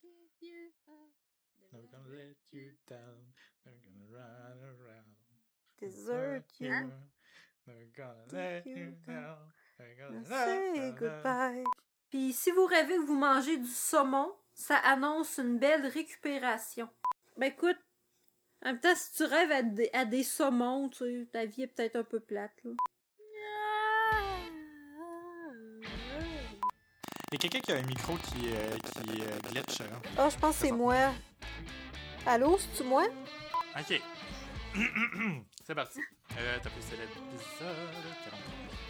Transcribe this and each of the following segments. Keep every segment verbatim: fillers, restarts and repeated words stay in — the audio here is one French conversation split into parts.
Never gonna let you down. Never gonna run around. Desert you. Never gonna let you down. Never gonna say goodbye. Puis si vous rêvez que vous mangez du saumon, ça annonce une belle récupération. Ben écoute, en même temps, si tu rêves à des, à des saumons, tu sais, ta vie est peut-être un peu plate, là. Il y a quelqu'un qui a un micro qui, euh, qui euh, glitch. Hein? Ah, oh, je pense que c'est moi. Allô, c'est-tu moi? Ok. C'est parti. Euh, t'as poussé l'épisode quarante-trois.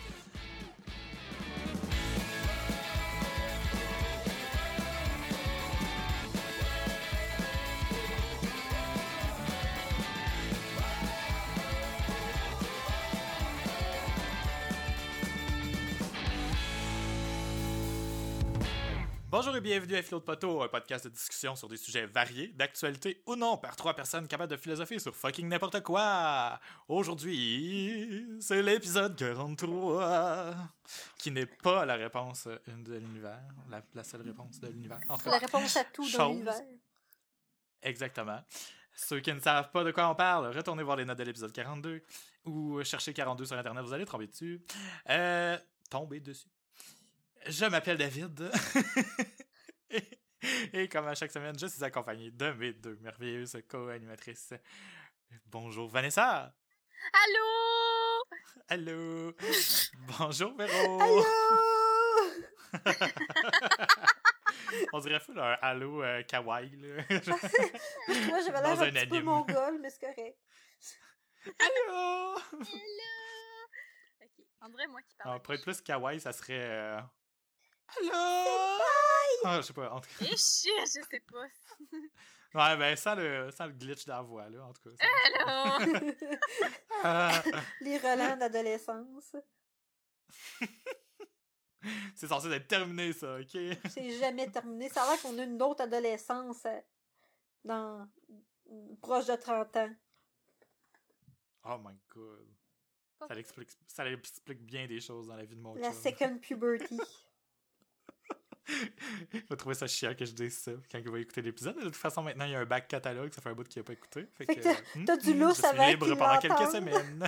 Bonjour et bienvenue à Philo de Poteau, un podcast de discussion sur des sujets variés, d'actualité ou non, par trois personnes capables de philosopher sur fucking n'importe quoi. Aujourd'hui, c'est l'épisode quarante-trois, qui n'est pas la réponse de l'univers, la, la seule réponse de l'univers. En tout cas, la réponse à tout chose... dans l'univers. Exactement. Ceux qui ne savent pas de quoi on parle, retournez voir les notes de l'épisode quarante-deux, ou cherchez quarante-deux sur Internet, vous allez tomber dessus. Euh, tomber dessus. Je m'appelle David. et, et comme à chaque semaine, je suis accompagné de mes deux merveilleuses co-animatrices. Bonjour Vanessa. Allô. Allô. Bonjour Véro. Allô. On dirait fou là, un allô euh, kawaii là. Moi j'avais l'air un petit peu mongol, mais c'est correct. Allô. Hello. Ok, on dirait moi qui parle. Ah, pour être plus kawaii, ça serait... Euh... Allô! Ah, je sais pas, en tout cas. Et shit, je sais pas. Ouais, ben, sans le, sans le glitch dans la voix, là, en tout cas. Hello! Ah. Les relents d'adolescence. C'est censé être terminé, ça, ok? C'est jamais terminé. Ça a l'air qu'on a une autre adolescence dans... proche de trente ans. Oh my god. Ça l'explique, ça explique bien des choses dans la vie de mon La chum. second puberty. Il va trouver ça chiant que je dise ça quand il va écouter l'épisode. De toute façon, maintenant, il y a un back catalogue, ça fait un bout qu'il n'a pas écouté. Fait, fait que, que t'as, t'as du lousse avec qu'il libre pendant l'entende. quelques semaines.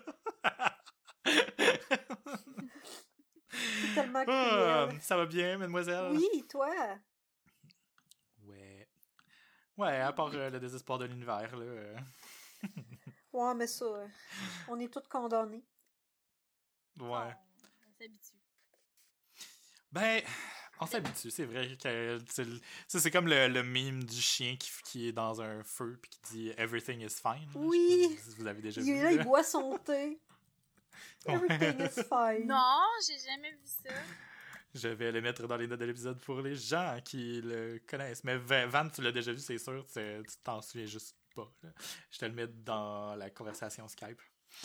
C'est tellement cruel. Ah, ça va bien, mademoiselle? Oui, toi? Ouais. Ouais, à part euh, le désespoir de l'univers, là. Euh... Ouais, mais ça, euh, on est tous condamnés. Ouais. Oh, on s'habitue. Ben, on s'habitue, c'est vrai que c'est, ça, c'est comme le, le meme du chien qui, qui est dans un feu puis qui dit « Everything is fine ». Oui! Je sais pas si vous avez déjà il, vu. Là, là. il boit son thé. Everything is fine. Non, j'ai jamais vu ça. Je vais le mettre dans les notes de l'épisode pour les gens qui le connaissent. Mais Van, tu l'as déjà vu, c'est sûr, tu, tu t'en souviens juste pas. Là. Je te le mets dans la conversation Skype.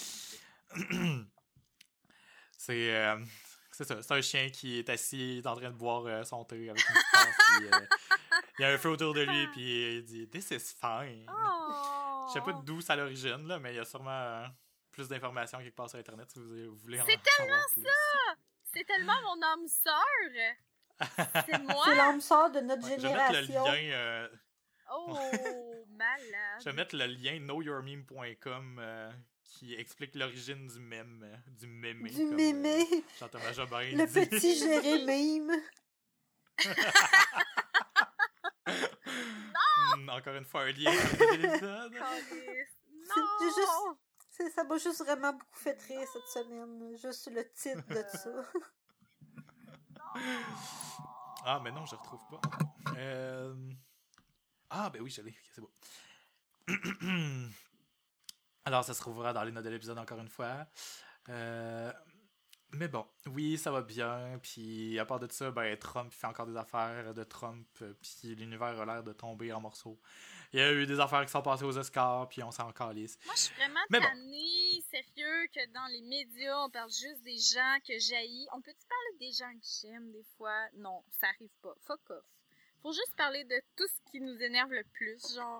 c'est... Euh, C'est ça, c'est un chien qui est assis, en train de boire euh, son thé avec une petite tasse, puis euh, il y a un feu autour de lui, puis il dit « This is fine Oh. ». Je sais pas d'où ça l'origine, là, mais il y a sûrement euh, plus d'informations quelque part sur Internet si vous, vous voulez en C'est savoir tellement plus. ça! C'est tellement mon âme sœur! C'est moi! C'est l'âme sœur de notre Ouais, génération. je vais mettre le lien... Euh... Oh, malade! Je vais mettre le lien know your meme point com euh, qui explique l'origine du mème, euh, du mémé. Du comme, mémé. Euh, Jean-Thomas Jobin Le dit. petit Jérémime. Non! Encore une fois, un lien dans l'épisode. Non! C'est juste... C'est, ça m'a juste vraiment beaucoup fait rire cette semaine. Juste le titre de ça. Ah, mais non, je retrouve pas. Euh... Ah, ben oui, je l'ai. C'est beau. Alors, ça se trouvera dans les notes de l'épisode encore une fois. Euh... Mais bon, oui, ça va bien. Puis, à part de ça, ben, Trump fait encore des affaires de Trump. Puis, l'univers a l'air de tomber en morceaux. Il y a eu des affaires qui sont passées aux Oscars, puis on s'en calisse. Moi, je suis vraiment Mais bon. tannée, sérieux, que dans les médias, on parle juste des gens que j'haïs. On peut-tu parler des gens que j'aime des fois? Non, ça arrive pas. Fuck off. Faut juste parler de tout ce qui nous énerve le plus, genre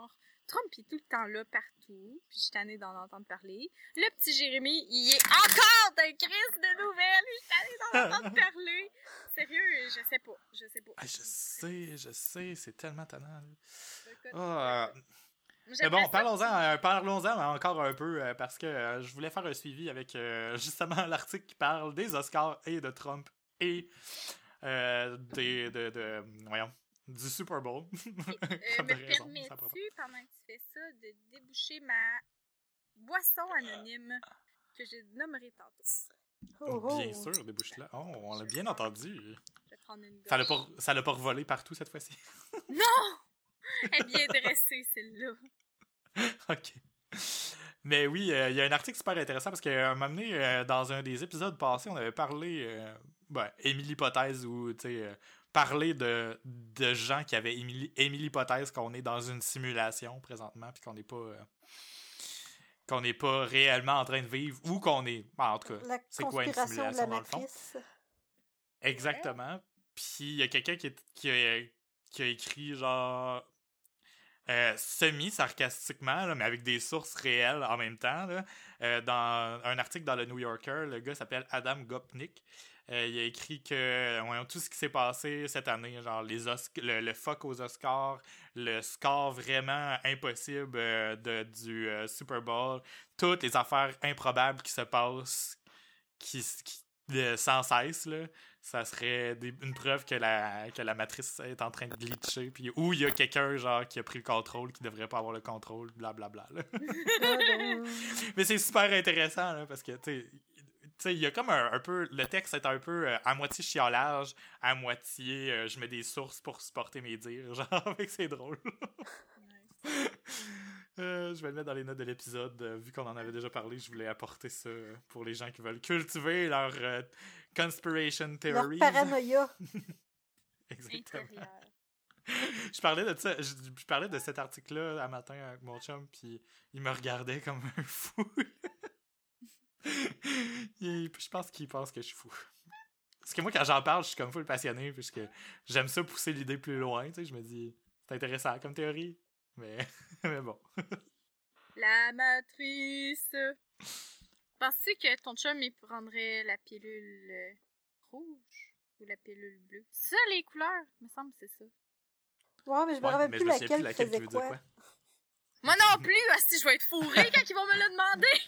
Trump il est tout le temps là partout, puis je suis tannée d'en entendre parler. Le petit Jérémy, il est encore d'un crise de nouvelles, je suis tannée d'en entendre parler. Sérieux, je sais pas, je sais pas. Ah, je sais, je sais, c'est tellement tannant. là. Écoute, Ah, euh, mais j'aimerais bon, ça- parlons-en, euh, parlons-en encore un peu, euh, parce que euh, je voulais faire un suivi avec euh, justement l'article qui parle des Oscars et de Trump et euh, des, de, de, voyons, du Super Bowl. Euh, Comme me de raison, ça prend pas. permets-tu, pendant que tu fais ça, de déboucher ma boisson anonyme que je nommerai tantôt? Oh, oh. Bien sûr, débouche là. Oh, on l'a bien entendu. Je vais prendre une Ça l'a gorge. pas, ça l'a pas revolé partout cette fois-ci. Non! Elle est bien dressée, celle-là. OK. Mais oui, euh, il y a un article super intéressant parce qu'à un moment donné, euh, dans un des épisodes passés, on avait parlé, euh, ben, émis l'hypothèse ou, tu sais, euh, parler de, de gens qui avaient émis, émis l'hypothèse qu'on est dans une simulation présentement puis qu'on n'est pas, euh, qu'on n'est pas réellement en train de vivre ou qu'on est, ben, en tout cas, La c'est quoi une conspiration de la simulation dans le fond? matrice. Exactement. Puis il y a quelqu'un qui, est- qui, a, qui a écrit genre euh, semi-sarcastiquement, là, mais avec des sources réelles en même temps, là, euh, dans un article dans le New Yorker, le gars s'appelle Adam Gopnik. Euh, il a écrit que ouais, tout ce qui s'est passé cette année, genre les Osc- le, le fuck aux Oscars, le score vraiment impossible euh, de, du euh, Super Bowl, toutes les affaires improbables qui se passent qui, qui de- sans cesse, là, ça serait des- une preuve que la, que la matrice est en train de glitcher, puis où il y a quelqu'un genre qui a pris le contrôle, qui devrait pas avoir le contrôle, blablabla. là. Ah, ben, Mais c'est super intéressant, là, parce que, tu sais, tu sais, il y a comme un, un peu... Le texte est un peu euh, à moitié chiolage, à moitié euh, je mets des sources pour supporter mes dires, genre, avec c'est drôle. Euh, je vais le mettre dans les notes de l'épisode. Euh, vu qu'on en avait déjà parlé, je voulais apporter ça euh, pour les gens qui veulent cultiver leur euh, conspiration leur theories. paranoïa. Exactement. Intérieur. Je parlais de ça, je, je parlais de cet article-là un matin avec mon chum, puis il me regardait comme un fou. Il- je pense qu'il pense que je suis fou. Parce que moi, quand j'en parle, je suis comme full passionné, puisque j'aime ça pousser l'idée plus loin, tu sais, je me dis, c'est intéressant comme théorie, mais, mais bon. La matrice. Penses-tu que ton chum, il prendrait la pilule euh, rouge ou la pilule bleue? C'est ça, les couleurs? Il me semble que c'est ça. Ouais, mais je me Ouais, rappelle mais plus je me souviens laquelle qui faisait veut dire quoi. Moi non plus! Ah, si, je vais être fourrée quand ils vont me le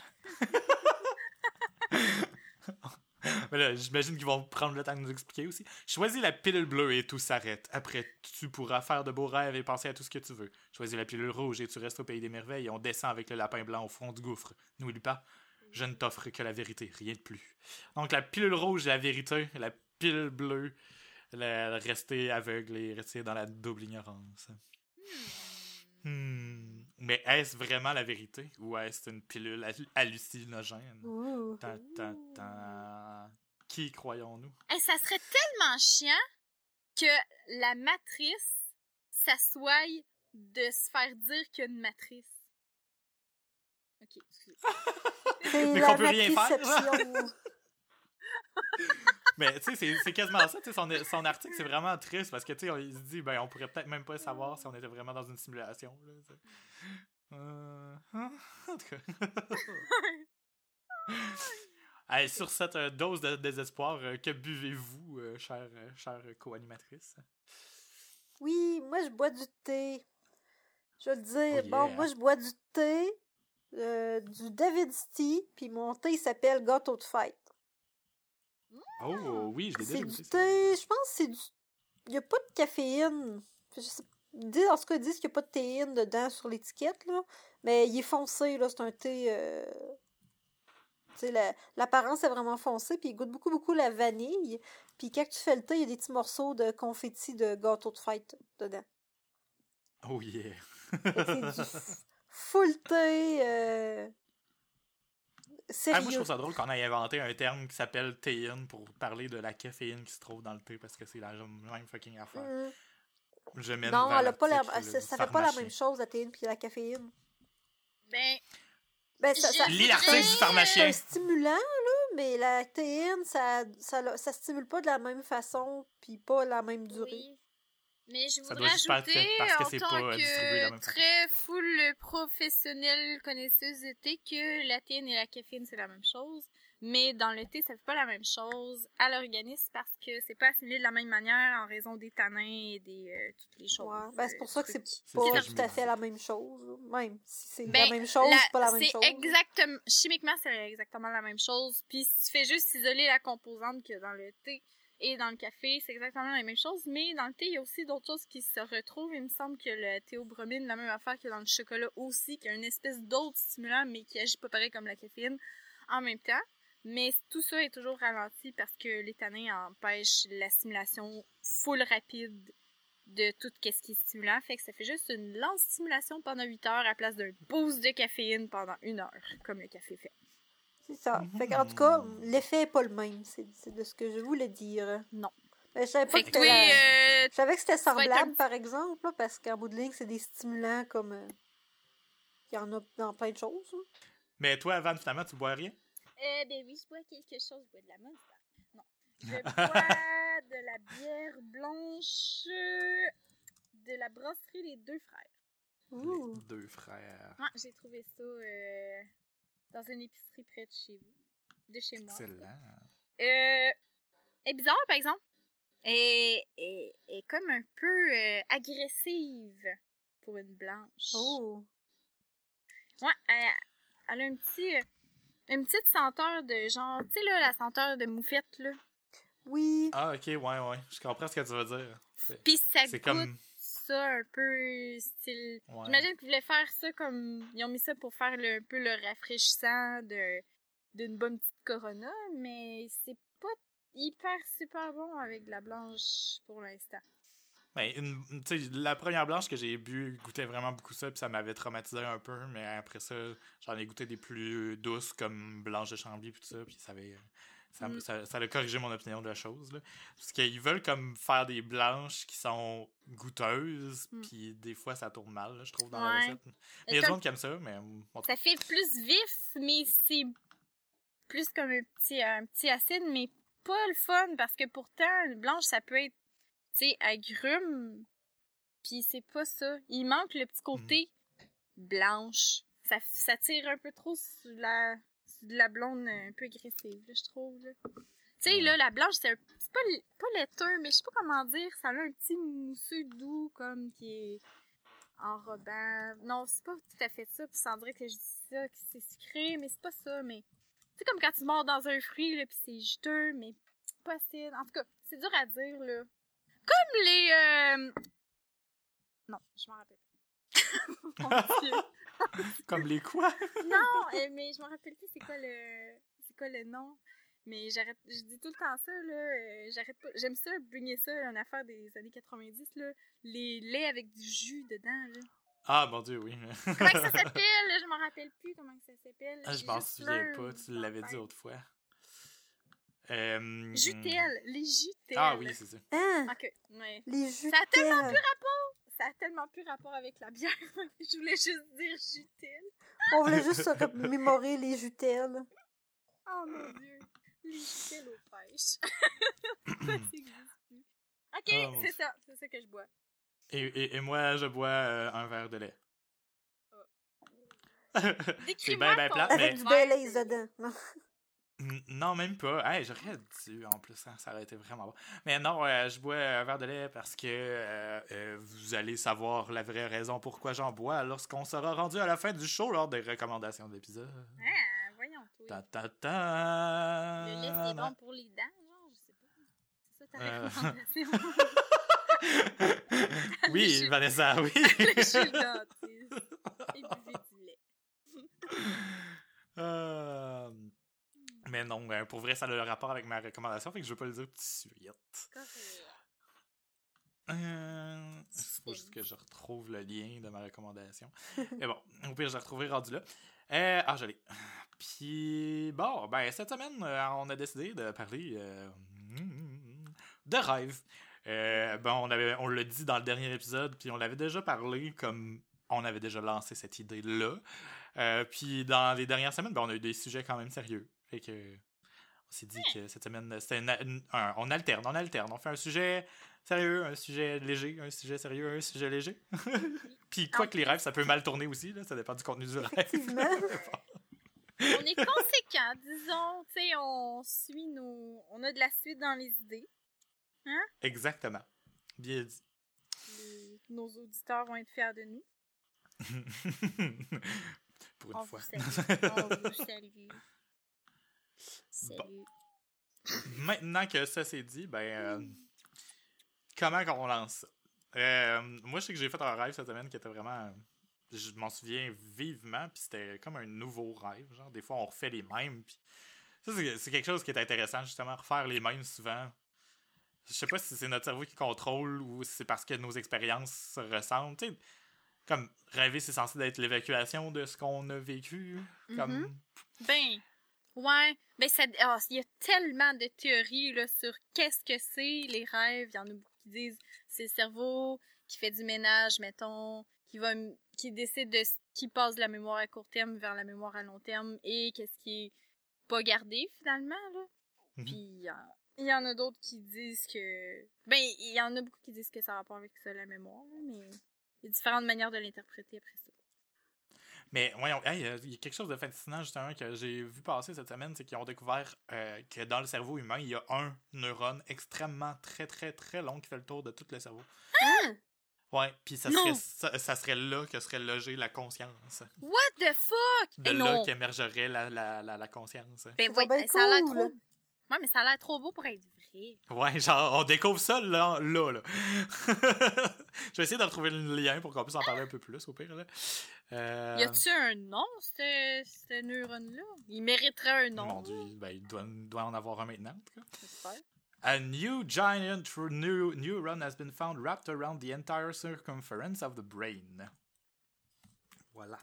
demander! Mais là, j'imagine qu'ils vont prendre le temps de nous expliquer aussi. Choisis la pilule bleue et tout s'arrête. Après, tu pourras faire de beaux rêves et penser à tout ce que tu veux. Choisis la pilule rouge et tu restes au pays des merveilles et on descend avec le lapin blanc au fond du gouffre. N'oublie pas, je ne t'offre que la vérité, rien de plus. Donc la pilule rouge, la vérité, la pilule bleue, la, rester aveugle et rester dans la double ignorance. Hmm. Mais est-ce vraiment la vérité ou est-ce une pilule hall- hallucinogène? Ouh. Ta, ta, ta. Qui croyons-nous? Hey, ça serait tellement chiant que la matrice s'assoie de se faire dire qu'il y a une matrice. Ok, excusez. C'est Mais la qu'on peut rien faire. matriception. Mais tu sais, c'est, c'est quasiment ça. Son, son article, c'est vraiment triste parce que tu sais, on- il se dit, ben, on pourrait peut-être même pas savoir si on était vraiment dans une simulation. Là, t'sais. euh... En tout cas. Allez, sur cette euh, dose de désespoir, euh, que buvez-vous, euh, chère, euh, chère co-animatrice? Oui, moi je bois du thé. Je vais le dire. Oh yeah. Bon, moi je bois du thé, euh, du David's Tea, puis mon thé il s'appelle Gâteau de fête. Oh oui, je l'ai C'est déjà du goûté. ça. thé, je pense que c'est du... Il n'y a pas de caféine. Je sais... ils disent- En tout cas, ils disent qu'il n'y a pas de théine dedans sur l'étiquette, là. Mais il est foncé, là. C'est un thé... euh, Tu sais, la- l'apparence est vraiment foncée, puis il goûte beaucoup, beaucoup la vanille. Puis quand tu fais le thé, il y a des petits morceaux de confetti de gâteau de fête dedans. Oh yeah. Fait que c'est du f- full thé... euh, Ah, Sérieux. moi, je trouve ça drôle qu'on ait inventé un terme qui s'appelle théine pour parler de la caféine qui se trouve dans le thé parce que c'est la même fucking affaire. Mm. Je mène Non, vers elle a pas la... l'article ça, du ça fait pas la pharmacien. même chose, la théine puis la caféine. Ben, Ben, ça, ça, Lis l'article du c'est pharmacien. un stimulant, là, mais la théine, ça, ça, ça stimule pas de la même façon, puis pas la même durée. oui. Mais je Ça voudrais doit juste pas être ajouter, parce que en c'est tant pas, euh, distribué de la que même façon. très full professionnelle connaisseuse de thé, que la théine et la caféine, c'est la même chose. Mais dans le thé, ça fait pas la même chose à l'organisme parce que c'est pas assimilé de la même manière en raison des tanins et des euh, toutes les choses. Ouais. Ben, c'est pour euh, ça que c'est trucs. C'est ça pas que je tout me à fait disais. la même chose. là. Même si c'est Ben, la même chose, la- c'est pas la même c'est chose. exactement, chimiquement, c'est exactement la même chose. Puis si tu fais juste isoler la composante qu'il y a dans le thé et dans le café, c'est exactement la même chose. Mais dans le thé, il y a aussi d'autres choses qui se retrouvent. Il me semble que le théobromine, la même affaire que dans le chocolat aussi, qui a une espèce d'autre stimulant, mais qui agit pas pareil comme la caféine en même temps. Mais tout ça est toujours ralenti parce que les tanins empêchent l'assimilation full rapide de tout ce qui est stimulant. Fait que ça fait juste une lente stimulation pendant huit heures à la place d'un boost de caféine pendant une heure, comme le café fait. C'est ça. Mhm. Fait qu'en tout cas, l'effet est pas le même. C'est c'est de ce que je voulais dire. Non. Ben, je savais pas Fait que que oui, c'était la- euh, Je savais que c'était vas être semblable, un- par exemple, là, parce qu'en bout de ligne, c'est des stimulants comme... euh, Il y en a dans plein de choses. là. Mais toi, Van, finalement, tu bois rien? Euh, ben oui, je bois quelque chose. Je bois de la Monster. Non. Je bois de la bière blanche de la brasserie Les Deux Frères. Ouh. Les deux frères. Ouais, j'ai trouvé ça euh, dans une épicerie près de chez vous. De chez moi. Excellent. Euh, est bizarre, par exemple. Et est, est comme un peu euh, agressive pour une blanche. Oh. Ouais, elle, elle a un petit, euh, une petite senteur de genre, tu sais là, la senteur de moufette là. Oui. Ah, ok, ouais, ouais. Je comprends ce que tu veux dire. C'est Puis ça c'est goûte comme... ça un peu style. Ouais. J'imagine qu'ils voulaient faire ça comme ils ont mis ça pour faire le, un peu le rafraîchissant de d'une bonne petite Corona, mais c'est pas hyper super bon avec de la blanche pour l'instant. Ben, une, tu sais, la première blanche que j'ai bu goûtait vraiment beaucoup ça, puis ça m'avait traumatisé un peu, mais après ça, j'en ai goûté des plus douces comme blanche de Chambly, puis tout ça, puis ça avait... Ça, Mm. ça, ça a corrigé mon opinion de la chose, là. Parce qu'ils veulent comme faire des blanches qui sont goûteuses, Mm. puis des fois ça tourne mal, là, je trouve, dans la Ouais. recette. Mais il y a comme- des gens qui aiment ça, mais... bon, Ça fait plus vif, mais c'est plus comme un petit, un petit acide, mais pas le fun, parce que pourtant, une blanche, ça peut être, tu sais, agrume, puis c'est pas ça. Il manque le petit côté blanche. Ça, ça tire un peu trop sur la, sur de la blonde un peu agressive, là, je trouve, là. Tu sais, là, la blanche, c'est, un, c'est pas, pas laiteux, mais je sais pas comment dire, ça a un petit mousseux doux, comme, qui est enrobant. Non, c'est pas tout à fait ça, puis ça dirait que je dis ça, que c'est sucré, mais c'est pas ça, mais... C'est comme quand tu mords dans un fruit, là, pis c'est juteux, mais pas acide. En tout cas, c'est dur à dire, là. Comme les... Euh... Non, je m'en rappelle pas. Mon Dieu. Comme les quoi? Non, euh, mais je m'en rappelle plus c'est quoi le... C'est quoi le nom. Mais j'arrête... Je dis tout le temps ça, là. euh, J'arrête pas... J'aime ça, brigner ça, une affaire des années quatre-vingt-dix, là. Les laits avec du jus dedans, là. Ah, mon Dieu, oui. Comment que ça s'appelle? Je m'en rappelle plus comment que ça s'appelle. Ah, je J'ai m'en juste souviens plein pas, tu dans l'avais la dit tête. autrefois. Euh... Jutel, les jutels. Ah oui, c'est ça. Hein? Ok, ouais. Les Ça a tellement jutels. plus rapport. Ça a tellement plus rapport avec la bière. Je voulais juste dire jutel. On voulait juste se remémorer les jutels. Oh mon dieu. Les jutels aux pêches. Ça n'existe plus. Ok, Oh, mon c'est Dieu. ça. C'est ça que je bois. Et, et, et moi, je bois euh, un verre de lait. C'est Décris-moi bien, bien ton plate, Avec mais... du verre Baileys de lait. dedans. Non. N- Non, même pas. Hey, j'aurais dû, en plus, hein, ça aurait été vraiment bon. Mais non, euh, je bois un verre de lait parce que euh, euh, vous allez savoir la vraie raison pourquoi j'en bois lorsqu'on sera rendu à la fin du show lors des recommandations de l'épisode. Ah, voyons, toi. Ta ta ta. Le lait, c'est bon pour les dents, genre, je sais pas. C'est ça ta Euh. recommandation. Oui, Allez, Vanessa, oui. Allez chez le dentiste. Et buvez du lait. Euh, Mais non, euh, pour vrai, ça a le rapport avec ma recommandation, fait que je veux pas le dire tout de suite. Correct. Euh, faut juste que je retrouve le lien de ma recommandation. Mais bon, au pire, je l'ai retrouvé rendu là. Euh, ah, je l'ai. Puis, bon, ben, cette semaine, euh, on a décidé de parler euh, de rêve. Euh, bon, on, avait, on l'a dit dans le dernier épisode, puis on l'avait déjà parlé comme on avait déjà lancé cette idée-là. Euh, puis, dans les dernières semaines, ben, on a eu des sujets quand même sérieux. Fait que, on s'est dit que cette semaine, c'était une- une- un- on alterne, on alterne. On fait un sujet Sérieux, un sujet léger, un sujet sérieux, un sujet léger. Puis quoi En que les rêves, ça peut mal tourner aussi, là, ça dépend du contenu du rêve. Effectivement. On est conséquent, disons, tu sais, on suit nos... On a de la suite dans les idées. Exactement. Bien dit. Les- Nos auditeurs vont être fiers de nous. Pour une On fois. vous salue. On vous salue. Salut. Maintenant que ça c'est dit, ben, euh, comment qu'on lance ça? Euh, moi, je sais que j'ai fait un rêve cette semaine qui était vraiment... Je m'en souviens vivement, puis c'était comme un nouveau rêve. Genre, des fois, on refait les mêmes, puis ça, c'est, c'est quelque chose qui est intéressant, justement, refaire les mêmes souvent. Je sais pas si c'est notre cerveau qui contrôle ou si c'est parce que nos expériences se ressemblent. Tu sais, comme rêver, c'est censé être l'évacuation de ce qu'on a vécu. Comme... Mm-hmm. Ben, ouais. Ben, ça, oh, il y a tellement de théories là, sur qu'est-ce que c'est les rêves. Il y en a beaucoup qui disent c'est le cerveau qui fait du ménage, mettons, qui va qui décide de qui passe de la mémoire à court terme vers la mémoire à long terme et qu'est-ce qui est pas gardé finalement là. Mm-hmm. Puis il y, y en a d'autres qui disent que ben il y en a beaucoup qui disent que ça a rapport avec ça la mémoire, là, mais il y a différentes manières de l'interpréter après ça. Mais voyons, il hey, y a quelque chose de fascinant justement que j'ai vu passer cette semaine, c'est qu'ils ont découvert euh, que dans le cerveau humain, il y a un neurone extrêmement très très très long qui fait le tour de tout le cerveau. Ah! Ouais, puis ça serait ça, ça serait là que serait logée la conscience. What the fuck? De Et là non. qu'émergerait la, la, la, la conscience. Ben ça, ouais, ben ça a l'air cool. trop. Ouais, mais ça a l'air trop beau pour être vrai. Ouais, genre, on découvre ça là, là, là. Je vais essayer de retrouver le lien pour qu'on puisse en parler un peu plus, au pire, là. Euh... Y a-tu un nom, ce, ce neurone-là? Il mériterait un nom. Mon Dieu, ben, il doit, il doit en avoir un maintenant, en tout cas. J'espère. A new giant neu- neuron has been found wrapped around the entire circumference of the brain. Voilà.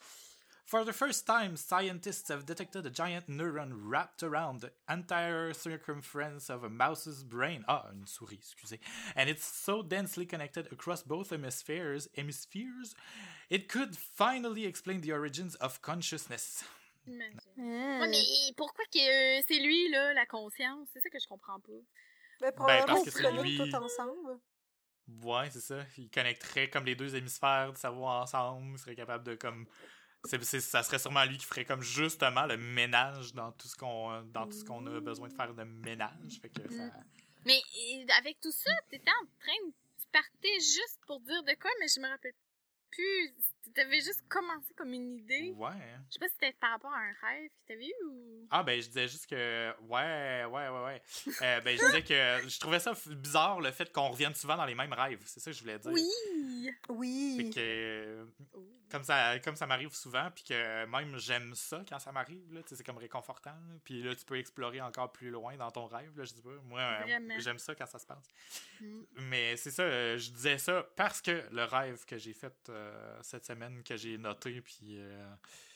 For the first time, scientists have detected a giant neuron wrapped around the entire circumference of a mouse's brain. Ah, une souris, excusez. And it's so densely connected across both hemispheres, hemispheres, it could finally explain the origins of consciousness. Imagine. Mmh. Ouais, mais pourquoi que euh, c'est lui, là, la conscience? C'est ça que je comprends pas. Ben, probablement Ben, parce qu'ils que se c'est connectent lui- tout ensemble. Ouais, c'est ça. Il connecterait comme les deux hémisphères du cerveau ensemble. Il serait capable de comme... C'est, c'est, ça serait sûrement lui qui ferait comme justement le ménage dans tout ce qu'on, dans tout ce qu'on a besoin de faire de ménage. Fait que ça... Mais euh, avec tout ça, t'étais en train de... Tu partais juste pour dire de quoi, mais je me rappelle plus. T'avais juste commencé comme une idée. Ouais. hein. Je sais pas si c'était par rapport à un rêve que t'avais eu ou... Ah, ben, je disais juste que... Ouais, ouais, ouais, ouais. Euh, ben, je disais que je trouvais ça f- bizarre, le fait qu'on revienne souvent dans les mêmes rêves. C'est ça que je voulais dire. Oui! Fait Oui. que... Oh. Comme ça, comme ça m'arrive souvent, puis que même j'aime ça quand ça m'arrive, là, tu sais, c'est comme réconfortant. Là. Puis là, tu peux explorer encore plus loin dans ton rêve, là, je dis pas. Moi, euh, Vraiment. j'aime ça quand ça se passe. Mm. Mais c'est ça, euh, je disais ça parce que le rêve que j'ai fait euh, cette semaine, que j'ai noté, puis euh,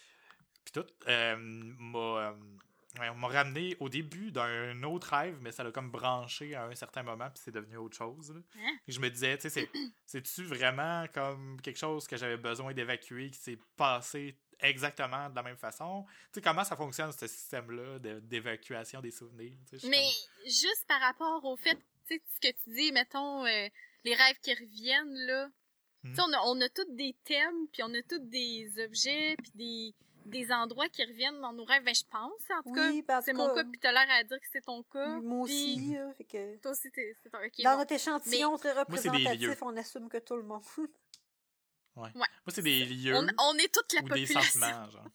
puis tout, euh, m'a, euh, ouais, m'a ramené au début d'un autre rêve, mais ça l'a comme branché à un certain moment, puis c'est devenu autre chose. Là. Hein? Et je me disais, tu sais, c'est, c'est-tu vraiment comme quelque chose que j'avais besoin d'évacuer, qui s'est passé exactement de la même façon? Tu sais, comment ça fonctionne, ce système-là de- d'évacuation des souvenirs? Tu sais, je suis Mais juste par rapport au fait, tu sais, ce que tu dis, mettons, euh, les rêves qui reviennent, là. Mhm. Tu sais, on a, on a tous des thèmes, puis on a tous des objets, puis des, des endroits qui reviennent dans nos rêves. Ben, je pense, en tout Oui, cas. ben, en C'est tout mon cas, cas, puis t'as l'air à dire que c'est ton cas. Moi aussi, Puis là, fait que... toi aussi, t'es, c'est ton... Ok, Dans bon. notre échantillon très Moi, c'est des lieux. représentatif, on assume que tout le monde. Ouais. Ouais. Moi, c'est des lieux On, on est toute la ou des population. sentiments, genre.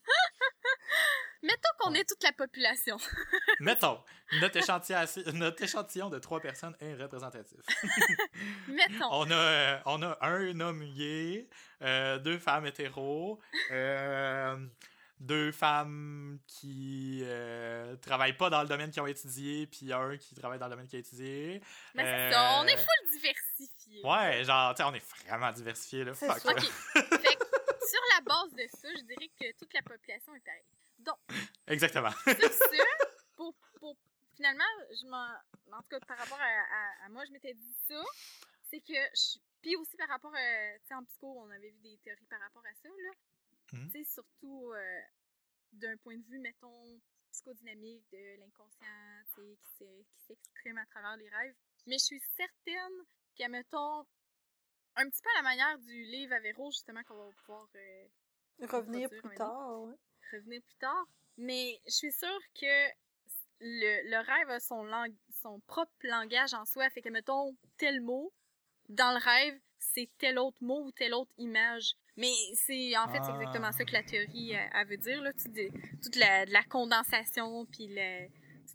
Mettons qu'on Ouais. est toute la population. Mettons, notre échantillon, notre échantillon de trois personnes est représentatif. Mettons. On a, euh, on a un homme gay, euh, deux femmes hétéros, euh, deux femmes qui euh, travaillent pas dans le domaine qu'ils ont étudié, puis un qui travaille dans le domaine qu'il a étudié. Mais c'est Euh, ça, on est full diversifié. Ouais, genre, tu sais, on est vraiment diversifié, là. C'est Fuck, sûr. là. Ok. Fait que, sur la base de ça, je dirais que toute la population est pareille. Donc, Exactement. sur ça, pour, pour finalement, je m'en, en tout cas par rapport à, à, à moi, je m'étais dit ça, c'est que, je, puis aussi par rapport, à, tu sais, en psycho, on avait vu des théories par rapport à ça, là. Mhm. Tu sais, surtout euh, d'un point de vue, mettons, psychodynamique de l'inconscient, tu sais, qui s'est- qui s'exprime à travers les rêves. Mais je suis certaine qu'admettons, un petit peu à la manière du livre à Véro, justement, qu'on va pouvoir euh, Revenir reproduire plus un tard, ouais. revenir plus tard. Mais je suis sûre que le, le rêve a son, lang- son propre langage en soi. Fait que, mettons, tel mot, dans le rêve, c'est tel autre mot ou telle autre image. Mais c'est, en fait, c'est exactement ça que la théorie, elle, elle veut dire, là. Tu dis, toute la, de la condensation, puis le,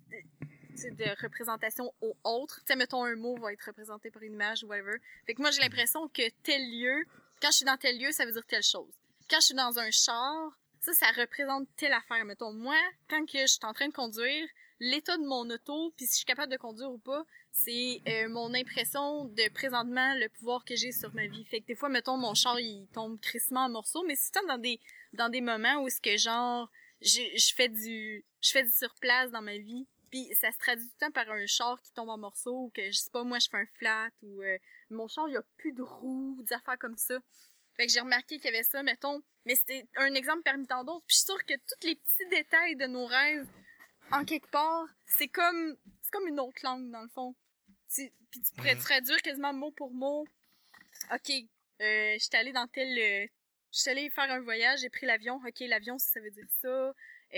de, de représentation au autre. Tu sais, mettons, un mot va être représenté par une image ou whatever. Fait que moi, j'ai l'impression que tel lieu, quand je suis dans tel lieu, ça veut dire telle chose. Quand je suis dans un char, ça, ça représente telle affaire. Mettons, moi, quand que je suis en train de conduire, l'état de mon auto, puis si je suis capable de conduire ou pas, c'est euh, mon impression de présentement le pouvoir que j'ai sur ma vie. Fait que des fois, mettons, mon char, il tombe crissement en morceaux, mais c'est tout le temps dans des, dans des moments où est-ce que, genre, je, je fais du, je fais du surplace dans ma vie, puis ça se traduit tout le temps par un char qui tombe en morceaux, ou que, je sais pas, moi, je fais un flat, ou euh, mon char, il y a plus de roues, des affaires comme ça. Fait que j'ai remarqué qu'il y avait ça, mettons, mais c'était un exemple parmi tant d'autres, puis je suis sûre que tous les petits détails de nos rêves, en quelque part, c'est comme, c'est comme une autre langue, dans le fond. Tu, puis tu pourrais Mhm. traduire quasiment mot pour mot. OK, euh, j'étais allée dans tel... Euh, j'étais allée faire un voyage, j'ai pris l'avion. OK, l'avion, ça veut dire ça. Euh,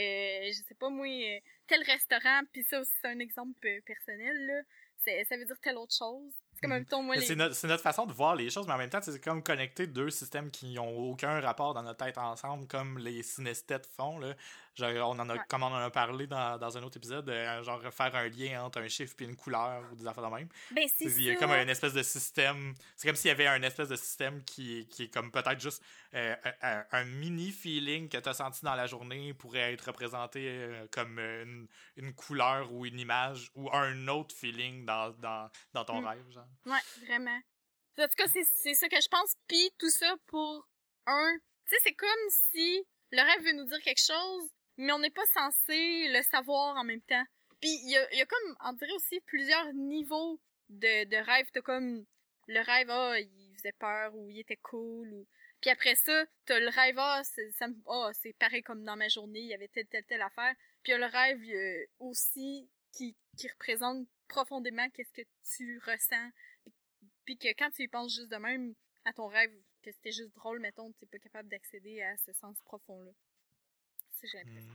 je sais pas, moi, euh, tel restaurant, puis ça aussi, c'est un exemple euh, personnel, là. C'est, ça veut dire telle autre chose. C'est comme, en même temps, moi, les... C'est notre, c'est notre façon de voir les choses, mais en même temps, c'est comme connecter deux systèmes qui n'ont aucun rapport dans notre tête ensemble, comme les synesthètes font. Là. Genre, on en a, Ouais. comme on en a parlé dans, dans un autre épisode, euh, genre faire un lien entre un chiffre et une couleur ou des affaires de même. Ben, c'est Il y a ça. comme un espèce de système. C'est comme s'il y avait un espèce de système qui, qui est comme peut-être juste euh, un, un mini feeling que tu as senti dans la journée pourrait être représenté euh, comme une, une couleur ou une image ou un autre feeling dans, dans, dans ton Mm. rêve. Genre. Ouais, vraiment. En tout cas, c'est, c'est ça que je pense. Puis tout ça pour un... Tu sais, c'est comme si le rêve veut nous dire quelque chose, mais on n'est pas censé le savoir en même temps. Puis il y a, y a comme, on dirait aussi, plusieurs niveaux de, de rêve. T'as comme le rêve, ah, il faisait peur, ou il était cool, ou... Puis après ça, t'as le rêve, ah, c'est, ça me- ah, c'est pareil comme dans ma journée, il y avait telle, telle, telle affaire. Puis il y a le rêve euh, aussi qui, qui représente profondément qu'est-ce que tu ressens. Puis que quand tu y penses juste de même à ton rêve, que c'était juste drôle, mettons, t'es pas capable d'accéder à ce sens profond-là. C'est j'ai l'impression. Mm.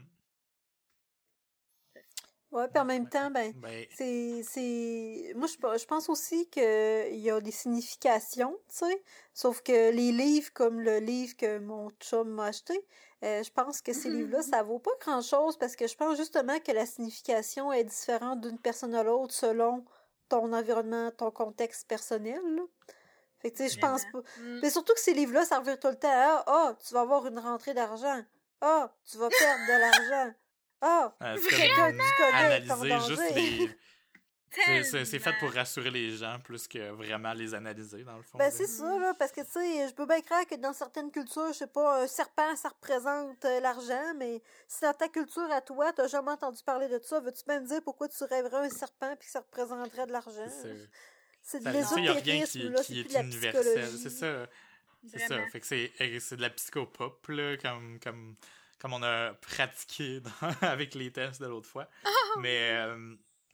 Ouais, puis en même temps, ben, Ben, c'est, c'est, moi, je, je pense aussi que il y a des significations, tu sais, sauf que les livres, comme le livre que mon chum m'a acheté, euh, je pense que ces livres-là, ça vaut pas grand-chose parce que je pense justement que la signification est différente d'une personne à l'autre selon ton environnement, ton contexte personnel, là. Fait que, tu sais, je pense pas. Mm. Mais surtout que ces livres-là, ça revient tout le temps à, ah, tu vas avoir une rentrée d'argent. Ah, tu vas perdre de l'argent. Ah, euh, c'est quelqu'un comme que tu connais est en analyser juste danger. les. C'est, c'est, c'est fait Tellement. pour rassurer les gens plus que vraiment les analyser, dans le fond. Ben, là. c'est ça, là, parce que, tu sais, je peux bien croire que dans certaines cultures, je sais pas, un serpent, ça représente euh, l'argent, mais si dans ta culture à toi, t'as jamais entendu parler de ça, veux-tu même dire pourquoi tu rêverais un serpent puis que ça représenterait de l'argent? C'est ça. C'est de Ça- tu sais, il n'y a rien l'ésotérisme, qui, là, qui c'est est plus de la universel. psychologie. C'est ça. C'est Vraiment. ça. Fait que c'est, eh, c'est de la psychopop, là, comme, comme, comme on a pratiqué dans- avec les tests de l'autre fois. Mais, euh,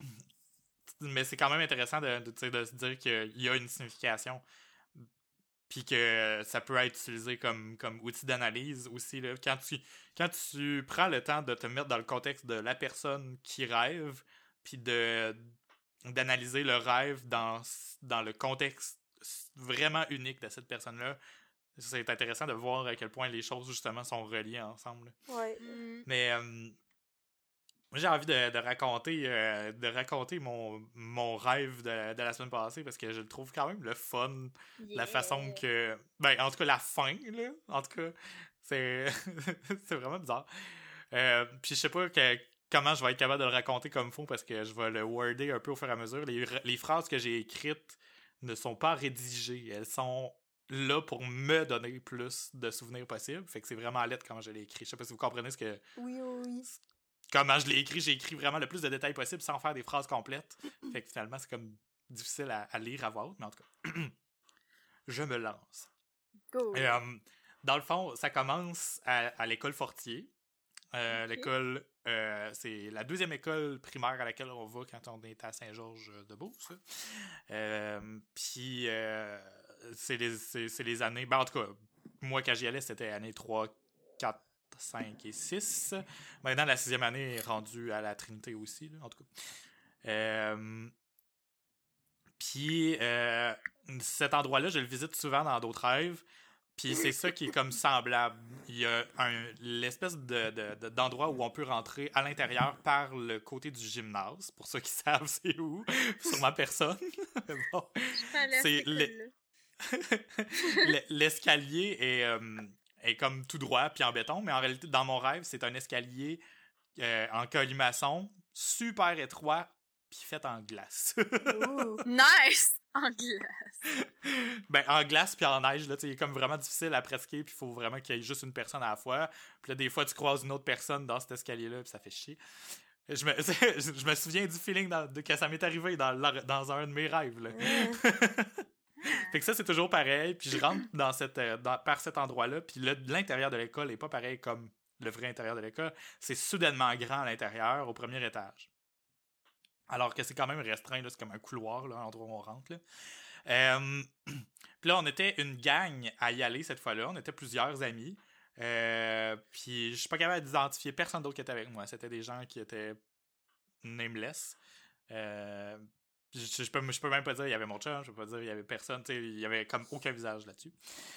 mais c'est quand même intéressant de, de, tu sais, de se dire qu'il y a une signification. Puis que ça peut être utilisé comme, comme outil d'analyse aussi. Là. Quand, tu, quand tu prends le temps de te mettre dans le contexte de la personne qui rêve, puis de, d'analyser le rêve dans, dans le contexte vraiment unique de cette personne-là, c'est intéressant de voir à quel point les choses, justement, sont reliées ensemble. Ouais. Mm. Mais euh, moi, j'ai envie de, de raconter euh, de raconter mon, mon rêve de, de la semaine passée parce que je le trouve quand même le fun. Yeah. La façon que... Ben, en tout cas, la fin, là. En tout cas, c'est... c'est vraiment bizarre. Euh, puis je sais pas que, comment je vais être capable de le raconter comme faut parce que je vais le worder un peu au fur et à mesure. Les, les phrases que j'ai écrites ne sont pas rédigées. Elles sont là pour me donner plus de souvenirs possibles. Fait que c'est vraiment lettre comment je l'ai écrit. Je sais pas si vous comprenez ce que... Oui, oui, oui. Comment je l'ai écrit, j'ai écrit vraiment le plus de détails possible sans faire des phrases complètes. Fait que finalement, c'est comme difficile à, à lire à voix haute, mais en tout cas, je me lance. Go. Et, euh, dans le fond, ça commence à, à l'école Fortier. Euh, Ok. L'école, euh, c'est la deuxième école primaire à laquelle on va quand on est à Saint-Georges-de-Beauce. Euh, Puis, euh, c'est les, c'est, c'est les années... Ben, en tout cas, moi, quand j'y allais, c'était années trois, quatre, cinq et six. Maintenant, la sixième année est rendue à la Trinité aussi, là, en tout cas. Euh, Puis, euh, cet endroit-là, je le visite souvent dans d'autres rêves. Puis c'est ça qui est comme semblable. Il y a un, l'espèce de, de, de- d'endroit où on peut rentrer à l'intérieur par le côté du gymnase. Pour ceux qui savent c'est où. Sûrement personne. Mais bon. Je suis allée à C'est cette le- école-là. Le- l'escalier est, euh, est comme tout droit puis en béton, mais en réalité, dans mon rêve, c'est un escalier euh, en colimaçon, super étroit, puis fait en glace. Ouh. Nice! En glace. Ben, en glace puis en neige, là, tu sais, il est comme vraiment difficile à pratiquer, puis il faut vraiment qu'il y ait juste une personne à la fois. Puis là, des fois, tu croises une autre personne dans cet escalier-là, puis ça fait chier. Je me, je me souviens du feeling dans- de, que ça m'est arrivé dans, l'ar- dans un de mes rêves, là. Fait que ça, c'est toujours pareil. Puis je rentre dans cette, euh, dans- par cet endroit-là. Puis le- l'intérieur de l'école est pas pareil comme le vrai intérieur de l'école. C'est soudainement grand à l'intérieur, au premier étage. Alors que c'est quand même restreint, là, c'est comme un couloir, là, l'endroit où on rentre. Là. Euh, Puis là, on était une gang à y aller cette fois-là. On était plusieurs amis. Euh, Puis je suis pas capable d'identifier personne d'autre qui était avec moi. C'était des gens qui étaient nameless. Euh, je, je, peux, je peux même pas dire il y avait mon chum, je peux pas dire il y avait personne, tu sais, il y avait comme aucun visage là-dessus.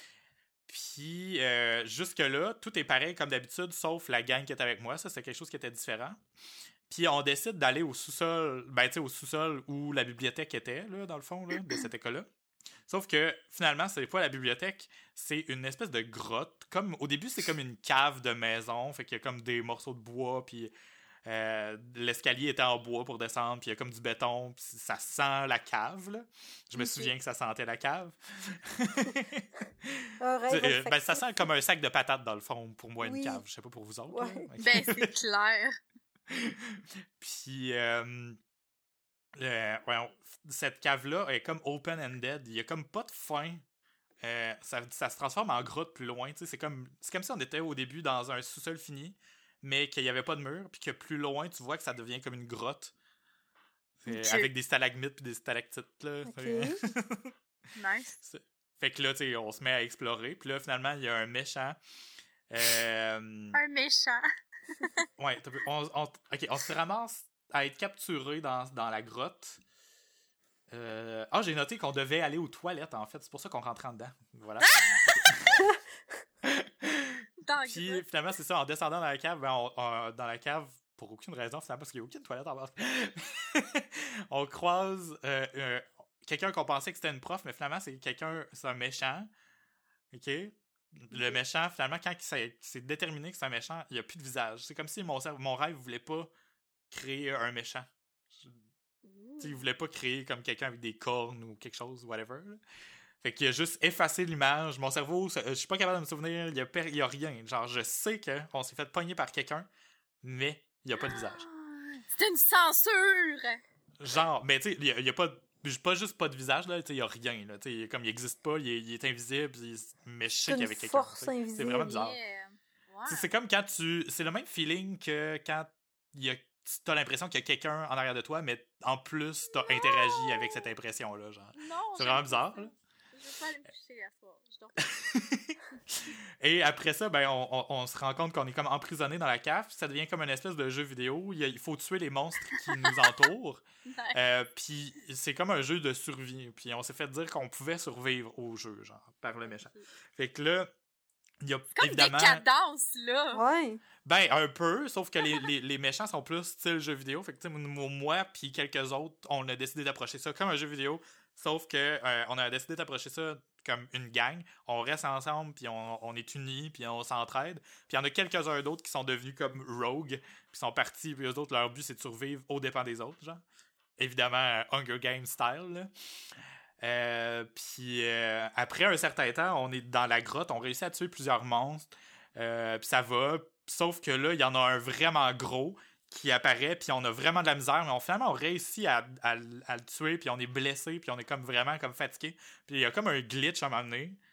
Puis, euh, jusque-là, tout est pareil comme d'habitude, sauf la gang qui était avec moi. Ça, c'est quelque chose qui était différent. Puis, on décide d'aller au sous-sol, ben, tu sais, au sous-sol où la bibliothèque était, là, dans le fond, là, de cette école-là. Sauf que, finalement, c'est pas la bibliothèque, c'est une espèce de grotte. Comme, au début, c'est comme une cave de maison, fait qu'il y a comme des morceaux de bois, puis euh, l'escalier était en bois pour descendre, puis il y a comme du béton, puis ça sent la cave, là. Je me Ok. souviens que ça sentait la cave. Un rêve Euh, ben, olfactif. ça sent comme un sac de patates, dans le fond, pour moi, une Oui. cave. Je sais pas pour vous autres. Ouais. là. Ok. Ben, c'est clair. Puis, euh, euh, ouais, on- cette cave-là est comme open-ended. Il y a comme pas de fin. Euh, ça, ça se transforme en grotte plus loin. tu sais, C'est comme, c'est comme si on était au début dans un sous-sol fini, mais qu'il n'y avait pas de mur, puis que plus loin, tu vois que ça devient comme une grotte. Fait- Ok. Avec des stalagmites puis des stalactites. Là. Ok. Fait- Nice. C'est- Fait que là, tu sais, on se met à explorer. Puis là, finalement, il y a un méchant. Euh, Un méchant. ouais, t'as vu, on, on, ok, on se ramasse à être capturé dans, dans la grotte. Euh, Ah, j'ai noté qu'on devait aller aux toilettes, en fait. C'est pour ça qu'on rentrait en dedans. Voilà. Dans la Puis grotte. finalement, c'est ça, en descendant dans la cave, ben, on- on- dans la cave, pour aucune raison, finalement, parce qu'il n'y a aucune toilette en bas. On croise euh, euh, quelqu'un qu'on pensait que c'était une prof, mais finalement, c'est quelqu'un, c'est un méchant. OK? Le Ok. méchant, finalement, quand il s'est, il s'est déterminé que c'est un méchant, il n'y a plus de visage. C'est comme si mon, cerveau- mon rêve ne voulait pas créer un méchant. Je- Ouh. tu sais, il voulait pas créer comme quelqu'un avec des cornes ou quelque chose, whatever. là. Fait qu'il a juste effacé l'image. Mon cerveau, ça- je suis pas capable de me souvenir, il y a, per- il y a rien. Genre, je sais qu'on s'est fait pogner par quelqu'un, mais il y a pas de visage. Ah, c'est une censure! Genre, mais tu sais, il y a, il y a pas, de- pas juste pas de visage, là, tu sais, il y a rien, là. Tu sais, comme il existe pas, il est, il est invisible, il- mais je sais C'est qu'il y une avait quelqu'un. force tu sais. C'est invisible. vraiment bizarre. Yeah. Ouais. Tu sais, C'est comme quand tu. C'est le même feeling que quand il y a, t'as l'impression qu'il y a quelqu'un en arrière de toi, mais en plus, t'as interagi avec cette impression-là, genre. Non, C'est j'aime vraiment pas bizarre, ça. là. Je vais pas aller me coucher à soir. Je dors. Et après ça, ben, on, on, on se rend compte qu'on est comme emprisonné dans la cave. Ça devient comme une espèce de jeu vidéo. Il, y a- il faut tuer les monstres qui nous entourent. Nice. Euh, puis c'est comme un jeu de survie. Puis on s'est fait dire qu'on pouvait survivre au jeu, genre, par le méchant. Fait que là, il y a Comme évidemment... des cadences, là. Ouais. Ben, un peu, sauf que les, les, les méchants sont plus style jeu vidéo. Fait que, tu sais, moi puis quelques autres, on a décidé d'approcher ça comme un jeu vidéo. Sauf que euh, on a décidé d'approcher ça comme une gang. On reste ensemble, puis on, on est unis, puis on s'entraide. Puis il y en a quelques-uns d'autres qui sont devenus comme rogue, puis sont partis, puis eux autres, leur but, c'est de survivre aux dépens des autres, genre. Évidemment, euh, Hunger Games style, là. Euh, puis euh, après un certain temps, on est dans la grotte, on réussit à tuer plusieurs monstres, euh, puis ça va. Sauf que là, il y en a un vraiment gros qui apparaît, puis on a vraiment de la misère, mais on, finalement, on réussit à, à, à le tuer, puis on est blessé, puis on est comme vraiment comme fatigué. Puis il y a comme un glitch à un moment donné,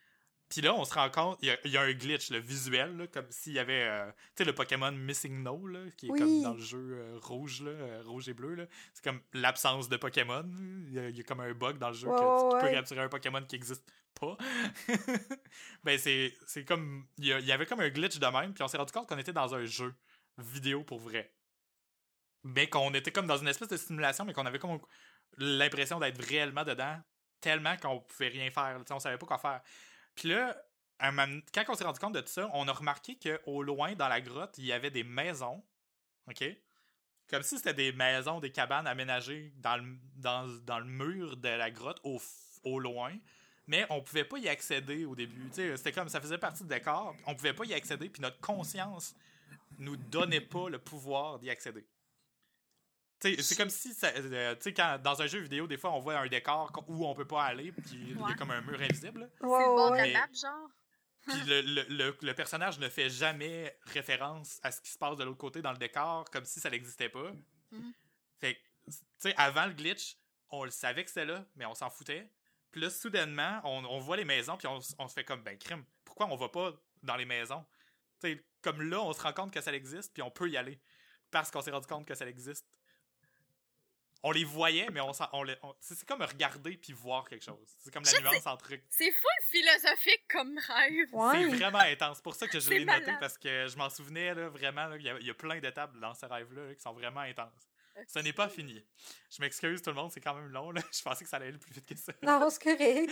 Puis là, on se rend compte, il y a, il y a un glitch, le visuel, là, comme s'il y avait, euh, tu sais, le Pokémon Missing No, là, qui est Oui. comme dans le jeu euh, rouge, là, euh, rouge et bleu, là. C'est comme l'absence de Pokémon. Il y, a, il y a comme un bug dans le jeu Ouais, que tu, ouais. tu peux capturer un Pokémon qui existe pas. Ben, c'est, c'est comme, il y, a, il y avait comme un glitch de même, puis on s'est rendu compte qu'on était dans un jeu vidéo pour vrai. Mais qu'on était comme dans une espèce de simulation, mais qu'on avait comme l'impression d'être réellement dedans, tellement qu'on pouvait rien faire. On savait pas quoi faire. Puis là, un moment, quand on s'est rendu compte de tout ça, on a remarqué qu'au loin, dans la grotte, il y avait des maisons. OK? Comme si c'était des maisons, des cabanes aménagées dans le, dans, dans le mur de la grotte, au, au loin. Mais on pouvait pas y accéder au début. T'sais, c'était comme, ça faisait partie du décor. On pouvait pas y accéder, puis notre conscience nous donnait pas le pouvoir d'y accéder. T'sais, c'est comme si, ça, euh, t'sais, quand, dans un jeu vidéo, des fois, on voit un décor où on peut pas aller, puis il y a Ouais. comme un mur invisible. Ouais, C'est le bord de ouais. la map, genre. Puis le, le, le, le personnage ne fait jamais référence à ce qui se passe de l'autre côté dans le décor, comme si ça n'existait pas. Mhm. Fait que, tu sais, avant le glitch, on le savait que c'était là, mais on s'en foutait. Puis là, soudainement, on, on voit les maisons, puis on, on se fait comme, ben, crime, pourquoi on va pas dans les maisons? Tu sais, comme là, on se rend compte que ça existe, puis on peut y aller. Parce qu'on s'est rendu compte que ça existe. On les voyait, mais on, s'en- on, les- on c'est comme regarder puis voir quelque chose. C'est comme la Je nuance entre... C'est full philosophique comme rêve. Ouais. C'est vraiment intense. C'est pour ça que je C'est l'ai noté, malade. parce que je m'en souvenais, là, vraiment, là, il y, a- il y a plein d'étapes dans ce rêve-là là, qui sont vraiment intenses. Ok. Ce n'est pas fini. Je m'excuse tout le monde, c'est quand même long. Là. Je pensais que ça allait aller plus vite que ça. Non, c'est correct.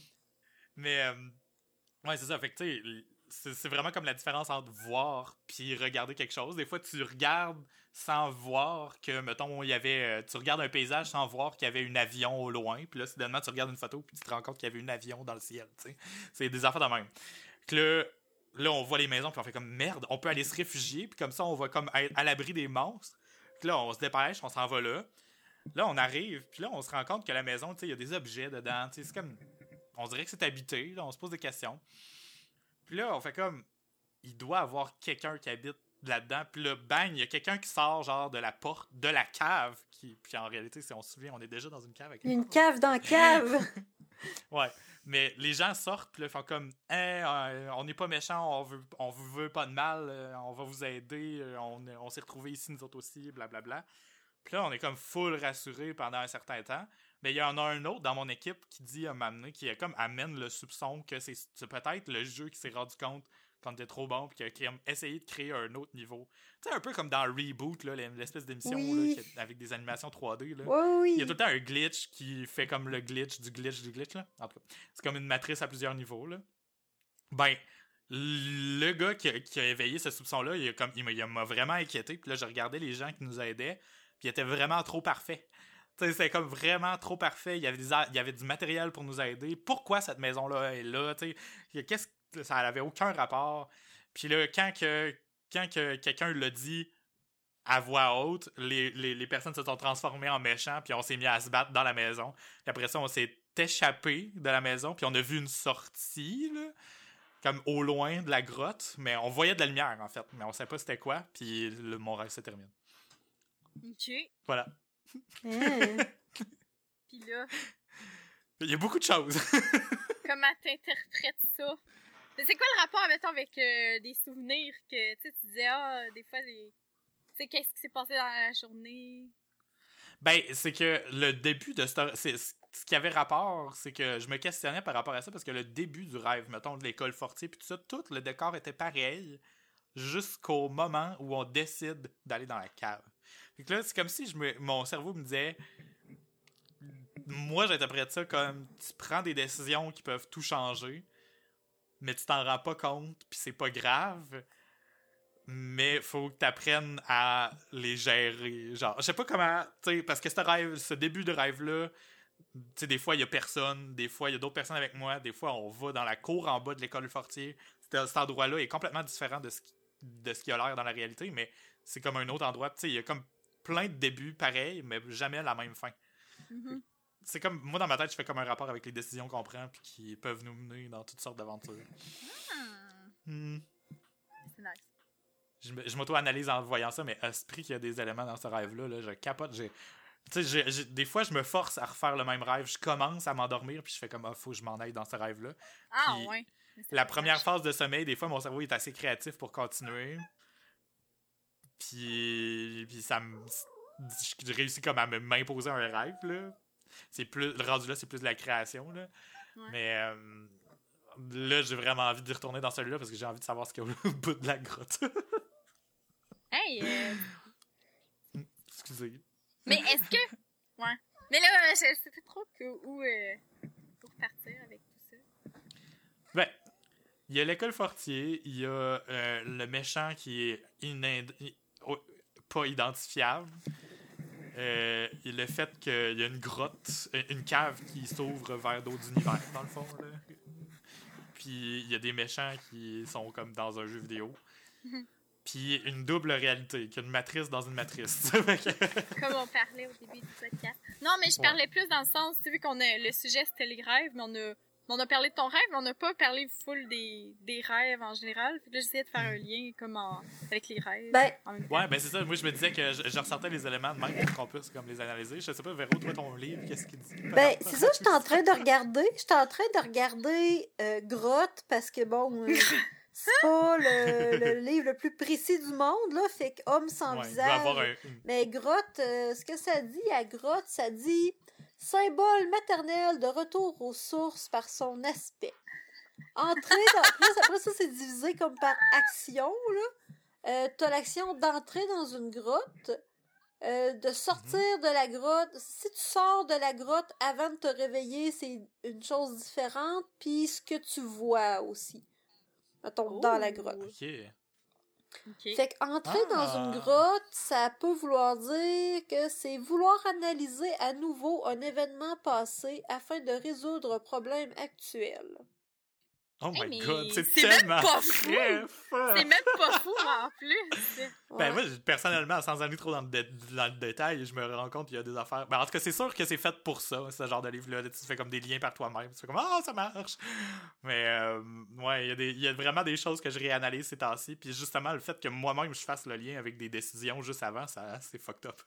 Mais, euh, ouais, c'est ça. Fait que, tu sais, c'est, c'est vraiment comme la différence entre voir puis regarder quelque chose. Des fois, tu regardes sans voir que, mettons, il y avait... euh, tu regardes un paysage sans voir qu'il y avait un avion au loin. Puis là, soudainement, tu regardes une photo puis tu te rends compte qu'il y avait un avion dans le ciel, tu sais. C'est des affaires de même. Que là, là, on voit les maisons puis on fait comme, merde, on peut aller se réfugier. Puis comme ça, on va comme être à l'abri des monstres. Puis là, on se dépêche, on s'en va là. Là, on arrive, puis là, on se rend compte que la maison, tu sais, il y a des objets dedans. Tu sais, c'est comme... On dirait que c'est habité, là, on se pose des questions. Puis là, on fait comme... Il doit y avoir quelqu'un qui habite là-dedans. Puis là, bang, il y a quelqu'un qui sort, genre, de la porte, de la cave. Qui... Puis en réalité, si on se souvient, on est déjà dans une cave. Avec Il y a une cave dans la cave. Ouais, mais les gens sortent, puis là, ils font comme hey, euh, on n'est pas méchants, on veut, on vous veut pas de mal, euh, on va vous aider, euh, on, on s'est retrouvés ici, nous autres aussi, blablabla. Puis là, on est comme full rassurés pendant un certain temps. Mais il y en a un autre dans mon équipe qui dit à m'amener, qui comme amène le soupçon que c'est, c'est peut-être le jeu qui s'est rendu compte qu'on était trop bon, puis qui a créé- essayé de créer un autre niveau. Tu sais, un peu comme dans Reboot, là, l'espèce d'émission Oui. là, qui- avec des animations trois D. Là. Oui, oui. Il y a tout le temps un glitch qui fait comme le glitch du glitch du glitch, là. En tout cas, c'est comme une matrice à plusieurs niveaux, là. Ben, le gars qui a, qui a éveillé ce soupçon-là, il, a comme, il, m'a, il m'a vraiment inquiété. Puis là, je regardais les gens qui nous aidaient, puis ils étaient vraiment trop parfaits. Tu sais, c'était comme vraiment trop parfait. Il y avait des, a- il y avait du matériel pour nous aider. Pourquoi cette maison-là est là? Tu sais, qu'est-ce que ça avait aucun rapport. Puis là, quand que, quand que quelqu'un l'a dit à voix haute, les, les, les personnes se sont transformées en méchants, puis on s'est mis à se battre dans la maison. Puis après ça, on s'est échappé de la maison, puis on a vu une sortie, là, comme au loin de la grotte, mais on voyait de la lumière, en fait, mais on savait pas c'était quoi, puis le, mon rêve se termine. Ok. Voilà. Hein. Puis là, Il y a beaucoup de choses. comment t'interprètes ça? Mais c'est quoi le rapport, mettons, avec euh, des souvenirs que, tu sais, tu disais, ah, des fois, les... tu sais, qu'est-ce qui s'est passé dans la journée? Ben, c'est que le début de ce... c'est- ce qui avait rapport, c'est que je me questionnais par rapport à ça, parce que le début du rêve, mettons, de l'école Fortier, puis tout ça, tout le décor était pareil, jusqu'au moment où on décide d'aller dans la cave. Fait que là, c'est comme si je me, mon cerveau me disait... Moi, j'interprète ça comme tu prends des décisions qui peuvent tout changer, mais tu t'en rends pas compte, puis c'est pas grave, mais faut que tu apprennes à les gérer. Genre, je sais pas comment, tu sais, parce que ce rêve, ce début de rêve-là, tu sais, des fois, il y a personne, des fois, il y a d'autres personnes avec moi, des fois, on va dans la cour en bas de l'école Fortier. Cet, cet endroit-là est complètement différent de ce qui, de ce qui a l'air dans la réalité, mais c'est comme un autre endroit. Tu sais, il y a comme plein de débuts pareils, mais jamais la même fin. Mm-hmm. C'est comme, moi, dans ma tête, je fais comme un rapport avec les décisions qu'on prend, puis qui peuvent nous mener dans toutes sortes d'aventures. Hmm. Hmm. C'est nice. Je, me- je m'auto-analyse en voyant ça, mais esprit qu'il y a des éléments dans ce rêve-là, là, je capote. J'ai, Tu sais, j'ai- j'ai- des fois, je me force à refaire le même rêve. Je commence à m'endormir, puis je fais comme, ah, faut que je m'en aille dans ce rêve-là. Ah, Puis, ouais. Mais ça La marche. première phase de sommeil, des fois, mon cerveau est assez créatif pour continuer. Puis, puis ça me... Je réussis comme à me- m'imposer un rêve, là. C'est plus... Le rendu là, c'est plus de la création, là. Ouais. Mais euh, là, j'ai vraiment envie d'y retourner dans celui-là parce que j'ai envie de savoir ce qu'il y a au bout de la grotte. Hey, euh, Excusez. mais est-ce que... Ouais. Mais là, je sais pas trop que, où, euh, où partir avec tout ça. Ben, il y a l'école Fortier, il y a euh, le méchant qui est inéd- i- oh, pas identifiable. Euh, et le fait qu'il y a une grotte, euh, une cave qui s'ouvre vers d'autres univers, dans le fond. Là. Puis il y a des méchants qui sont comme dans un jeu vidéo. Puis une double réalité, qu'il y a une matrice dans une matrice. Comme on parlait au début du podcast. Non, mais je Ouais. parlais plus dans le sens, tu sais, vu qu'on a le sujet c'était les rêves, mais on a, on a parlé de ton rêve, mais on n'a pas parlé full des, des rêves en général. Puis là, j'essayais de faire un lien comme en- avec les rêves. Ben, en même temps. Ouais, ben c'est ça. Moi, je me disais que je, je ressortais les éléments de même pour qu'on puisse comme, les analyser. Je sais pas, Véro, toi, ton livre, qu'est-ce qu'il dit? Ben, c'est ça, j'étais en train de regarder. J'étais en train de regarder euh, Grotte parce que, bon, euh, c'est pas le, le livre le plus précis du monde, là. Fait que Homme sans Ouais, il doit visage. avoir un... une- Mais Grotte, euh, ce que ça dit à Grotte, ça dit symbole maternel de retour aux sources par son aspect. Entrer dans. Puis là, après ça, c'est divisé comme par action, là. Euh, t'as l'action d'entrer dans une grotte, euh, de sortir de la grotte. Si tu sors de la grotte avant de te réveiller, c'est une chose différente. Puis ce que tu vois aussi. Mettons, dans la grotte. Ok. Ok. Fait qu'entrer Ah. dans une grotte, ça peut vouloir dire que c'est vouloir analyser à nouveau un événement passé afin de résoudre un problème actuel. Oh Hey, my mais god, c'est c'est même tellement pas fou. très fun. C'est même pas fou en plus. Ben Ouais. moi, personnellement, sans aller trop dans le, dé- dans le détail, je me rends compte qu'il y a des affaires... Ben en tout cas, c'est sûr que c'est fait pour ça, ce genre de livre-là. Tu fais comme des liens par toi-même. Tu fais comme « Ah, ça marche! » Mais euh, ouais, il y, a des- il y a vraiment des choses que je réanalyse ces temps-ci. Puis justement, le fait que moi-même, je fasse le lien avec des décisions juste avant, ça c'est fucked up.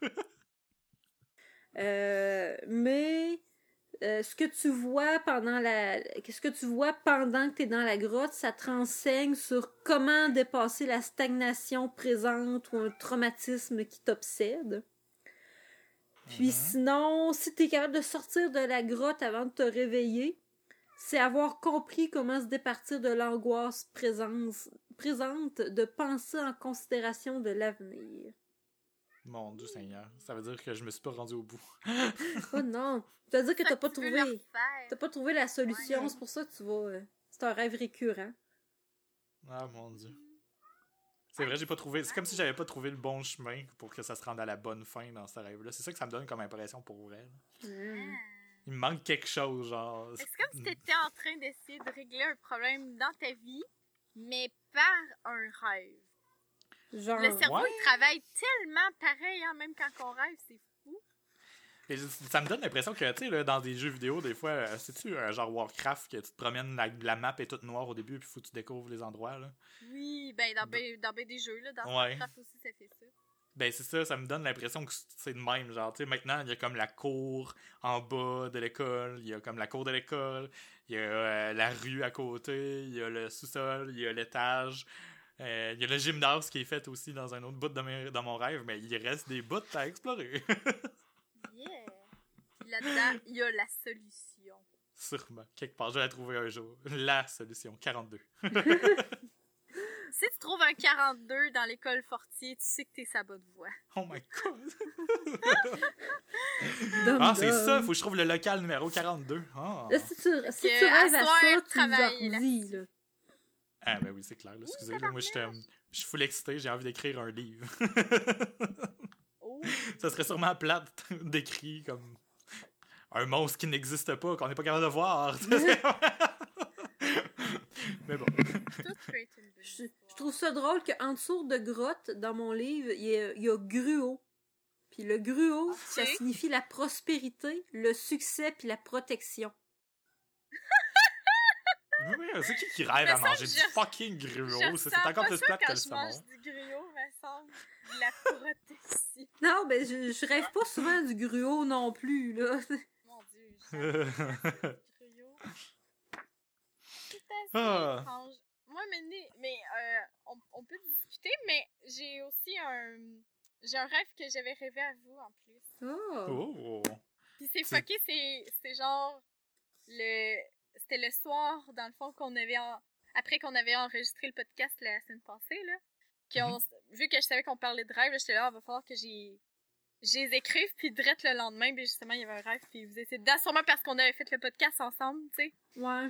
Euh, mais euh, ce que tu vois pendant la, qu'est-ce que tu vois pendant que tu es dans la grotte, ça te renseigne sur comment dépasser la stagnation présente ou un traumatisme qui t'obsède. Puis Mhm. sinon, si tu es capable de sortir de la grotte avant de te réveiller, c'est avoir compris comment se départir de l'angoisse présence, présente de penser en considération de l'avenir. Mon Dieu Seigneur, ça veut dire que je me suis pas rendu au bout. Oh non! Ça veut dire que t'as pas Tu veux trouvé. le refaire. T'as pas trouvé la solution, Ouais. c'est pour ça que tu vas. euh, c'est un rêve récurrent. Ah mon Dieu. C'est vrai, j'ai pas trouvé. C'est comme si j'avais pas trouvé le bon chemin pour que ça se rende à la bonne fin dans ce rêve-là. C'est ça que ça me donne comme impression pour vrai. là. Mm. Il me manque quelque chose, genre. C'est comme si t'étais en train d'essayer de régler un problème dans ta vie, mais par un rêve. Genre. Le cerveau, Ouais. il travaille tellement pareil, hein, même quand on rêve, c'est fou. Et ça me donne l'impression que, tu sais, là, dans des jeux vidéo, des fois, euh, c'est-tu un genre Warcraft que tu te promènes, la, la map est toute noire au début, puis faut que tu découvres les endroits, là. Oui, ben dans ben, dans ben des jeux, là, dans Ouais. Warcraft aussi, ça fait ça. Ben, c'est ça, ça me donne l'impression que c'est de même. Genre, tu sais, maintenant, il y a comme la cour en bas de l'école, il y a comme la cour de l'école, il y a euh, la rue à côté, il y a le sous-sol, il y a l'étage, euh, il y a le gymnase qui est fait aussi dans un autre bout de, mes- dans mon rêve, mais il reste des bouts à explorer. Yeah! Puis là-dedans, il y a la solution. Sûrement. Quelque part, je vais la trouver un jour. La solution, quarante-deux. Si tu trouves un quarante-deux dans l'école Fortier, tu sais que t'es sa bonne voie. Oh my god! Dum Ah, c'est dum. ça, faut que je trouve le local numéro quarante-deux. Ah, Là, si tu, si Que tu rêves à à soir, ça, tu nous travaille en redis, là. ah ben oui, c'est clair. Là. Excusez, là, moi, j'étais, je suis full excité, j'ai envie d'écrire un livre. Oh! Ça serait sûrement plate d'écrire comme un monstre qui n'existe pas, qu'on n'est pas capable de voir. tu sais. Mais bon. Tout peut être une bonne Je, histoire. je trouve ça drôle qu'en dessous de grotte, dans mon livre, il y a, il y a gruau. Puis le gruau, ça signifie la prospérité, le succès puis la protection. Oui, oui, c'est qui qui rêve Mais à ça, manger je- du fucking Je gruau? Ça, c'est ressens encore pas plus ça plate quand que le je mange saumon. du griot, me semble. la protection. Non, ben, je, je rêve pas souvent du gruau non plus, là. Mon Dieu, je gruau. C'est assez Ah. étrange. Moi, mais, mais euh, on, on peut discuter, mais j'ai aussi un... J'ai un rêve que j'avais rêvé à vous, en plus. Oh! Oh! Puis c'est C'est- fucké, c'est, c'est genre... le C'était le soir, dans le fond, qu'on avait... En... Après qu'on avait enregistré le podcast la semaine passée, là. Qu'on... Mhm. Vu que je savais qu'on parlait de rêve, là, j'étais là, il va falloir que j'ai... J'ai les écrive, puis direct le lendemain, puis justement, il y avait un rêve, puis vous étiez dedans, sûrement parce qu'on avait fait le podcast ensemble, tu sais. Ouais,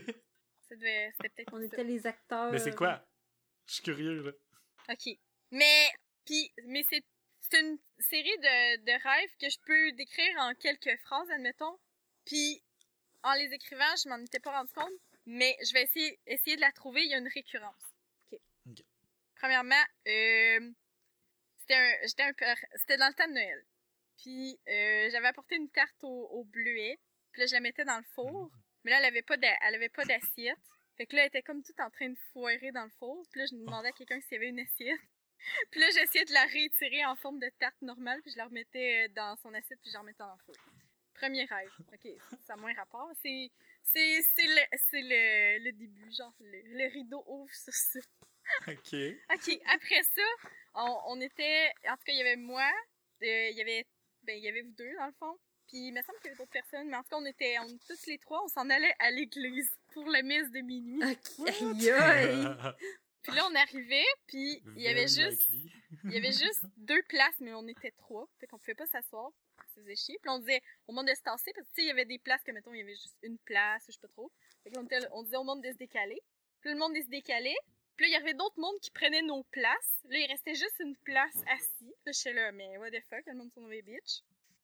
Ça devait... C'était peut-être on ça. était les acteurs. Mais c'est quoi? Je suis curieux, là. OK. Mais, puis, mais c'est, c'est une série de, de rêves que je peux décrire en quelques phrases, admettons. Puis, en les écrivant, je m'en étais pas rendu compte, mais je vais essayer, essayer de la trouver. Il y a une récurrence. OK. OK. Premièrement, euh, c'était un, j'étais un peu, c'était dans le temps de Noël. Puis, euh, j'avais apporté une tarte au, au bleuet. Puis là, je la mettais dans le four. Mais là, elle avait pas d'a- elle avait pas d'assiette. Fait que là, elle était comme toute en train de foirer dans le four. Puis là, je demandais à quelqu'un s'il y avait une assiette. Puis là, j'essayais de la réétirer en forme de tarte normale. Puis je la remettais dans son assiette. Puis je la remettais dans le four. Premier rêve. OK, ça a moins rapport. C'est, c'est, c'est, le, c'est le, le début. Genre, le, le rideau ouvre sur ça. OK. OK, après ça, on, on était... En tout cas, il y avait moi. euh, Il y avait... Ben, il y avait vous deux, dans le fond. Puis il me semble qu'il y avait d'autres personnes. Mais en tout cas, on était... On, tous les trois, on s'en allait à l'église pour la messe de minuit. Ok, aïe, aïe. Puis là, on arrivait, puis il y avait Very juste... likely. Il y avait juste deux places, mais on était trois. Fait qu'on pouvait pas s'asseoir. Ça faisait chier. Puis on disait au monde de se tasser, parce que tu sais, il y avait des places que, mettons, il y avait juste une place, ou je sais pas trop. Fait qu'on était, on disait au monde de se décaler. Puis le monde de se décaler. Puis là, il y avait d'autres mondes qui prenaient nos places. Là, il restait juste une place assis. Là, je suis là, mais what the fuck, le monde sont mauvais bitch.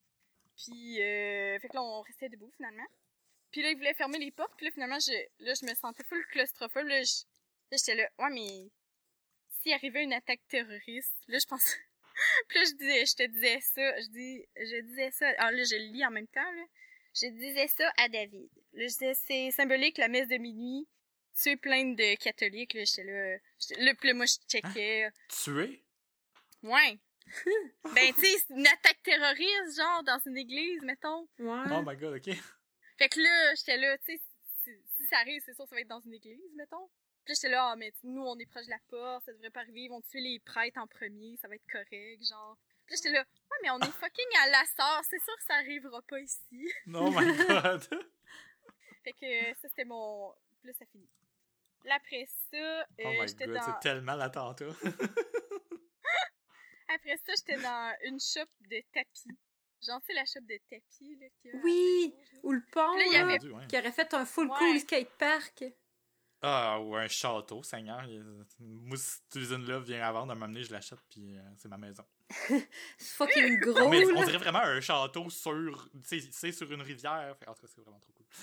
Puis, euh, fait que là, on restait debout, finalement. Puis là, ils voulaient fermer les portes. Puis là, finalement, je, là, je me sentais full claustrophobe. Là, je- là, j'étais là, ouais, mais s'il arrivait une attaque terroriste, là, je pense... Puis là, je disais, je te disais ça, je dis, je disais ça, ah là, je le lis en même temps, là. Je disais ça à David. Là, je disais, c'est symbolique, la messe de minuit, tuer plein de catholiques, là, j'étais là, j'étais- là, puis là, moi, je checkais. Tué? Ouais. Ben, tu sais, c'est une attaque terroriste, genre, dans une église, mettons. Ouais. Oh my god, OK. Fait que là, j'étais là, tu sais, si, si ça arrive, c'est sûr, ça va être dans une église, mettons. Puis là, j'étais là, ah, mais nous, on est proche de la porte, ça devrait pas arriver, ils vont tuer les prêtres en premier, ça va être correct, genre. Puis là, j'étais là, ouais, mais on est fucking à la sœur, c'est sûr que ça arrivera pas ici. Oh my god. Fait que ça, c'était mon... Puis là, ça finit. Là, après ça, euh, Oh my j'étais god, dans... c'est tellement l'attentat. Après ça, j'étais dans une shop de tapis. Genre, tu sais, la shop de tapis, là, qu'il y a à Oui, Saint-Georges, là. ou le pont, Là, il y là, avait- Rendu, ouais. qui aurait fait un full Ouais. cool skatepark. Ah, ou un château, Seigneur. Il- Moi, cette usine-là vient à vendre, à m'amener, je l'achète, puis euh, c'est ma maison. C'est fucking gros, Mais on là. dirait vraiment un château sur, tu sais, c'est sur une rivière. Fait- En tout cas, c'est vraiment trop cool.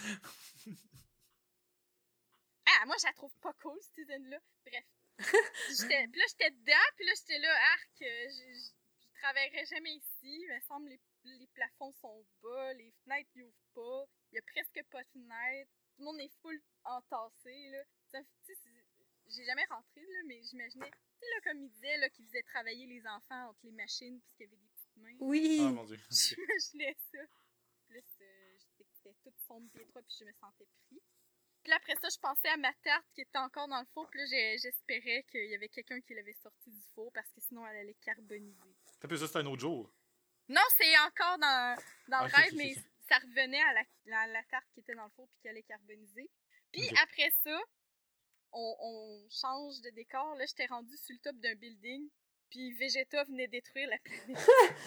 Ah, moi, je la trouve pas cool, cette usine-là. Bref. J'étais... Puis là, j'étais dedans, puis là, j'étais là, arc, euh, je, je, je travaillerai jamais ici. Il me semble les, les plafonds sont bas, les fenêtres n'y ouvrent pas, il y a presque pas de fenêtres, tout le monde est full entassé, là. Ça, tu sais, c'est- j'ai jamais rentré, là, mais j'imaginais, tu sais, là, comme il disait, là, qu'il faisait travailler les enfants entre les machines, puisqu'il y avait des petites mains. Oui. Oh mon dieu. J'imaginais ça. Plus, euh, c'était toute sombre et étroit, puis je me sentais pris. Puis là, après ça, je pensais à ma tarte qui était encore dans le four, puis là, j'ai- j'espérais qu'il y avait quelqu'un qui l'avait sortie du four, parce que sinon, elle allait carboniser. T'as plus ça, c'est un autre jour. Non, c'est encore dans, dans Ah, le ok, rêve, ok, mais ok. ça revenait à la, la, la tarte qui était dans le four, puis qui allait carboniser. Puis Ok. après ça, on, on change de décor. Là, j'étais rendue sur le top d'un building, puis Vegeta venait détruire la planète.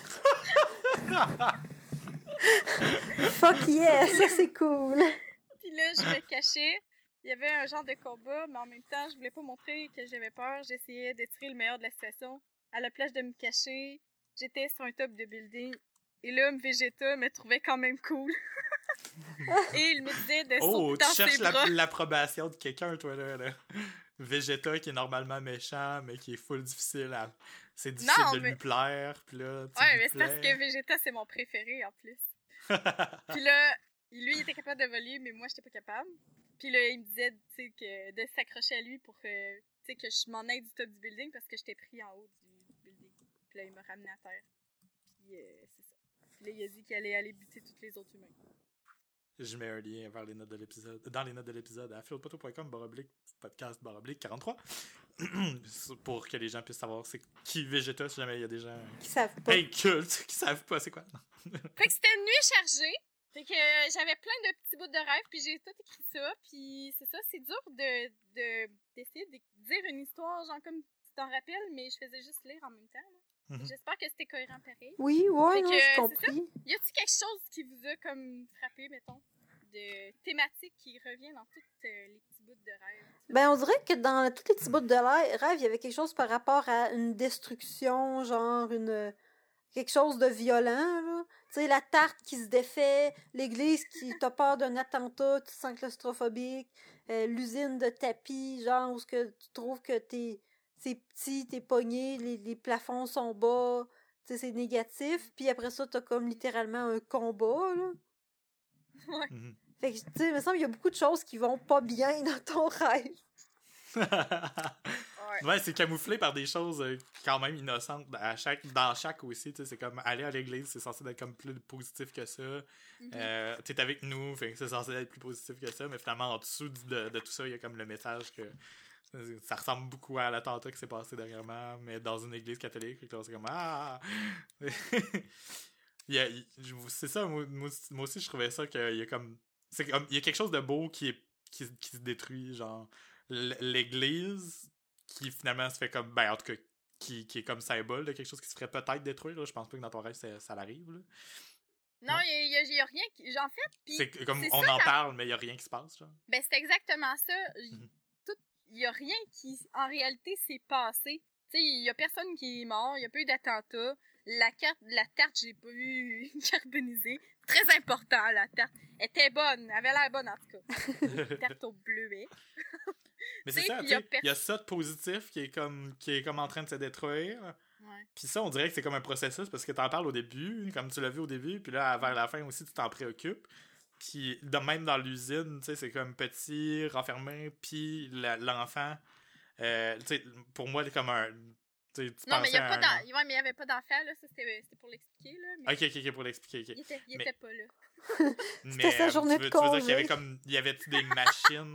Fuck yeah, ça c'est cool. Puis là, je me cachais. Il y avait un genre de combat, mais en même temps, je voulais pas montrer que j'avais peur. J'essayais de tirer le meilleur de la situation. À la place de me cacher, j'étais sur un top de building. Et là, Vegeta me trouvait quand même cool. Et il me disait de Oh, sauter tu dans cherches ses la- bras. l'approbation de quelqu'un, toi, là, là. Vegeta qui est normalement méchant, mais qui est full difficile à... C'est difficile Non, de mais- lui plaire, puis là, tu Ouais, lui mais c'est parce plais. que Vegeta, c'est mon préféré, en plus. Puis là, lui, il était capable de voler, mais moi, j'étais pas capable. Puis là, il me disait, tu sais, que de s'accrocher à lui pour que, tu sais, que je m'en aille du top du building parce que j'étais pris en haut du, du building. Puis là, il m'a ramené à terre. Puis euh, c'est ça. Puis là, il a dit qu'il allait aller buter tous les autres humains. Je mets un lien vers les notes de l'épisode, dans les notes de l'épisode à philpoteau point com baroblique podcast baroblique quarante-trois pour que les gens puissent savoir c'est qui Vegeta si jamais il y a des gens Qui savent pas. incultes qui savent pas c'est quoi. Fait que c'était une nuit chargée. Fait que euh, j'avais plein de petits bouts de rêve, puis j'ai tout écrit ça. Puis c'est ça, c'est dur de, de d'essayer de dire une histoire, genre comme tu t'en rappelles, mais je faisais juste lire en même temps. Là. Mm-hmm. J'espère que c'était cohérent pareil. Oui, ouais, fait non, que, j'ai compris. Y a-t-il quelque chose qui vous a comme frappé, mettons, de thématique qui revient dans tous euh, les petits bouts de rêve? Ben, on dirait que dans tous les petits bouts de rêve, il y avait quelque chose par rapport à une destruction, genre une quelque chose de violent, là. Tu sais, la tarte qui se défait, l'église qui t'a peur d'un attentat, tu te sens claustrophobique, euh, l'usine de tapis, genre, où ce que tu trouves que t'es, c'est petit, t'es pogné, les, les plafonds sont bas, tu sais, c'est négatif, puis après ça, t'as comme littéralement un combat, là. Ouais. Mm-hmm. Fait que, tu sais, il me semble qu'il y a beaucoup de choses qui vont pas bien dans ton rêve. Ouais. Ouais, c'est camouflé par des choses euh, quand même innocentes à chaque, dans chaque aussi, tu sais, c'est comme aller à l'église, c'est censé être comme plus positif que ça. Mm-hmm. Euh, t'es avec nous, fait que c'est censé être plus positif que ça, mais finalement en dessous de, de tout ça, il y a comme le message que ça ressemble beaucoup à l'attentat qui s'est passé dernièrement, mais dans une église catholique, fait que là, c'est comme ah. il y a, il, c'est ça, moi, moi aussi je trouvais ça qu'il y a comme c'est comme il y a quelque chose de beau qui est qui, qui se détruit, genre l'église qui finalement se fait comme ben en tout cas qui, qui est comme symbole de quelque chose qui se ferait peut-être détruire là. Je pense pas que dans ton rêve ça, ça l'arrive là. Non, il y, y, y a rien qui en fait pis c'est comme c'est on ça, en quand... parle mais il y a rien qui se passe genre. Ben c'est exactement ça. Mm-hmm. Tout il y a rien qui en réalité s'est passé. Tu sais, il y a personne qui est mort, il y a pas eu d'attentat. La carte la tarte, j'ai pas eu carbonisée. Très important, la tarte. Elle était bonne, elle avait l'air bonne en tout cas. Tarte au bleuet. Mais c'est ça, tu sais, il y a ça de positif qui est comme qui est comme en train de se détruire. Ouais. Puis ça, on dirait que c'est comme un processus parce que t'en parles au début, comme tu l'as vu au début, puis là, vers la fin aussi, tu t'en préoccupes. Puis de même dans l'usine, tu sais, c'est comme petit, renfermé, puis la, l'enfant, euh, tu sais, pour moi, c'est comme un... Tu non, mais il y a pas un... ouais, mais il y avait pas d'enfant, là, ça c'était, c'était pour l'expliquer, là. Mais... Ok, ok, ok, pour l'expliquer, ok. Il était, il mais... était pas là. C'était sa journée tu veux, de congé. Tu veux dire qu'il y avait comme, il y avait-tu des machines?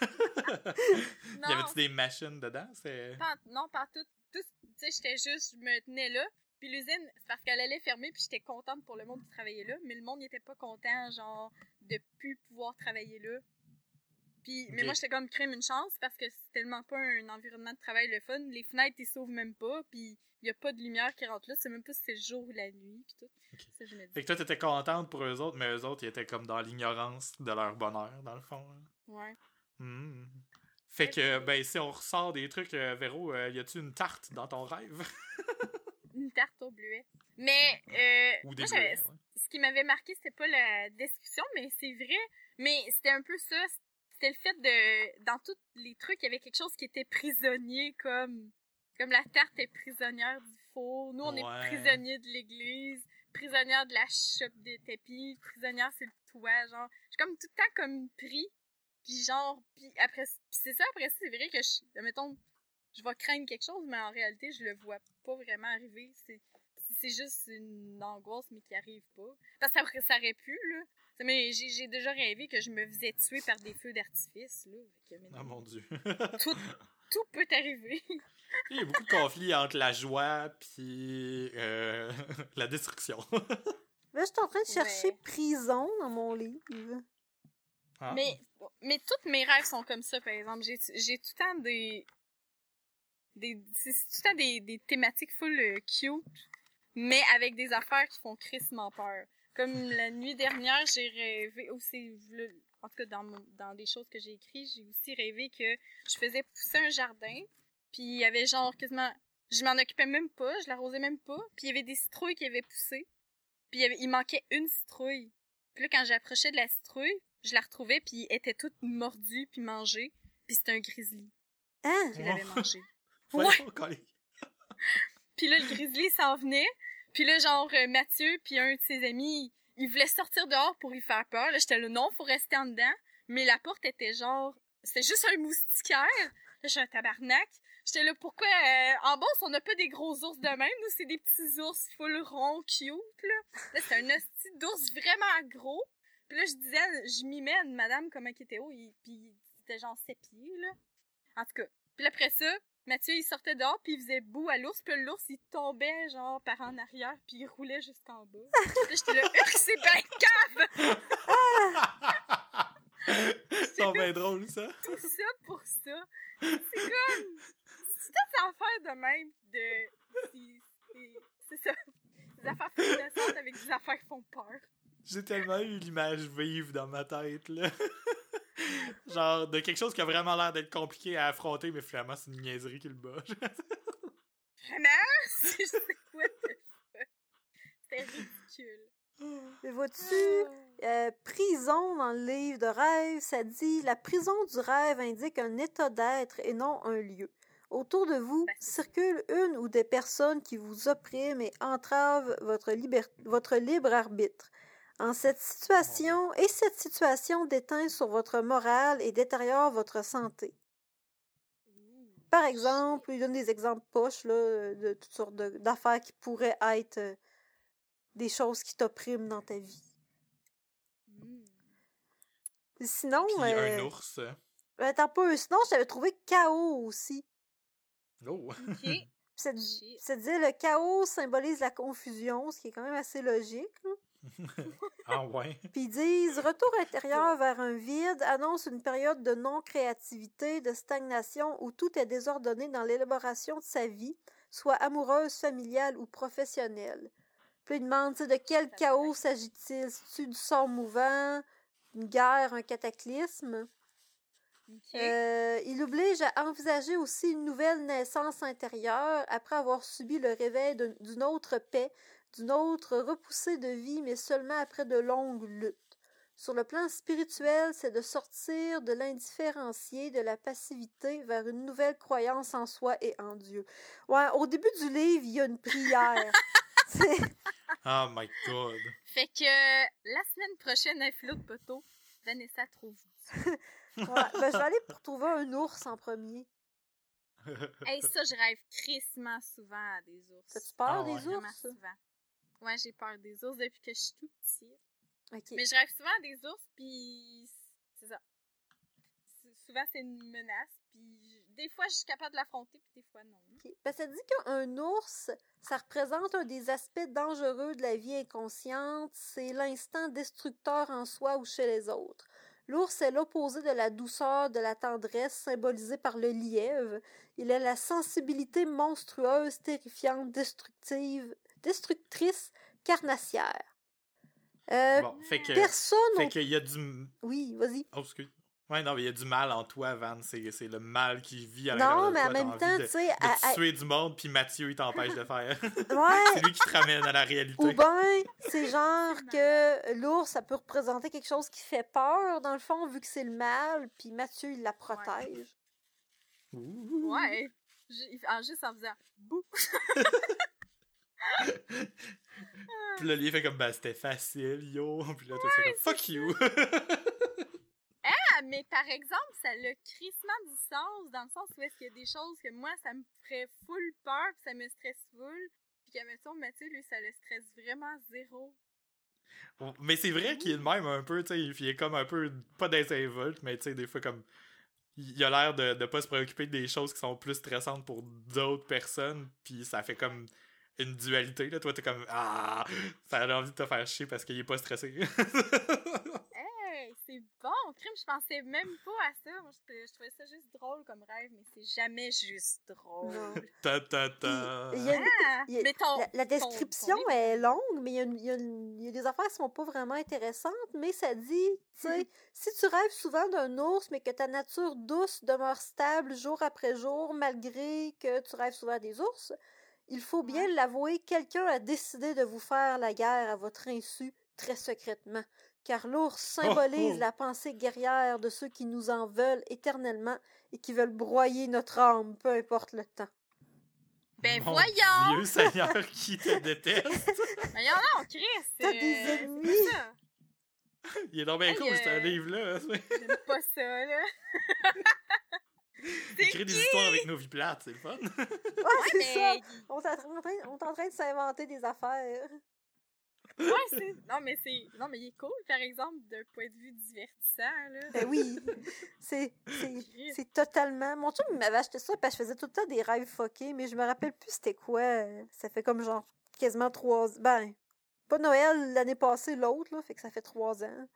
Non. Y avait-tu des machines dedans? C'est... Pas, non, pas tout. tout tu sais, j'étais juste, je me tenais là, puis l'usine, c'est parce qu'elle allait fermer, puis j'étais contente pour le monde qui travaillait là, mais le monde n'était pas content, genre, de plus pouvoir travailler là. Puis, okay. Mais moi, j'étais comme crème une chance parce que c'est tellement pas un environnement de travail le fun. Les fenêtres, ils s'ouvrent même pas, puis il y a pas de lumière qui rentre là. C'est même pas si c'est le jour ou la nuit, puis tout. Okay. Ça, je me dis. Fait que toi, t'étais contente pour eux autres, mais eux autres, ils étaient comme dans l'ignorance de leur bonheur, dans le fond. Hein. Ouais. Mmh. Fait que, ben, si on ressort des trucs, euh, Véro, euh, y a-tu une tarte dans ton rêve? Une tarte au bleuet. Mais, euh, ou des moi, bleuets, ouais. Ce qui m'avait marqué, c'était pas la description, mais c'est vrai. Mais c'était un peu ça. C'était le fait de, dans tous les trucs, il y avait quelque chose qui était prisonnier, comme, comme la tarte est prisonnière du four. Nous, on ouais. est prisonniers de l'église, prisonnière de la shop de tapis, prisonnière sur le toit, genre. Je suis comme tout le temps comme pris. Puis genre, puis après, pis c'est ça, après ça, c'est vrai que, je, mettons, je vais craindre quelque chose, mais en réalité, je le vois pas vraiment arriver. C'est, c'est juste une angoisse, mais qui arrive pas. Parce que ça, ça aurait pu, là. Mais j'ai, j'ai déjà rêvé que je me faisais tuer par des feux d'artifice, là. Que, oh mon Dieu. tout, tout peut arriver. Il y a beaucoup de conflits entre la joie puis euh, la destruction. Là, je suis en train de chercher ouais. prison dans mon livre. Ah. Mais, mais tous mes rêves sont comme ça, par exemple. J'ai, j'ai tout le temps des... des c'est tout le temps des, des thématiques full euh, cute, mais avec des affaires qui font crissement peur. Comme la nuit dernière, j'ai rêvé aussi, en tout cas dans, mon, dans des choses que j'ai écrites, j'ai aussi rêvé que je faisais pousser un jardin, puis il y avait genre quasiment... Je m'en occupais même pas, je l'arrosais même pas, puis il y avait des citrouilles qui avaient poussé, puis il, y avait, il manquait une citrouille. Puis là, quand j'approchais de la citrouille, je la retrouvais, puis elle était toute mordue, puis mangée, puis c'était un grizzly. Ah! Qui l'avait mangée. Ouais! Puis là, le grizzly s'en venait, puis là, genre, euh, Mathieu, puis un de ses amis, ils voulaient sortir dehors pour y faire peur. Là, j'étais là, non, faut rester en dedans. Mais la porte était genre... C'était juste un moustiquaire. Là, Là, j'ai un tabarnak. J'étais là, pourquoi, euh, en Beauce, on n'a pas des gros ours de même, nous, c'est des petits ours full ronds, cute, là. Là, c'est un hostie d'ours vraiment gros. Puis là, je disais, je mimais à une madame comme un qui était haut, il, puis c'était genre sept pieds, là. En tout cas. Puis là, après ça, Mathieu, il sortait dehors, puis il faisait boue à l'ours, puis l'ours, il tombait, genre, par en arrière, puis il roulait jusqu'en bas. Puis là, j'étais là, urk, c'est bien cave! C'est bien drôle, ça. Tout ça pour ça. C'est comme... C'est toute affaire de même, de... C'est, c'est, c'est ça. Des affaires innocentes avec des affaires qui font peur. J'ai tellement eu l'image vive dans ma tête, là. Genre, de quelque chose qui a vraiment l'air d'être compliqué à affronter, mais finalement, c'est une niaiserie qui le bat. Vraiment? C'est juste quoi de fuck? C'était ridicule. Mais vois-tu, euh, prison dans le livre de rêve, ça dit « La prison du rêve indique un état d'être et non un lieu. Autour de vous Ben, circulent une ou des personnes qui vous oppriment et entravent votre, liber- votre libre arbitre. En cette situation, et cette situation déteint sur votre morale et détériore votre santé. » Par exemple, il donne des exemples poches là, de toutes sortes de- d'affaires qui pourraient être euh, des choses qui t'oppriment dans ta vie. Mm. Sinon, Puis euh, un ours. attends pas, sinon je t'avais trouvé chaos aussi. Oh! OK. Puis ça, Shit. ça disait le chaos symbolise la confusion, ce qui est quand même assez logique. Là. Ah ouais? Puis ils disent retour intérieur vers un vide annonce une période de non-créativité, de stagnation où tout est désordonné dans l'élaboration de sa vie, soit amoureuse, familiale ou professionnelle. Puis il demande tu sais, de quel chaos s'agit-il? C'est-tu du sort mouvant, une guerre, un cataclysme? OK. Euh, il oblige à envisager aussi une nouvelle naissance intérieure après avoir subi le réveil d'un- d'une autre paix, d'une autre repoussée de vie, mais seulement après de longues luttes. Sur le plan spirituel, c'est de sortir de l'indifférencié, de la passivité, vers une nouvelle croyance en soi et en Dieu. Ouais, au début du livre, il y a une prière. C'est- Oh my god. Fait que euh, la semaine prochaine, un flot de poteau, Vanessa trouve. ouais, ben, je vais aller pour trouver un ours en premier. Hey, ça, je rêve crissement souvent à des ours. T'as-tu peur Ah des ouais. Vraiment ours? souvent. Ouais, j'ai peur des ours depuis que je suis tout petite. Ok. Mais je rêve souvent à des ours, puis c'est ça. C'est- Souvent, c'est une menace, puis je- des fois, je suis capable de l'affronter, puis des fois, non. Ok. Ben, ça dit qu'un ours, ça représente un des aspects dangereux de la vie inconsciente, c'est l'instinct destructeur en soi ou chez les autres. L'ours est l'opposé de la douceur, de la tendresse, symbolisée par le lièvre. Il a la sensibilité monstrueuse, terrifiante, destructive, destructrice, carnassière. Euh, Bon, fait que. Personne... Fait au- qu'il y a du. Oui, vas-y. Oh, excuse. Ouais, non, mais il y a du mal en toi, Van. C'est, c'est le mal qui vit à Non, l'intérieur de mais toi. en même T'as temps, envie tu de, sais... de à- à- tuer du monde, puis Mathieu, il t'empêche de faire. Ouais, C'est lui qui te ramène à la réalité. ou ben, c'est genre C'est que l'ours, ça peut représenter quelque chose qui fait peur, dans le fond, vu que c'est le mal, puis Mathieu, il la protège. Ouh. Ouais. J- en- juste en faisant bouh. Puis là, lui, il fait comme, ben, c'était facile, yo. Puis là, toi, tu fais comme, fuck you. Ah, mais par exemple, ça a crissement du sens, dans le sens où est-ce qu'il y a des choses que moi, ça me ferait full peur, puis ça me stresse full, puis que, mettons, Mathieu, lui, ça le stresse vraiment zéro. Mais c'est vrai qu'il est de même un peu, tu sais. Il est comme un peu, pas désinvolte, mais tu sais, des fois, comme. Il a l'air de, de pas se préoccuper des choses qui sont plus stressantes pour d'autres personnes, puis ça fait comme une dualité, là. Toi, t'es comme, ah, ça a envie de te faire chier parce qu'il est pas stressé. Hey, c'est bon! Crime, je pensais même pas à ça. Moi, je, je trouvais ça juste drôle comme rêve, mais c'est jamais juste drôle. Non. ta ta ta. Il y a une- Ah! il y a- Mais ton, La, la ton- description ton livre- est longue, mais il y, a, une- il y a une- il y a des affaires qui sont pas vraiment intéressantes, mais ça dit, tu sais, si tu rêves souvent d'un ours, mais que ta nature douce demeure stable jour après jour, malgré que tu rêves souvent des ours, il faut bien Ouais. l'avouer, quelqu'un a décidé de vous faire la guerre à votre insu, très secrètement. Car l'ours symbolise oh. la pensée guerrière de ceux qui nous en veulent éternellement et qui veulent broyer notre âme, peu importe le temps. Ben Mon voyons! Dieu Seigneur, qui te déteste. Voyons non, Chris! T'as euh, des c'est ennemis. pas ça. Il est donc bien Hey, cool, euh, ce livre-là. J'aime pas ça, là. C'est créer des qui? histoires avec nos vies plates, c'est le fun. Ouais, c'est mais- ça. On est, en train, on est en train de s'inventer des affaires. Ouais, c'est. Non, mais c'est. Non, mais il est cool, par exemple, d'un point de vue divertissant, là. Ben oui. C'est, c'est, Christ. c'est totalement... Mon chum, il m'avait acheté ça parce que je faisais tout le temps des rêves fuckés, mais je me rappelle plus c'était quoi. euh, Ça fait comme genre quasiment trois... Ben, pas Noël l'année passée, l'autre, là, fait que ça fait trois ans.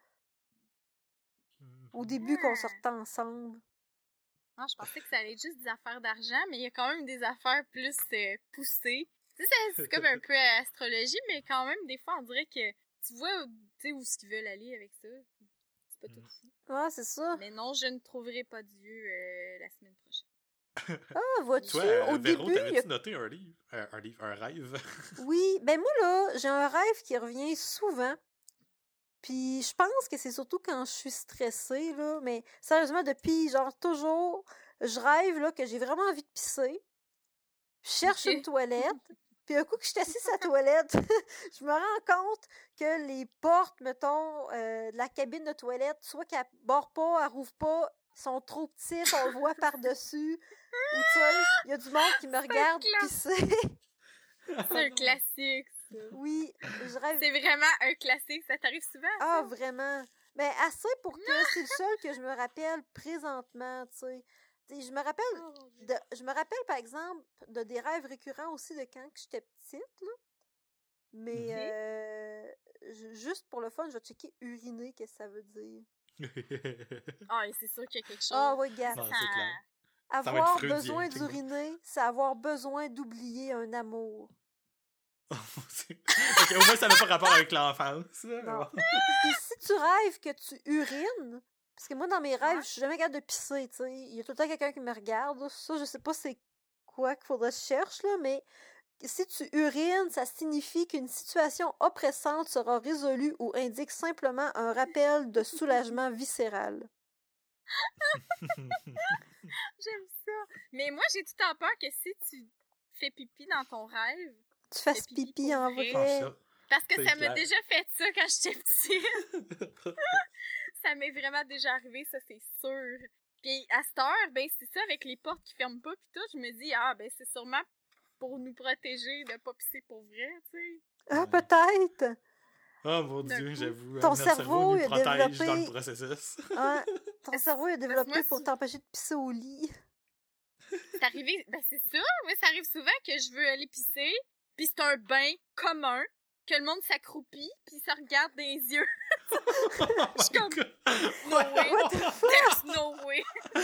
Au début qu'on Ah. sortait ensemble. Non, je pensais que ça allait être juste des affaires d'argent, mais il y a quand même des affaires plus euh, poussées. Tu sais, c'est- c'est comme un peu astrologie, mais quand même, des fois, on dirait que tu vois où, tu sais, où ce qu'ils veulent aller avec ça. C'est pas tout fou. Ouais, c'est ça. Mais non, je ne trouverai pas Dieu euh, la semaine prochaine. Ah, vois-tu, Toi, euh, au Véro, début... il y a- t'avais-tu noté un livre? Un, un livre, un rêve? Oui, ben moi, là, j'ai un rêve qui revient souvent. Puis je pense que c'est surtout quand je suis stressée, là. Mais sérieusement, depuis, genre, toujours, je rêve, là, que j'ai vraiment envie de pisser. Je cherche Ok. une toilette. Puis un coup que je suis assise à la toilette, je me rends compte que les portes, mettons, euh, de la cabine de toilette, soit qu'elles barrent pas, elles rouvrent pas, sont trop petites, on le voit par-dessus. Ou tu sais, il y a du monde qui me regarde classe. pisser. C'est un classique, ça. Oui, je rêve. C'est vraiment un classique. Ça t'arrive souvent? Ah, vraiment. Ben, assez pour que c'est le seul que je me rappelle présentement, tu sais. Tu sais, je me rappelle, Oh, mon Dieu. de, je me rappelle, par exemple, de des rêves récurrents aussi de quand que j'étais petite, là. Mais, Mhm. euh, ju- juste pour le fun, je vais checker uriner, qu'est-ce que ça veut dire. Ah, et c'est sûr qu'il y a quelque chose. Ah, oui, gars. Non, c'est clair. va être Avoir freudien, besoin check bien. d'uriner, c'est avoir besoin d'oublier un amour. C'est- ok, au moins, ça n'a pas rapport avec l'enfance. là, mais Non. bon. Puis si tu rêves que tu urines, parce que moi, dans mes rêves, Ouais. je suis jamais capable de pisser, tu sais. Il y a tout le temps quelqu'un qui me regarde. Ça, je sais pas c'est quoi qu'il faudrait que je cherche, là, mais si tu urines, ça signifie qu'une situation oppressante sera résolue ou indique simplement un rappel de soulagement viscéral. J'aime ça. Mais moi, j'ai tout le temps peur que si tu fais pipi dans ton rêve, Tu fasses pipi pipi pour en vrai. Ah, vrai. ça. parce que C'est ça m'a clair. déjà fait ça quand j'étais petite. Ça m'est vraiment déjà arrivé, ça, c'est sûr. Puis à cette heure, ben c'est ça, avec les portes qui ferment pas, puis tout, je me dis, ah, ben c'est sûrement pour nous protéger de pas pisser pour vrai, tu sais. Ah, peut-être. Oh mon D'un dieu, coup. j'avoue. Ton notre cerveau, nous il a protège développé- dans le processus. Hein? Ton cerveau il a développé moi, pour si- t'empêcher de pisser au lit. C'est arrivé, ben c'est ça, moi ça arrive souvent que je veux aller pisser, puis c'est un bain commun, que le monde s'accroupit, puis ça regarde dans les yeux. Oh my suis comme- God. No way. What the fuck? There's no way.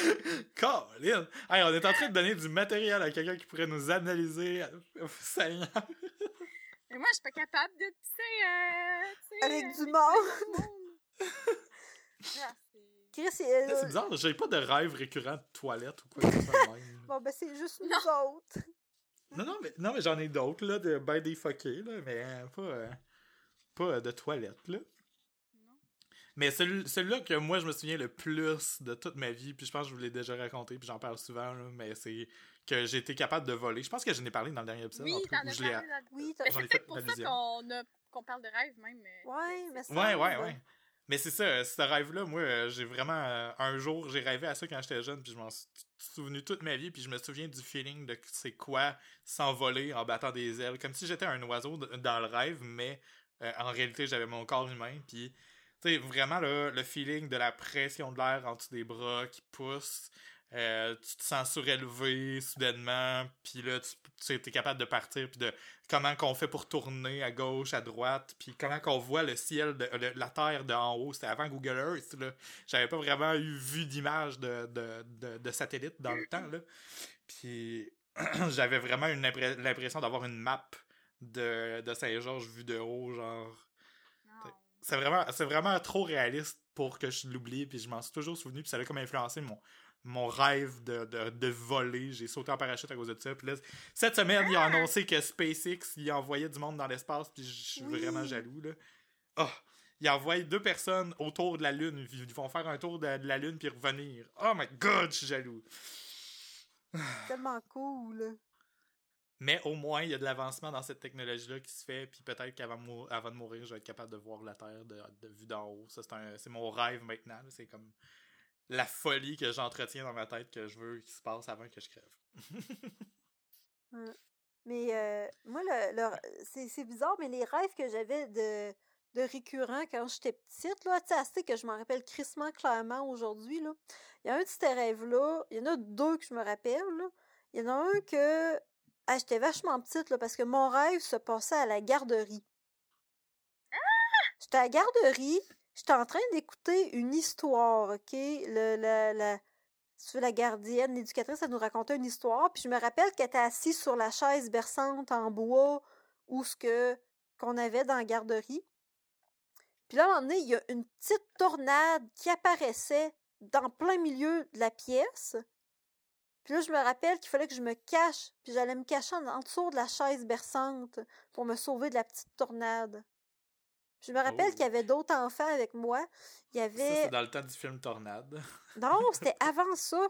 Colin! Hey, on est en train de donner du matériel à quelqu'un qui pourrait nous analyser. Seigneur. Mais moi, je suis pas capable de pisser, euh, tu sais, Avec euh, du avec monde. du monde. Ah, c'est- Chris, c'est... C'est bizarre, j'ai pas de rêve récurrent de toilette ou quoi que ce soit de même. Bon, ben c'est juste nous Non. autres. Non, non, mais, non, mais j'en ai d'autres, là, de ben des fuckés, là, mais euh, pas, euh, pas euh, de toilette, là. Non. Mais celui- celui-là que moi, je me souviens le plus de toute ma vie, puis je pense que je vous l'ai déjà raconté, puis j'en parle souvent, là, mais c'est que j'ai été capable de voler. Je pense que je n'ai parlé dans le dernier épisode. Oui, en tout, t'en où as je l'ai- parlé là Oui, t'as... Mais J'en ai c'est fait peut-être pour la ça deuxième. qu'on a qu'on parle de rêve, même. euh, Ouais, c'est- mais c'est- ça- Ouais, ouais, ouais. Mais c'est ça, euh, ce rêve-là, moi, euh, j'ai vraiment... euh, un jour, j'ai rêvé à ça quand j'étais jeune, puis je m'en suis souvenu toute ma vie, puis je me souviens du feeling de c'est quoi s'envoler en battant des ailes, comme si j'étais un oiseau d- dans le rêve, mais euh, en réalité, j'avais mon corps humain, puis... Tu sais, vraiment, là, le feeling de la pression de l'air en dessous des bras qui pousse, euh, tu te sens surélevé soudainement, puis là, tu, tu es capable de partir, puis de comment qu'on fait pour tourner à gauche, à droite, puis comment qu'on voit le ciel, de, le- la terre d'en haut. C'était avant Google Earth, là. J'avais pas vraiment eu vu d'image de, de, de, de satellite dans le temps, là. Puis j'avais vraiment une impré- l'impression d'avoir une map de, de Saint-Georges vue de haut, genre... Non. C'est vraiment, c'est vraiment trop réaliste pour que je l'oublie, puis je m'en suis toujours souvenu, puis ça a comme influencé mon, mon rêve de, de, de voler. J'ai sauté en parachute à cause de ça. Puis là, cette semaine, ils ont annoncé que SpaceX, il envoyait du monde dans l'espace, puis je suis Oui. vraiment jaloux, là. Oh! Ils envoient deux personnes autour de la Lune. Ils vont faire un tour de, de la Lune, puis revenir. Oh my God, je suis jaloux. C'est tellement cool. Mais au moins, il y a de l'avancement dans cette technologie-là qui se fait, puis peut-être qu'avant mou- avant de mourir, je vais être capable de voir la Terre de, de vue d'en haut. Ça, c'est, un, c'est mon rêve maintenant. là. C'est comme la folie que j'entretiens dans ma tête que je veux qu'il se passe avant que je crève. Ouais. Mais euh, moi, le, le- c'est, c'est bizarre, mais les rêves que j'avais de, de récurrents quand j'étais petite, là, tu sais, assez que je m'en rappelle crissement clairement aujourd'hui, là. Il y a un de ces rêves-là, il y en a deux que je me rappelle, là. Il y en a un que ah, j'étais vachement petite, là, parce que mon rêve se passait à la garderie. J'étais à la garderie, j'étais en train d'écouter une histoire, OK? Le, la, la, tu veux, la gardienne, l'éducatrice, elle nous racontait une histoire, puis je me rappelle qu'elle était assise sur la chaise berçante en bois ou ce que qu'on avait dans la garderie. Puis là, à un moment donné, il y a une petite tornade qui apparaissait dans plein milieu de la pièce. Puis là, je me rappelle qu'il fallait que je me cache, puis j'allais me cacher en, en dessous de la chaise berçante pour me sauver de la petite tornade. Puis je me rappelle Oh. qu'il y avait d'autres enfants avec moi. Il y Ça, avait... c'est dans le temps du film Tornade. Non, c'était avant ça.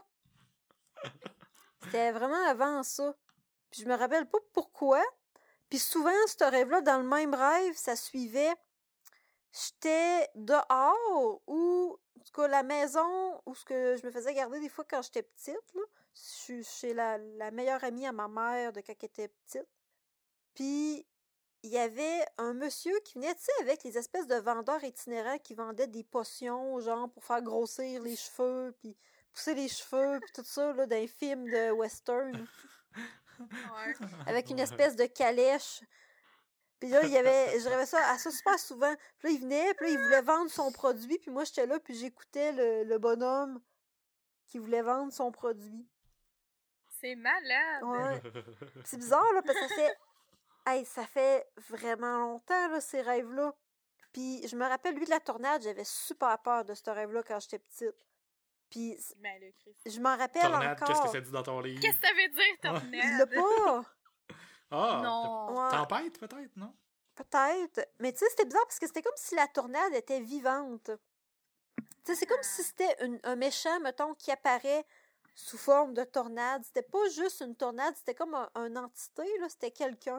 C'était vraiment avant ça. Puis je me rappelle pas pourquoi. Puis souvent, ce rêve-là, dans le même rêve, ça suivait... J'étais dehors ou, en tout cas, la maison où ce que je me faisais garder des fois quand j'étais petite, là. Je suis chez la, la meilleure amie à ma mère de quand elle était petite. Puis, il y avait un monsieur qui venait, tu sais, avec les espèces de vendeurs itinérants qui vendaient des potions, genre, pour faire grossir les cheveux, puis pousser les cheveux, puis tout ça, là, dans les films de western. Ouais. Avec une espèce de calèche. Puis là, il y avait, je rêvais ça à ça super souvent. Puis là, il venait, puis là, il voulait vendre son produit, puis moi, j'étais là, puis j'écoutais le, le bonhomme qui voulait vendre son produit. C'est malade. Ouais. Puis c'est bizarre, là, parce que ça fait... Hey, ça fait vraiment longtemps, là, ces rêves-là. Puis je me rappelle, lui, de la tornade, j'avais super peur de ce rêve-là quand j'étais petite. Puis Ben, le Christ. je m'en rappelle Tornade, encore. qu'est-ce que ça dit dans ton livre? Qu'est-ce que ça veut dire, tornade? Il l'a pas! Ah! Non. Ouais. Tempête, peut-être, non? Peut-être. Mais tu sais, c'était bizarre parce que c'était comme si la tornade était vivante. Tu sais, c'est comme si c'était une- un méchant, mettons, qui apparaît sous forme de tornade. C'était pas juste une tornade, c'était comme un, un entité, là. C'était quelqu'un.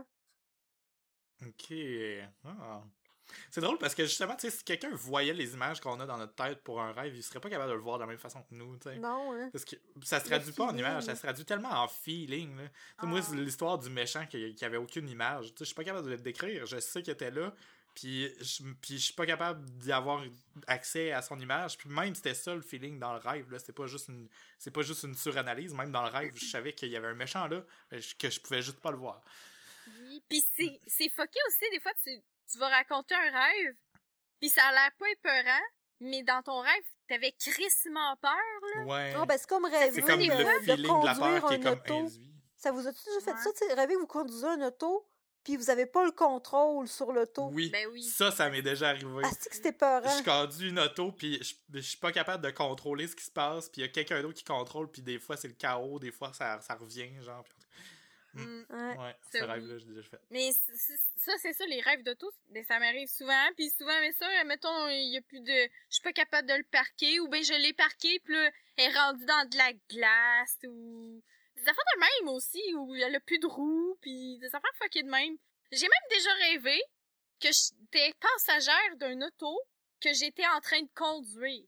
Ok. Ah. C'est drôle parce que justement, tu sais, si quelqu'un voyait les images qu'on a dans notre tête pour un rêve, il serait pas capable de le voir de la même façon que nous, tu sais. Non, hein? Parce que ça se Le traduit pas en feeling. images, ça se traduit tellement en feeling, là. Tu sais, moi, c'est l'histoire du méchant qui, qui avait aucune image. Tu sais, je suis pas capable de le décrire. Je sais qu'il était là, puis je, puis je suis pas capable d'y avoir accès à son image. Puis même, c'était ça le feeling dans le rêve, là. C'est pas juste une, c'est pas juste une suranalyse. Même dans le rêve, je savais qu'il y avait un méchant là, mais je- que je pouvais juste pas le voir. Oui. Puis c'est, c'est fucké aussi, des fois, tu, tu vas raconter un rêve, puis ça a l'air pas épeurant, mais dans ton rêve, t'avais crissement peur, là. Ouais. Ah, ben c'est comme rêver c'est comme euh, le de feeling de la conduire peur qui un est comme auto. induit. Ça vous a-tu déjà fait Ouais. ça, tu sais, rêver que vous conduisez un auto, puis vous avez pas le contrôle sur l'auto? Oui. Ben oui. Ça, ça m'est déjà arrivé. Ah, c'est que c'était peurant. Je conduis une auto, puis je, je suis pas capable de contrôler ce qui se passe, puis il y a quelqu'un d'autre qui contrôle, puis des fois c'est le chaos, des fois ça, ça revient, genre. Puis... Mm. Ouais. Ouais, C'est ce oui. rêve-là, j'ai déjà fait. Mais c- c- ça, c'est ça, les rêves d'auto, ben, ça m'arrive souvent. Puis souvent, mais ça, mettons, il y a plus de... Je suis pas capable de le parquer, ou ben je l'ai parqué, puis là, elle est rendue dans de la glace, ou... Des affaires de même aussi, où elle a plus de roues, puis des affaires fuckées de même. J'ai même déjà rêvé que j'étais passagère d'un auto que j'étais en train de conduire.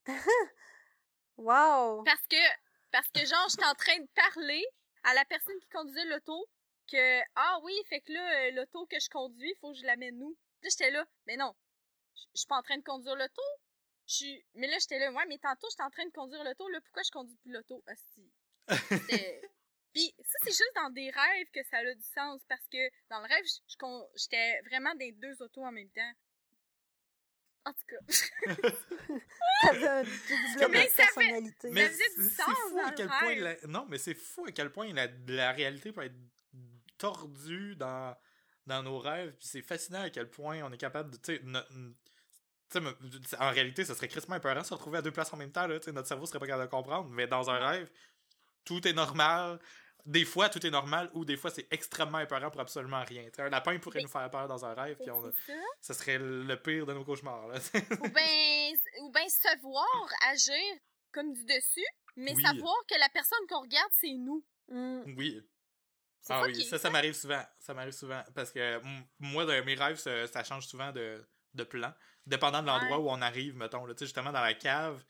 Wow! Parce que, parce que genre, j'étais en train de parler à la personne qui conduisait l'auto que, ah oui, fait que là, euh, l'auto que je conduis, il faut que je l'amène où? Là, j'étais là, mais non, je je suis pas en train de conduire l'auto. Je suis, mais là, j'étais là, ouais, mais tantôt, j'étais en train de conduire l'auto, là, pourquoi je conduis plus l'auto? Hostie. C'était- Puis ça, c'est juste dans des rêves que ça a du sens, parce que dans le rêve, je- je con- j'étais vraiment des deux autos en même temps. En tout cas. T'avais un double comme- de Mais ça fait- personnalité. Mais faisait c'est du c'est sens fou dans à le quel point rêve. la... non mais c'est fou à quel point la, la réalité peut être tordue dans dans nos rêves, puis c'est fascinant à quel point on est capable de, tu sais, no- tu sais, me- en réalité ça serait crissement épeurant de se retrouver à deux places en même temps là, tu sais, notre cerveau serait pas capable de comprendre, mais dans un rêve tout est normal. Des fois, tout est normal, ou des fois, c'est extrêmement épeurant pour absolument rien. T'sais, un lapin pourrait Mais- nous faire peur dans un rêve, puis on a... C'est ça. ça serait le pire de nos cauchemars. Là. Ou ben, ou ben se voir agir comme du dessus, mais Oui. savoir que la personne qu'on regarde, c'est nous. Mm. Oui. C'est Ah fucké, oui, ça, ça m'arrive souvent. Ça m'arrive souvent. Parce que m- moi, dans mes rêves, ça, ça change souvent de, de plan. Dépendant de l'endroit Ouais. où on arrive, mettons. Là, tu sais, justement, dans la cave,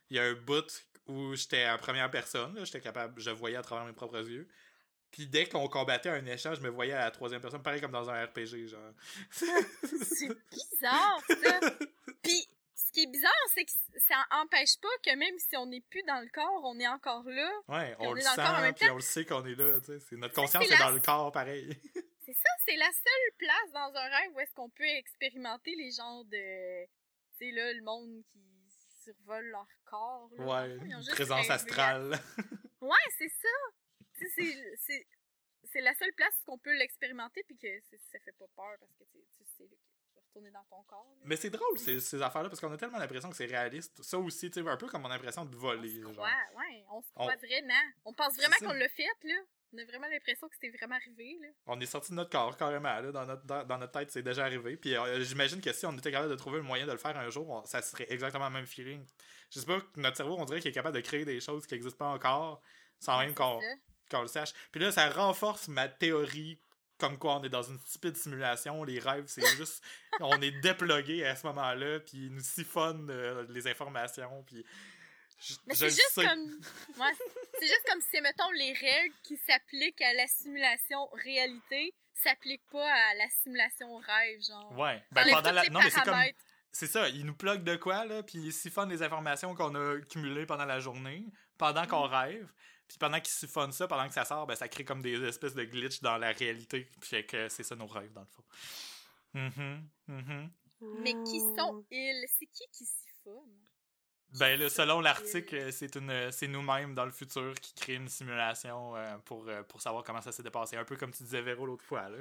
il y a un bout où j'étais en première personne, là, j'étais capable, je voyais à travers mes propres yeux. Puis dès qu'on combattait un échange, je me voyais à la troisième personne, pareil comme dans un R P G, genre. C'est bizarre, ça! Puis, ce qui est bizarre, c'est que ça empêche pas que même si on n'est plus dans le corps, on est encore là. Ouais, on, on le est dans le corps en sent, même puis temps. on le sait qu'on est là, tu sais. C'est- Notre Ça, conscience c'est est la- dans le corps, pareil. C'est ça, c'est la seule place dans un rêve où est-ce qu'on peut expérimenter les genres de... Tu sais, là, le monde qui survole leur corps. Là. Dans Ouais, le fond, ils ont juste présence rêvé à- astrale. Ouais, c'est ça! Tu sais, c'est- c'est... C'est la seule place où on peut l'expérimenter puis que c'est- ça fait pas peur parce que tu tu sais là, que tu vas retourner dans ton corps. Là. Mais c'est drôle, ces, ces affaires-là, parce qu'on a tellement l'impression que c'est réaliste. Ça aussi, tu sais, un peu comme mon impression de On voler. se genre. croit, ouais, on se On- croit vraiment. On pense vraiment C'est ça. qu'on l'a fait, là. On a vraiment l'impression que c'était vraiment arrivé, là. On est sorti de notre corps, carrément, là, dans notre, dans, dans notre tête, c'est déjà arrivé. Puis euh, j'imagine que si on était capable de trouver le moyen de le faire un jour, on- ça serait exactement le même feeling. Je sais pas, notre cerveau, on dirait qu'il est capable de créer des choses qui n'existent pas encore, sans même C'est qu'on ça. qu'on le sache. Puis là, ça renforce ma théorie comme quoi on est dans une stupide simulation. Les rêves, c'est juste... on est déplugué à ce moment-là, puis ils nous siphonnent euh, les informations, puis... Je, Mais je c'est le juste sais. comme... Ouais, c'est juste comme si, mettons, les règles qui s'appliquent à la simulation réalité s'appliquent pas à la simulation rêve, genre. Ouais. Ben, Enlève pendant tous la... les Non, mais c'est comme... paramètres. C'est ça, ils nous pluguent de quoi, là, puis ils siphonnent les informations qu'on a cumulées pendant la journée, pendant qu'on Mm. rêve, puis pendant qu'ils siphonnent ça, pendant que ça sort, ben ça crée comme des espèces de glitches dans la réalité, puis fait que c'est ça nos rêves, dans le fond. Mhm, mhm. Mais qui sont ils? C'est qui qui siphonne? Ben là, selon l'article, c'est une, c'est nous-mêmes dans le futur qui crée une simulation euh, pour, euh, pour savoir comment ça s'est dépassé. Un peu comme tu disais, Véro, l'autre fois, là.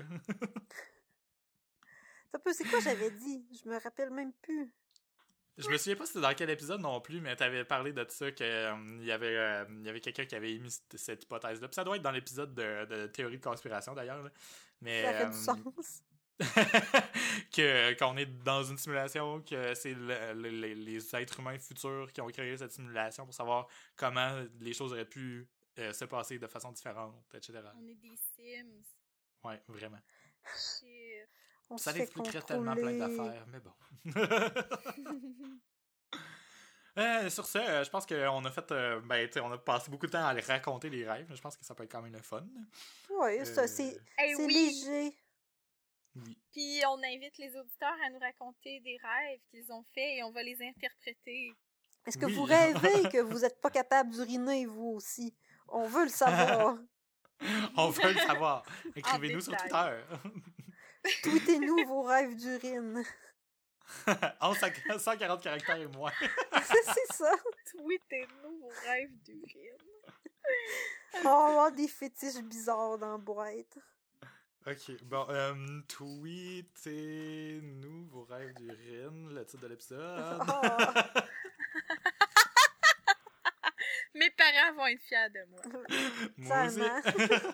Ça peut, c'est quoi j'avais dit? Je me rappelle même plus. Je me souviens pas c'était dans quel épisode non plus, mais t'avais parlé de ça que euh, il y avait euh, il y avait quelqu'un qui avait émis cette, cette hypothèse-là. Puis ça doit être dans l'épisode de, de théorie de conspiration d'ailleurs. Là. Mais Ça fait euh, du sens. que qu'on est dans une simulation, que c'est le- le- les, les êtres humains futurs qui ont créé cette simulation pour savoir comment les choses auraient pu euh, se passer de façon différente, et cetera. On est des Sims. Ouais, vraiment. Shit. On Ça se fait expliquerait tellement plein contrôler. d'affaires, mais bon. Euh, sur ce, euh, je pense qu'on a fait. Euh, ben, tu sais, on a passé beaucoup de temps à aller raconter les rêves. Mais je pense que ça peut être quand même le fun. Oui, ça, Euh, c'est Eh c'est oui! léger. Oui. Puis on invite les auditeurs à nous raconter des rêves qu'ils ont faits et on va les interpréter. Est-ce que Oui. vous rêvez que vous n'êtes pas capable d'uriner, vous aussi? On veut le savoir. On veut le savoir. Écrivez-nous sur détail. Twitter. Tweetez-nous vos rêves d'urine. cent quarante caractères et moins. C'est ça. Tweetez-nous vos rêves d'urine. On va avoir des fétiches bizarres dans la boîte. Ok, bon, euh, tweetez-nous vos rêves d'urine, le titre de l'épisode. Ah. Mes parents vont être fiers de moi. Moi aussi. Tellement.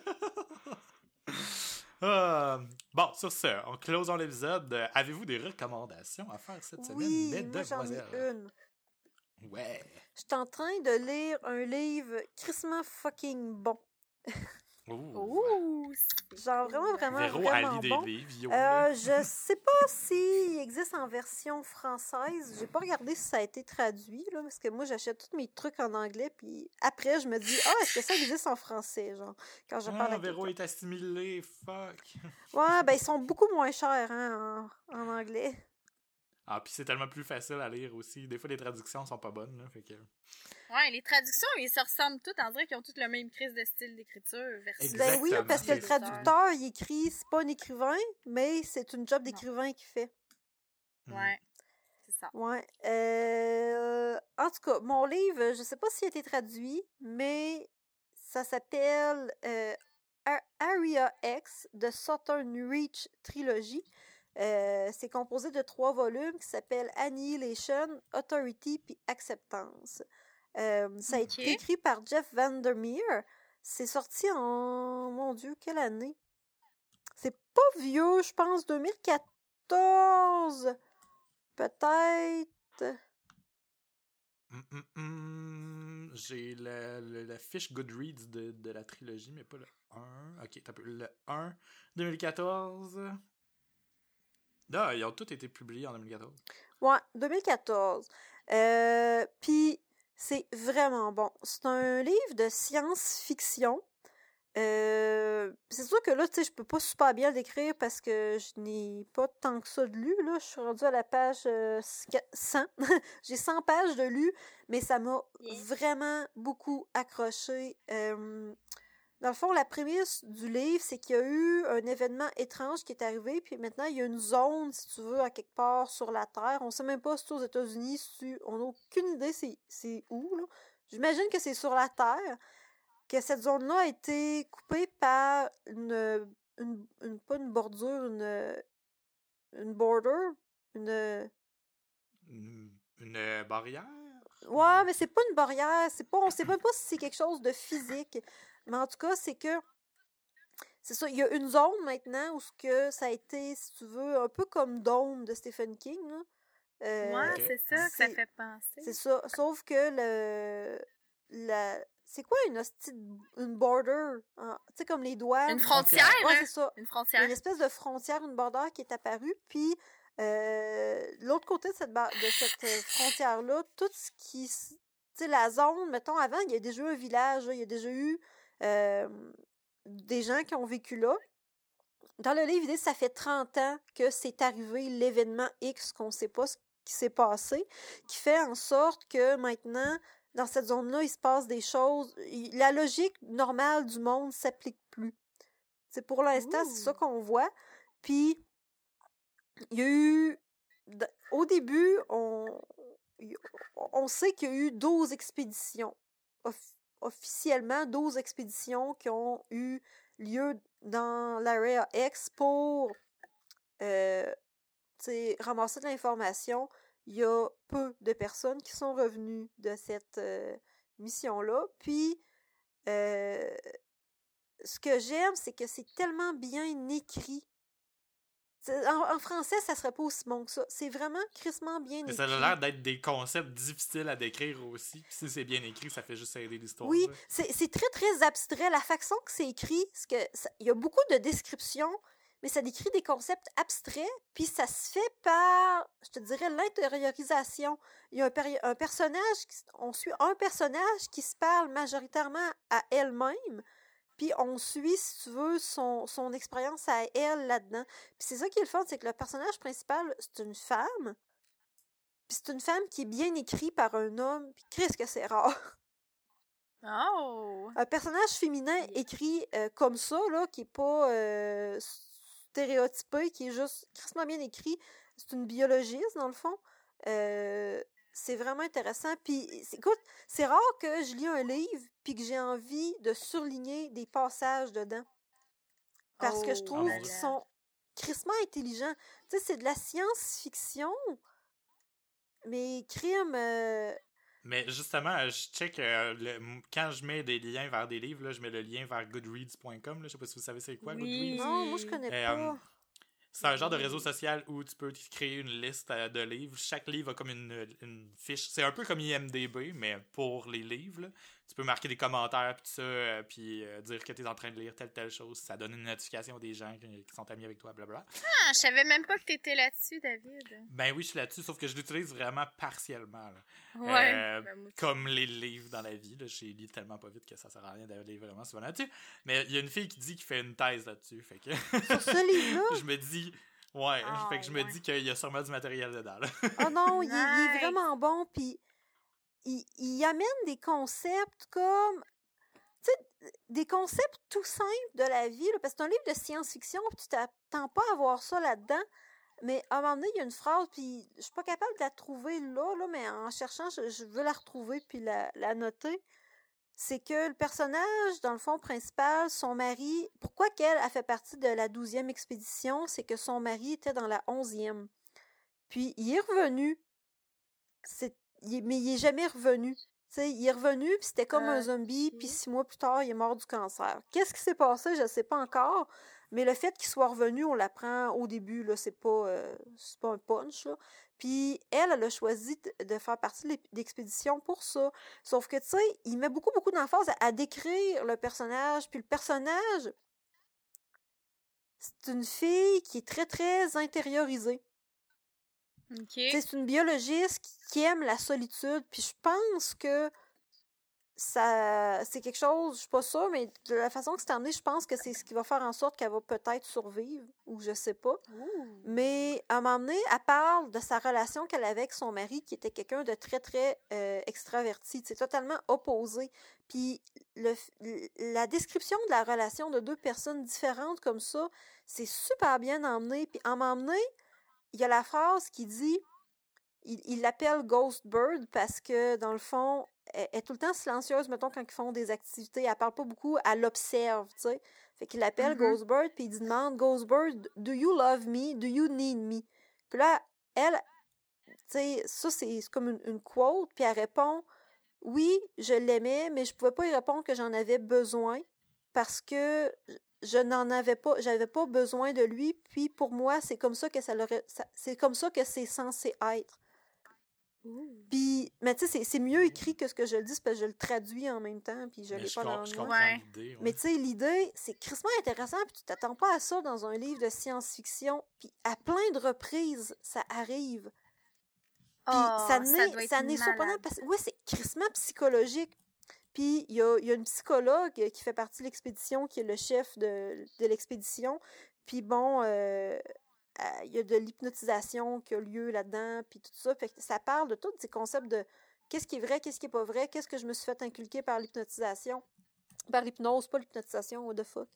Euh, bon, sur ce, en closant l'épisode, euh, avez-vous des recommandations à faire cette semaine, Oui, moi j'en ai mesdemoiselles? une. Ouais. Je suis en train de lire un livre crissement fucking bon. Ouh. Ouh! Genre vraiment, vraiment, Véro vraiment a lu des bon. livres, yo, là. Euh, je sais pas s'il existe en version française. J'ai pas regardé si ça a été traduit, là, parce que moi, j'achète tous mes trucs en anglais, puis après, je me dis, ah, est-ce que ça existe en français, genre, quand je parle Ah, à Véro quelqu'un. est assimilé, fuck. Ouais, ben, ils sont beaucoup moins chers, hein, en, en anglais. Ah, puis c'est tellement plus facile à lire aussi. Des fois, les traductions sont pas bonnes, là, fait que... Ouais, les traductions, ils se ressemblent toutes. On dirait qu'ils ont toutes le même crise de style d'écriture. versus- Ben oui, Exactement, parce que le c'est ça. traducteur, il écrit, c'est pas un écrivain, mais c'est une job d'écrivain qu'il fait. Ouais, c'est ça. Ouais. Euh, en tout cas, mon livre, je sais pas s'il a été traduit, mais ça s'appelle euh, Ar- Area X de Southern Reach Trilogy. Euh, c'est composé de trois volumes qui s'appellent Annihilation, Authority puis Acceptance. Euh, ça a Ok. été écrit par Jeff Vandermeer. C'est sorti en... Mon Dieu, quelle année? C'est pas vieux, je pense, deux mille quatorze. Peut-être. Hum, hum, hum, j'ai la, la, la fiche Goodreads de, de la trilogie, mais pas le un. Ok, t'as peu. Le un, deux mille quatorze. Ah, ils ont tous été publiés en deux mille quatorze. Ouais, deux mille quatorze. Euh, Puis, C'est vraiment bon. C'est un livre de science-fiction. Euh, c'est sûr que là, tu sais, je peux pas super bien le décrire parce que je n'ai pas tant que ça de lu, là. Je suis rendue à la page euh, cent. J'ai cent pages de lu, mais ça m'a Yeah. vraiment beaucoup accroché. Euh, dans le fond, la prémisse du livre, c'est qu'il y a eu un événement étrange qui est arrivé, puis maintenant, il y a une zone, si tu veux, à quelque part sur la Terre. On sait même pas si c'est aux États-Unis, si on n'a aucune idée c'est, c'est où, là. J'imagine que c'est sur la Terre, que cette zone-là a été coupée par une, une, une pas une bordure, une, une border, une... Une, une barrière? Ouais, mais c'est pas une barrière, c'est pas, on sait même pas si c'est quelque chose de physique, mais en tout cas, c'est que, c'est ça, il y a une zone maintenant où ce que ça a été, si tu veux, un peu comme Dome de Stephen King, là. Euh, Ouais, Ok. c'est ça que ça c'est- fait penser. C'est ça, sauf que le... la c'est quoi une hostie de- une border? hein? Tu sais, comme les douanes. Une frontière, Ouais, là. c'est ça. Une Il y a frontière. une espèce de frontière, une border qui est apparue, puis euh, l'autre côté de cette, bar- de cette euh, frontière-là, tout ce qui... s- Tu sais, la zone, mettons, avant, il y a déjà eu un village, là, il y a déjà eu euh, des gens qui ont vécu là. Dans le livre, il dit que ça fait trente ans que c'est arrivé l'événement X qu'on ne sait pas ce qui s'est passé, qui fait en sorte que maintenant, dans cette zone-là, il se passe des choses. il- La logique normale du monde s'applique plus. C'est pour l'instant, c'est ça Ouh. qu'on voit. Puis, il y a eu... d- Au début, on, il- on sait qu'il y a eu douze expéditions. Off- officiellement, douze expéditions qui ont eu lieu dans l'Area X pour euh, tu sais, ramasser de l'information. Il y a peu de personnes qui sont revenues de cette euh, mission-là. Puis, euh, ce que j'aime, c'est que c'est tellement bien écrit. C'est- En, en français, ça serait pas aussi bon que ça. C'est vraiment crissement bien Mais écrit. ça a l'air d'être des concepts difficiles à décrire aussi. Puis si c'est bien écrit, ça fait juste aider l'histoire. Oui, là. c'est c'est très, très abstrait. La façon que c'est écrit, c'est que ça- il y a beaucoup de descriptions, mais ça décrit des concepts abstraits, puis ça se fait par, je te dirais, l'intériorisation. Il y a un, péri- un personnage, qui- on suit un personnage qui se parle majoritairement à elle-même, puis on suit, si tu veux, son, son expérience à elle là-dedans. Puis c'est ça qui est le fun, c'est que le personnage principal, c'est une femme, puis c'est une femme qui est bien écrite par un homme, puis qu'est-ce que c'est rare. Oh! Un personnage féminin Yeah. écrit euh, comme ça, là, qui est pas euh, stéréotypé, qui est juste crissement bien écrit. C'est une biologiste, dans le fond. Euh, c'est vraiment intéressant. Puis, c'est- écoute, c'est rare que je lis un livre puis que j'ai envie de surligner des passages dedans. Parce que je Oh trouve là qu'ils là. sont crissement intelligents. Tu sais, c'est de la science-fiction, mais crime... euh, Mais justement, je check euh, le- quand je mets des liens vers des livres, là, je mets le lien vers goodreads point com. Là, je sais pas si vous savez c'est quoi, Oui. Goodreads. Non, moi, je connais Euh, pas. C'est un genre de réseau social où tu peux t- créer une liste euh, de livres. Chaque livre a comme une, une fiche. C'est un peu comme I M D B, mais pour les livres. Là. Tu peux marquer des commentaires, puis tout ça, euh, puis euh, dire que tu es en train de lire telle telle chose. Ça donne une notification des gens qui, qui sont amis avec toi, blablabla. Ah, je savais même pas que t'étais là-dessus, David. Ben oui, je suis là-dessus, sauf que je l'utilise vraiment partiellement. Là. Ouais. Euh, Ben, moi aussi. Comme les livres dans la vie. Là. Je lis tellement pas vite que ça sert à rien d'aller vraiment souvent là-dessus. Mais il y a une fille qui dit qu'il fait une thèse là-dessus. Fait que Sur ce livre-là, je me dis... Ouais, Ah, fait que je me ouais. dis qu'il y a sûrement du matériel dedans. Là. oh non, il, est- il est Nice. vraiment bon, puis il, il amène des concepts comme, tu sais, des concepts tout simples de la vie, là, parce que c'est un livre de science-fiction, puis tu t'attends pas à voir ça là-dedans, mais à un moment donné, il y a une phrase, puis je suis pas capable de la trouver là, là, mais en cherchant, je, je veux la retrouver puis la, la noter. C'est que le personnage, dans le fond principal, son mari, pourquoi qu'elle a fait partie de la douzième expédition, c'est que son mari était dans la onzième. Puis il est revenu, c'est, il est- mais il est jamais revenu. Tu sais, il est revenu, puis c'était comme un zombie, Ok. puis six mois plus tard, il est mort du cancer. Qu'est-ce qui s'est passé, je ne sais pas encore, mais le fait qu'il soit revenu, on l'apprend au début, là, c'est pas, euh, c'est pas un punch, là. Puis elle, elle a choisi de- de faire partie de l'ép- l'expédition pour ça. Sauf que, tu sais, il met beaucoup, beaucoup d'emphase à, à décrire le personnage, puis le personnage, c'est une fille qui est très, très intériorisée. Ok. T'sais, c'est une biologiste qui, qui aime la solitude, puis je pense que ça c'est quelque chose, je suis pas sûre, mais de la façon que c'est amené, je pense que c'est ce qui va faire en sorte qu'elle va peut-être survivre, ou je sais pas. Ouh. Mais à un moment donné, elle parle de sa relation qu'elle avait avec son mari, qui était quelqu'un de très, très euh, extraverti, c'est totalement opposé. Puis le, la description de la relation de deux personnes différentes comme ça, c'est super bien emmené. Puis en m'emmener, il y a la phrase qui dit, il il l'appelle Ghost Bird parce que, dans le fond, elle est tout le temps silencieuse, mettons, quand ils font des activités. Elle parle pas beaucoup, elle l'observe, tu sais. Fait qu'il l'appelle Mhm. Ghost Bird, puis il dit demande, Ghost Bird, do you love me? Do you need me? Puis là, elle, tu sais, ça, c'est c'est comme une, une quote, puis elle répond, oui, je l'aimais, mais je pouvais pas y répondre que j'en avais besoin parce que je n'en avais pas, j'avais pas besoin de lui, puis pour moi, c'est comme ça que ça l'aurait, ça- c'est comme ça que c'est censé être. Ouh. Puis, mais tu sais, c'est- c'est mieux écrit que ce que je le dis, c'est parce que je le traduis en même temps, puis je Mais l'ai je, pas com- dans je le comprends noir. Ouais. l'idée. Ouais. Mais tu sais, l'idée, c'est crissement intéressant, puis tu t'attends pas à ça dans un livre de science-fiction, puis à plein de reprises, ça arrive. Puis Oh, ça ça n'est doit être ça n'est surprenant malade. parce que, ouais, c'est crissement psychologique. Puis il y a, il y a une psychologue qui fait partie de l'expédition, qui est le chef de, de l'expédition. Puis bon, euh, euh, il y a de l'hypnotisation qui a lieu là-dedans, puis tout ça. Fait que ça parle de tous ces concepts de qu'est-ce qui est vrai, qu'est-ce qui est pas vrai, qu'est-ce que je me suis fait inculquer par l'hypnotisation. Par l'hypnose, pas l'hypnotisation, what the fuck.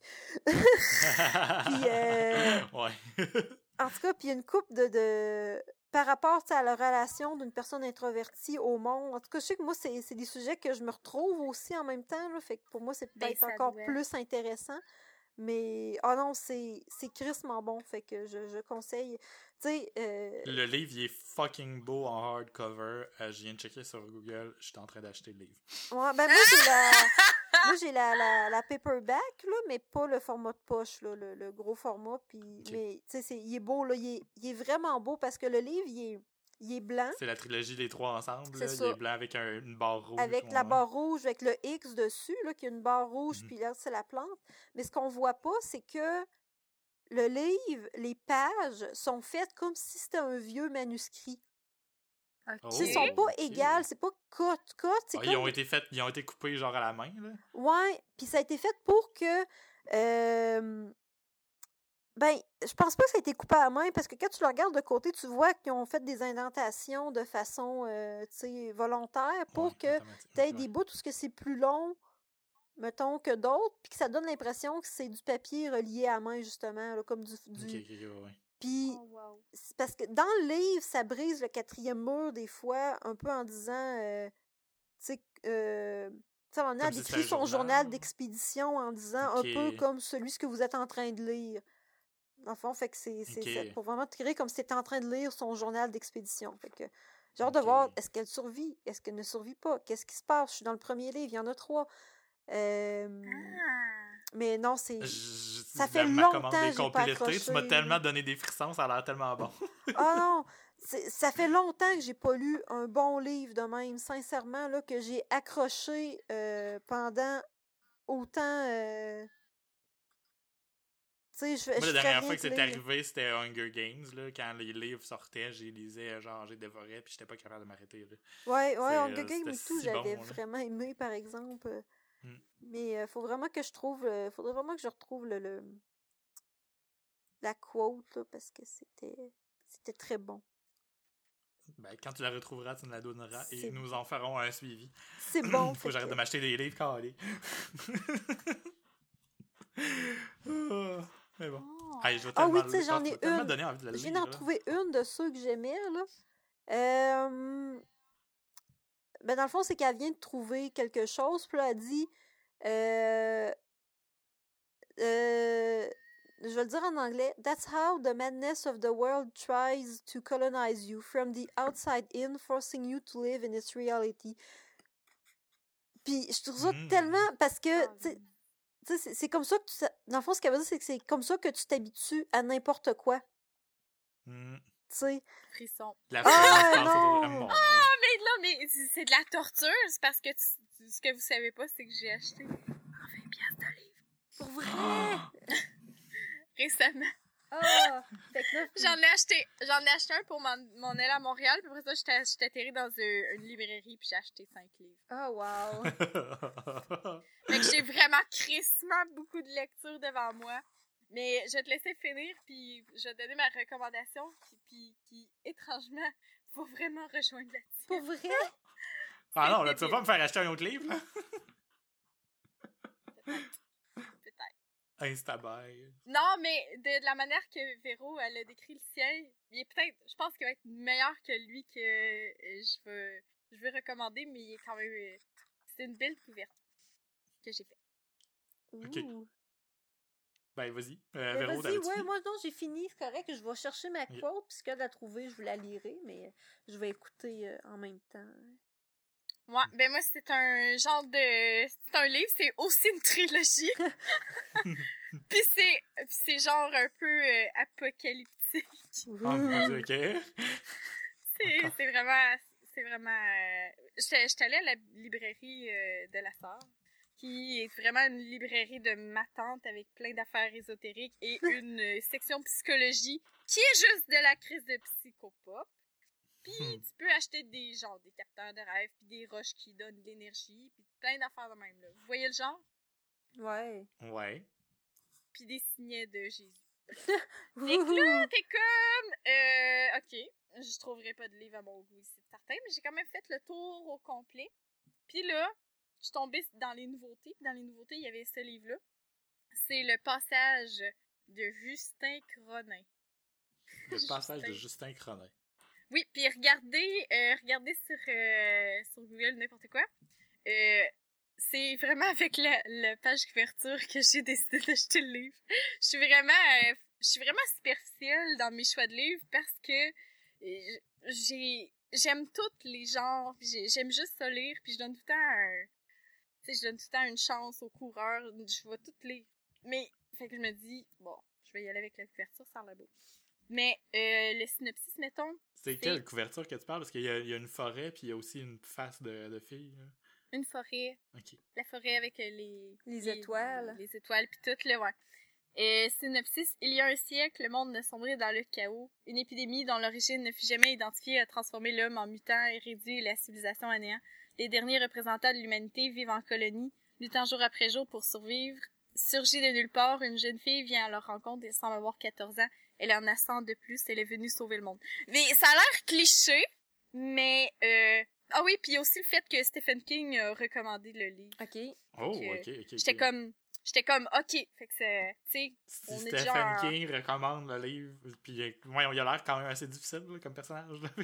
Puis, euh, Ouais. en tout cas, puis il y a une couple de, de... Par rapport tu sais, à la relation d'une personne introvertie au monde. En tout cas, je sais que moi, c'est c'est des sujets que je me retrouve aussi en même temps. Là, fait que pour moi, c'est Ben, peut-être ça encore doit. plus intéressant. Mais, oh non, c'est c'est crissement bon. Fait que je, je conseille. Tu sais, euh, Le livre, il est fucking beau en hardcover. Euh, je viens de checker sur Google. Je suis en train d'acheter le livre. ouais, ben moi, j'ai la. Moi, j'ai la, la, la paperback, là, mais pas le format de poche, là, le, le gros format. Puis, Ok. mais, tu sais, c'est- il est beau, là. Il est, il est vraiment beau parce que le livre, il est, il est blanc. C'est la trilogie des trois ensemble. C'est Là. Il ça. est blanc avec un- une barre rouge. Avec ouais, la ouais. barre rouge, avec le X dessus, là, qui a une barre rouge, Mhm. puis là, c'est la plante. Mais ce qu'on voit pas, c'est que le livre, les pages sont faites comme si c'était un vieux manuscrit. Oh, Tu sais, ils sont pas ok. égales, c'est pas cut, cut, c'est Ah, comme... Ils ont été faits, ils ont été coupés genre à la main, là. Ouais, puis ça a été fait pour que... euh, Ben, je pense pas que ça a été coupé à la main, parce que quand tu le regardes de côté, tu vois qu'ils ont fait des indentations de façon, euh, tu sais, volontaire pour Ouais, que automatiquement, tu aies ouais. des bouts où ce que c'est plus long, mettons, que d'autres, puis que ça donne l'impression que c'est du papier relié à la main, justement, là, comme du... du... Ok, ok, ok, ouais. Puis, Oh, wow. c'est parce que dans le livre, ça brise le quatrième mur, des fois, un peu en disant, euh, tu sais, euh, tu sais, à un moment donné, Comme elle si décrit c'était un son journal journal. d'expédition en disant Ok, un peu comme celui que vous êtes en train de lire. Dans le fond, fait que c'est c'est- c'est ok, pour vraiment te créer comme si tu étais en train de lire son journal d'expédition. Fait que j'ai hâte de ok. voir, est-ce qu'elle survit? Est-ce qu'elle ne survit pas? Qu'est-ce qui se passe? Je suis dans le premier livre, il y en a trois. Euh, Ah. mais non, c'est... Je- Ça je- fait ma longtemps commande que est j'ai pas complétée. Tu accroché. m'as là. tellement donné des frissons, ça a l'air tellement bon. Ah non! C'est- Ça fait longtemps que j'ai pas lu un bon livre de même, sincèrement, là, que j'ai accroché euh, pendant autant... euh, Tu sais, je, Moi, je la ferais dernière rien fois que que c'est lire. arrivé, c'était Hunger Games, là, quand les livres sortaient, j'ai lisais, genre, j'ai dévoré, puis j'étais pas capable de m'arrêter, là. Ouais, ouais, C'est, Hunger euh, Games c'était et tout, si j'avais bon, là. vraiment aimé, par exemple. Mm. Mais euh, faut vraiment que je trouve... euh, faudrait vraiment que je retrouve le, le- la quote, là, parce que c'était c'était très bon. Ben, quand tu la retrouveras, tu nous la donneras et C'est nous en ferons un suivi. c'est bon, Faut fait que j'arrête que... de m'acheter des livres, calés. Ah, Mais bon. Oh. Hey, je vais Ah tellement, oui, tu sais, le- j'en ah, tu ai m'as tellement une. donné envie de la Je viens lire, d'en là. trouver une de ceux que j'aimais, là. Euh, Ben, dans le fond, c'est qu'elle vient de trouver quelque chose, puis là, elle dit... Euh, euh, je vais le dire en anglais. That's how the madness of the world tries to colonize you from the outside in, forcing you to live in its reality. Puis je trouve ça Mm. tellement... Parce que, Ah, tu sais, tu sais, c'est c'est comme ça que tu... Dans le fond, ce qu'elle veut dire, c'est que c'est comme ça que tu t'habitues à n'importe quoi. Mm. Tu sais. frisson. La Ah, folie se passe non! autour de mon Dieu. Ah, mais là, mais c'est- c'est de la torture. C'est parce que tu- ce que vous savez pas, c'est que j'ai acheté vingt piastres de livre Pour vrai! récemment. Ah! Fait que là, J'en ai acheté, j'en ai acheté un pour mon, mon aile à Montréal, puis après ça, j'étais, j'étais atterri dans une, une librairie, puis j'ai acheté cinq livres. oh wow! Fait que j'ai vraiment crissement beaucoup de lecture devant moi. Mais je vais te laisser finir, puis je vais te donner ma recommandation, qui, puis, qui étrangement, va vraiment rejoindre la tienne. Pour vrai? Ah non, là, tu vas pas me faire acheter un autre livre, là? Peut-être. Instabuy. Non, mais de, de la manière que Véro, elle a décrit le sien, il est peut-être, je pense qu'il va être meilleur que lui que euh, je veux, je veux recommander, mais il est quand même, euh, c'est une belle découverte que j'ai faite. Ok. Ouh. Ben, vas-y. Euh, Ben, Véro, vas-y, t'avais-tu ouais, fini? moi non, j'ai fini, c'est correct. Je vais chercher ma Ok. quote, puis ce que de la trouver, je vous la lirai, mais je vais écouter euh, en même temps. Ouais, ben moi, c'est un genre de... C'est un livre, c'est aussi une trilogie. Puis c'est puis c'est genre un peu euh, apocalyptique. Oh mon dieu, ok. C'est Encore. c'est vraiment... C'est vraiment... Euh... J'étais j'étais allée à la librairie euh, de la Sœur, qui est vraiment une librairie de ma tante avec plein d'affaires ésotériques et une euh, section psychologie qui est juste de la crise de psychopop. Puis Hmm. tu peux acheter des genre des capteurs de rêve, puis des roches qui donnent de l'énergie, puis plein d'affaires de même là. Vous voyez le genre? Ouais. Ouais. Puis des signets de Jésus. Ouh. T'es comme, euh, ok, je trouverai pas de livre à mon goût ici, c'est certain, mais j'ai quand même fait le tour au complet. Puis là, je suis tombée dans les nouveautés. Dans les nouveautés, il y avait ce livre-là. C'est le passage de Justin Cronin. Le passage de Justin. Justin Cronin. Oui, puis regardez, euh, regardez sur, euh, sur Google n'importe quoi. Euh, c'est vraiment avec la, la page couverture que j'ai décidé d'acheter le livre. Je suis vraiment, euh, je suis vraiment superficielle dans mes choix de livres parce que euh, j'ai, j'aime tous les genres, puis j'ai- j'aime juste ça lire, puis je donne tout le temps un, tu sais, je donne tout le temps une chance aux coureurs, je vais tout lire. Mais, fait que je me dis, bon, je vais y aller avec la couverture, ça a l'air beau. Mais euh, le synopsis, mettons, C'est c'est quelle couverture que tu parles? Parce qu'il y a, il y a une forêt, puis il y a aussi une face de, de fille. Là. une forêt, Ok. la forêt avec euh, les... Les étoiles. Les, les étoiles, puis tout, là, ouais. Et synopsis, il y a un siècle, le monde ne sombrait dans le chaos. Une épidémie dont l'origine ne fut jamais identifiée a transformé l'homme en mutant et réduit la civilisation à néant. Les derniers représentants de l'humanité vivent en colonie, luttant jour après jour pour survivre. Surgit de nulle part, une jeune fille vient à leur rencontre et semble avoir quatorze ans. Elle en a cent de plus, elle est venue sauver le monde. Mais ça a l'air cliché, mais... Euh... Ah oui, puis il y a aussi le fait que Stephen King a recommandé le livre. Ok. Oh, que ok, ok. J'étais ok. comme... J'étais comme, ok, fait que c'est... Tu sais, Si on est Stephen déjà en- King recommande le livre, puis euh, ouais, il a l'air quand même assez difficile là, comme personnage. Là.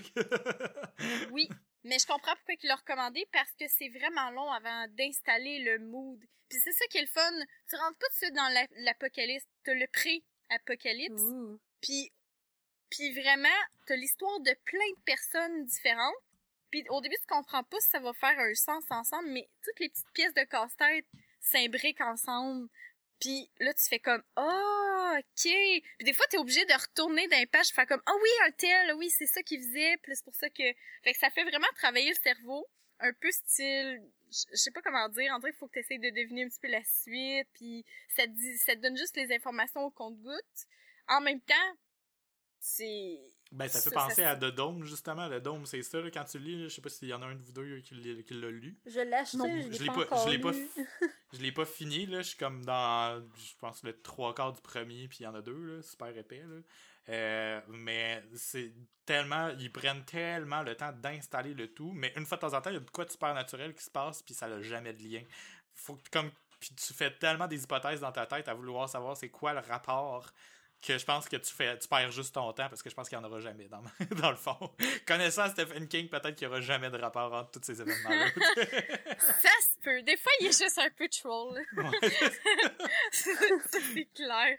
oui, mais je comprends pourquoi il l'a recommandé, parce que c'est vraiment long avant d'installer le mood. Puis c'est ça qui est le fun. Tu rentres pas tout de suite dans la- l'apocalypse, t'as le pré-apocalypse, Ouh. puis puis vraiment, t'as l'histoire de plein de personnes différentes. Puis au début, tu comprends pas si ça va faire un sens ensemble, mais toutes les petites pièces de casse-tête s'imbriquent ensemble. Puis là, tu fais comme « Ah, oh, ok! » Puis des fois, t'es obligé de retourner dans les pages et faire comme « Ah oh, oui, un tel, oui, c'est ça qu'il faisait. » Puis c'est pour ça que... Fait que ça fait vraiment travailler le cerveau, un peu style... Je sais pas comment dire, en vrai, il faut que tu essaies de deviner un petit peu la suite, puis ça te, dit, ça te donne juste les informations au compte-gouttes. En même temps, c'est... Ben, ça fait Ça, penser ça- à The Dome, justement. The Dome, c'est ça, là, quand tu le lis, là, je sais pas s'il y en a un de vous deux qui l'a qui l'a lu. Je l'ai acheté, Non, je l'ai Je l'ai pas, pas, encore je l'ai pas, lu. fi- je l'ai pas fini, là. Je suis comme dans, je pense, le trois quarts du premier, puis il y en a deux, là, super épais, là. Euh, mais c'est tellement, ils prennent tellement le temps d'installer le tout, mais une fois de temps en temps, il y a de quoi de super naturel qui se passe, puis ça n'a jamais de lien. Faut que, comme, puis tu fais tellement des hypothèses dans ta tête à vouloir savoir c'est quoi le rapport, que je pense que tu fais tu perds juste ton temps, parce que je pense qu'il n'y en aura jamais dans, dans le fond. Connaissant Stephen King, peut-être qu'il n'y aura jamais de rapport entre tous ces événements-là. Ça se peut. Des fois, il est juste un peu troll. Ouais. Ça, c'est clair.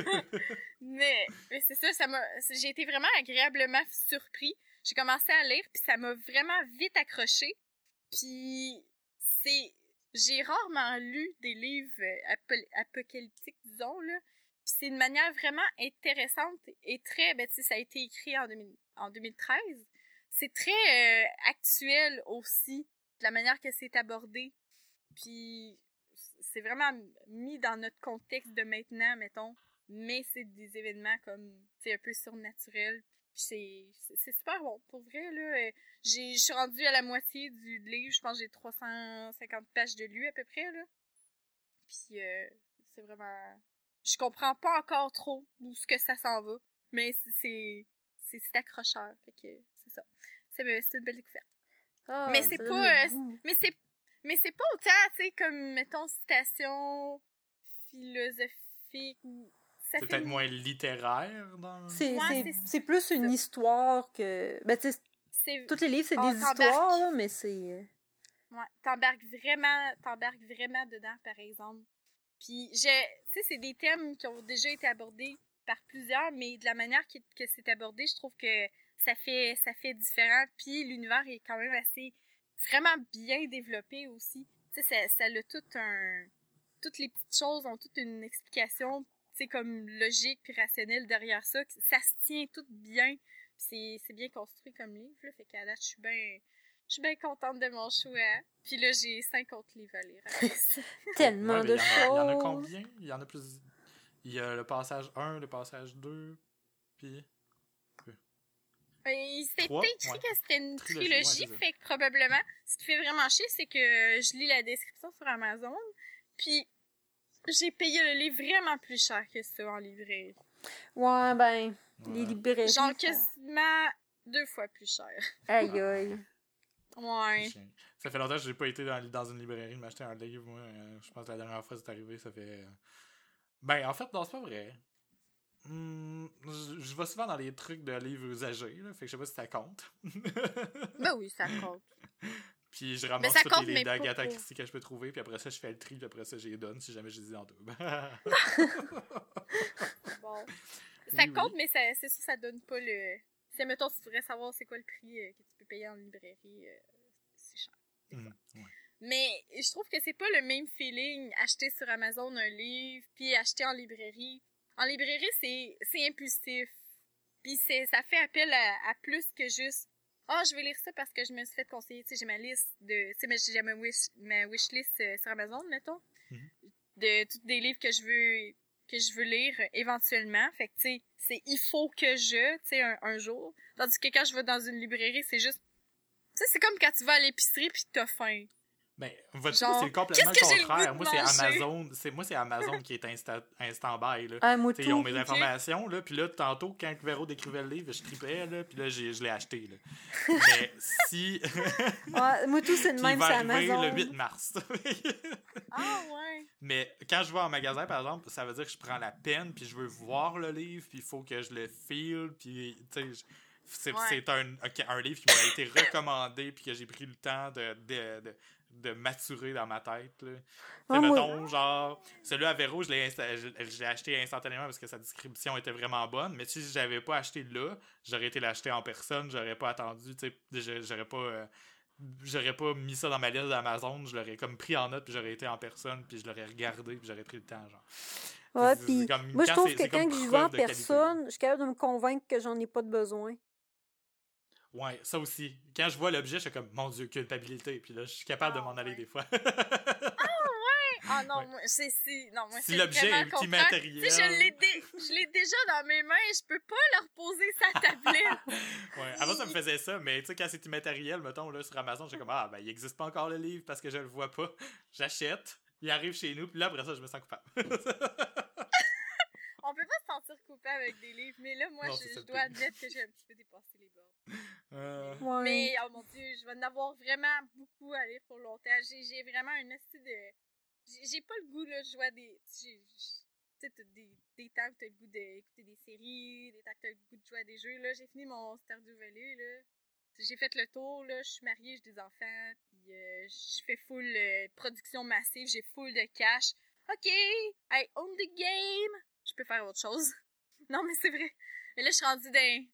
mais mais c'est ça, ça m'a... J'ai été vraiment agréablement surpris. J'ai commencé à lire, puis ça m'a vraiment vite accroché. Puis c'est... J'ai rarement lu des livres euh, apo- apocalyptiques, disons, là. Puis c'est une manière vraiment intéressante et très... Ben, tu sais, ça a été écrit en, deux mille en deux mille treize. C'est très euh, actuel aussi, de la manière que c'est abordé. Puis c'est vraiment mis dans notre contexte de maintenant, mettons. mais c'est des événements comme, tu sais, un peu surnaturels. Puis c'est, c'est, c'est super bon, pour vrai, là. Euh, j'ai, je suis rendue à la moitié du livre, je pense que j'ai trois cent cinquante pages de lu à peu près, là. Puis euh, c'est vraiment... Je comprends pas encore trop où ce que ça s'en va, mais c'est, c'est, c'est accrocheur, fait que c'est ça. C'est, c'est une belle découverte. Ah, mais c'est ça pas... donne Euh, le goût. mais c'est mais c'est pas autant, tu sais, comme, mettons, citation philosophique ou... Ça C'est fait peut-être moins littéraire dans... C'est, Ouais, c'est, c'est c'est plus une ça. histoire que... Ben, tu sais, C'est... tous les livres, c'est Oh, des t'embarques. histoires, là, mais c'est... Ouais, t'embarques vraiment, t'embarques vraiment dedans, par exemple. Puis, je, tu sais, c'est des thèmes qui ont déjà été abordés par plusieurs, mais de la manière que, que c'est abordé, je trouve que ça fait, ça fait différent. Puis, l'univers est quand même assez, vraiment bien développé aussi. Tu sais, ça, ça a tout un, toutes les petites choses ont toute une explication, tu sais, comme logique puis rationnelle derrière ça. Ça se tient tout bien. Puis c'est, c'est bien construit comme livre, là. Fait qu'à date, je suis bien... Je suis bien contente de mon choix. Puis là, j'ai cinquante livres à lire après ça. Tellement Ouais, mais de il y en a- il y en a choses. combien? Il y en a plus... Il y a le passage un, le passage deux, puis... Et c'était Trois? écrit Ouais. que c'était une Trilogie, trilogie, ouais, c'est ça. fait que probablement, ce qui fait vraiment chier, c'est que je lis la description sur Amazon, puis j'ai payé le livre vraiment plus cher que ça en librairie. Ouais, ben, les Ouais. librairies. Genre ça- quasiment deux fois plus cher. Aïe, aïe. Ouais. Chien. Ça fait longtemps que j'ai pas été dans, dans une librairie m'acheter un livre, moi. Euh, je pense que la dernière fois que c'est arrivé, ça fait... euh, Ben, en fait, non, c'est pas vrai. Hmm, je, je vais souvent dans les trucs de livres usagés, là, fait que je sais pas si ça compte. Ben oui, ça compte. Puis je Mais ramasse ça tous compte, les livres mais pas d'Agatha pour- Christie que je peux trouver, puis après ça, je fais le tri, puis après ça, je les donne si jamais je les ai en double. Bon. Ça Oui, compte, oui. mais ça, c'est sûr, ça donne pas le... Si, mettons, si tu voudrais savoir c'est quoi le prix euh, que tu peux payer en librairie, euh, c'est cher. Hmm, ouais. Mais je trouve que c'est pas le même feeling acheter sur Amazon un livre puis acheter en librairie. En librairie, c'est c'est impulsif. Puis c'est ça fait appel à, à plus que juste ah, oh, je vais lire ça parce que je me suis fait conseiller, tu sais, j'ai ma liste de tu sais, j'ai ma wish ma wishlist euh, sur Amazon, mettons, Mhm. de tous des livres que je veux que je veux lire euh, éventuellement. Fait que tu sais, c'est il faut que je, tu sais, un, un jour. Tandis que quand je vais dans une librairie, c'est juste tu sais, c'est comme quand tu vas à l'épicerie puis t'as faim. Ben, vois-tu, Genre, c'est complètement le qu'est-ce que j'ai le contraire. goût Moi, de c'est manger? Amazon. C'est, moi, c'est Amazon qui est insta, instant buy, là. Ah, moi, T'sais, ils ont tout. mes informations, là, puis là, tantôt, quand Véro décrivait le livre, je tripais, là, puis là, j'ai, je l'ai acheté, là. Mais si... Ouais, moi, tout, c'est de Puis il même, va c'est arriver Amazon. le huit mars. Ah ouais. Mais quand je vais en magasin, par exemple, ça veut dire que je prends la peine, puis je veux voir le livre, puis il faut que je le feel, puis, tu sais... je- C'est, Ouais. c'est un, ok, un livre qui m'a été recommandé, puis que j'ai pris le temps de... de, de de maturer dans ma tête, là. Ah, Fait, moi- mettons, genre, celui à Véro, je l'ai, insta- je, je l'ai acheté instantanément parce que sa description était vraiment bonne, mais si j'avais pas acheté là, j'aurais été l'acheter en personne, j'aurais pas attendu, tu sais, je- j'aurais pas... euh, j'aurais pas mis ça dans ma liste d'Amazon, je l'aurais comme pris en note, puis j'aurais été en personne, puis je l'aurais regardé, puis j'aurais pris le temps, genre. Ouais, C'est- puis c'est comme- moi, je quand trouve c'est- que c'est quand comme que j'y vais preuve en de qualité. personne, je suis capable de me convaincre que j'en ai pas de besoin. Ouais, ça aussi. Quand je vois l'objet, je suis comme, mon Dieu, culpabilité, puis là, je suis capable Ah, de m'en aller ouais. des fois. Ah non, Ouais. moi, c'est si. Non, moi, Si c'est l'objet vraiment est contraire. immatériel. Tu sais, je l'ai, dé- je l'ai déjà dans mes mains, je peux pas leur poser sa tablette. Ouais, avant ça me faisait ça, mais tu sais, quand c'est immatériel, mettons, là, sur Amazon, j'ai comme, ah, ben, il existe pas encore le livre parce que je le vois pas. J'achète, il arrive chez nous, puis là, après ça, je me sens coupable. On peut pas se sentir coupable avec des livres, mais là, moi, Non, je, c'est ça je le dois pire. admettre que j'ai un petit peu dépassé les bords. Euh, Ouais. Mais, oh mon Dieu, je vais en avoir vraiment beaucoup à lire pour longtemps. J'ai, j'ai vraiment une astuce de... J'ai, j'ai pas le goût, là, de jouer à des... j'ai- j'ai- Tu sais, t'as des, des temps où t'as le goût d'écouter des séries, des temps où t'as le goût de jouer à des jeux, là. J'ai fini mon Stardew Valley, là. J'ai fait le tour, là. Je suis mariée, j'ai des enfants, puis euh, je fais full euh, production massive, j'ai full de cash. OK, I own the game! Je peux faire autre chose. Non, mais c'est vrai. Mais là, je suis rendue dans...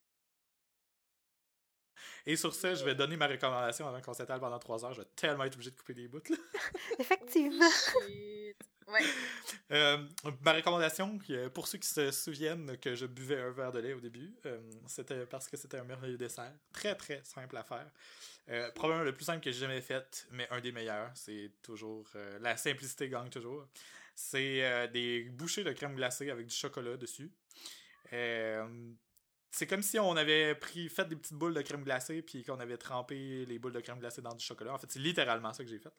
Et sur ça, je vais donner ma recommandation avant qu'on s'étale pendant trois heures. Je vais tellement être obligé de couper des bouts, là. Effectivement. Shit. Ouais. Euh, ma recommandation, euh, pour ceux qui se souviennent que je buvais un verre de lait au début, euh, c'était parce que c'était un merveilleux dessert. Très, très simple à faire. Euh, probablement le plus simple que j'ai jamais fait, mais un des meilleurs. C'est toujours... euh, la simplicité gagne toujours. C'est euh, des bouchées de crème glacée avec du chocolat dessus. Euh, c'est comme si on avait pris fait des petites boules de crème glacée puis qu'on avait trempé les boules de crème glacée dans du chocolat. En fait, c'est littéralement ça que j'ai fait.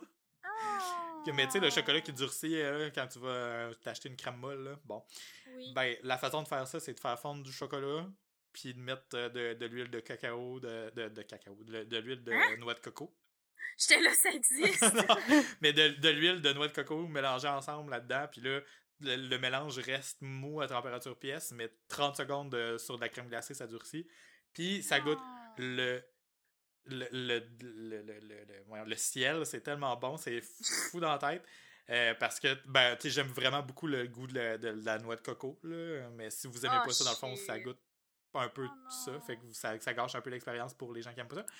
Oh. Mais tu sais, le chocolat qui durcit euh, quand tu vas euh, t'acheter une crème molle, là, bon. Oui. Ben, la façon de faire ça, c'est de faire fondre du chocolat puis de mettre euh, de, de l'huile de cacao, de, de, de cacao, de, de l'huile de Hein? noix de coco. J'étais là, ça existe. Non, mais de, de l'huile de noix de coco mélangée ensemble là-dedans, puis là, le, le mélange reste mou à température pièce, mais trente secondes de- sur de la crème glacée, ça durcit. Puis ça goûte Ah. le le, le, le, le, le, le- voyons, le ciel, c'est tellement bon, c'est fou dans la tête. Euh, parce que, ben, tu sais, j'aime vraiment beaucoup le goût de la, de la noix de coco, là, mais si vous aimez Oh, pas ça, dans le fond, ça shit. goûte un peu Oh tout ça, non. fait que ça, ça gâche un peu l'expérience pour les gens qui aiment pas ça.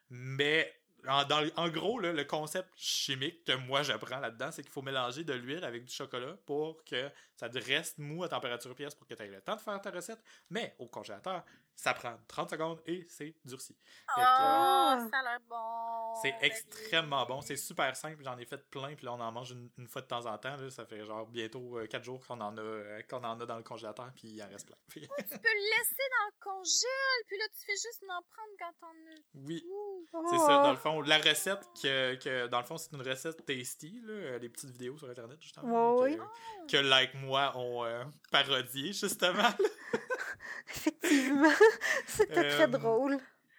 Mais, en, dans, en gros, là, le concept chimique que moi j'apprends là-dedans, c'est qu'il faut mélanger de l'huile avec du chocolat pour que ça te reste mou à température pièce pour que tu aies le temps de faire ta recette. Mais au congélateur, ça prend trente secondes et c'est durci. Oh, Fait que, Ah. ça a l'air bon. c'est Ben extrêmement oui. bon, c'est super simple, j'en ai fait plein, puis là on en mange une, une fois de temps en temps, là, ça fait genre bientôt euh, quatre jours qu'on en a euh, qu'on en a dans le congélateur, puis il en reste plein. Puis- Tu peux le laisser dans le congèle, puis là, tu fais juste en prendre quand t'en as. oui, Ouh. c'est ça, dans le fond, la recette que, que dans le fond, c'est une recette tasty, là, euh, les petites vidéos sur internet, justement, Ouais, que, oui. que Like Moi ont euh, parodié, justement. là. Effectivement, c'était Euh, très drôle.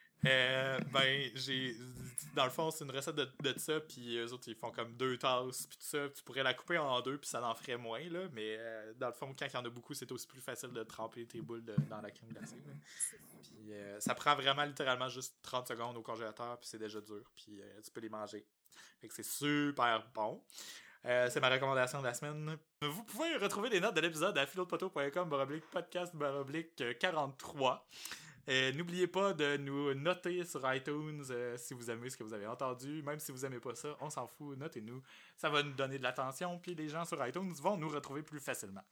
Euh, ben, j'ai. Dans le fond, c'est une recette de, de ça, puis eux autres, ils font comme deux tasses, puis tout ça. Tu pourrais la couper en deux, puis ça en ferait moins, là. Mais euh, dans le fond, quand il y en a beaucoup, c'est aussi plus facile de tremper tes boules de- dans la crème glacée. là. Puis euh, ça prend vraiment littéralement juste trente secondes au congélateur, puis c'est déjà dur, puis euh, tu peux les manger. Fait que c'est super bon. Euh, c'est ma recommandation de la semaine. Vous pouvez retrouver les notes de l'épisode à philodepoteau point com baroblique podcast baroblique quarante-trois. Euh, N'oubliez pas de nous noter sur iTunes euh, si vous aimez ce que vous avez entendu. Même si vous aimez pas ça, on s'en fout, notez-nous. Ça va nous donner de l'attention, puis les gens sur iTunes vont nous retrouver plus facilement.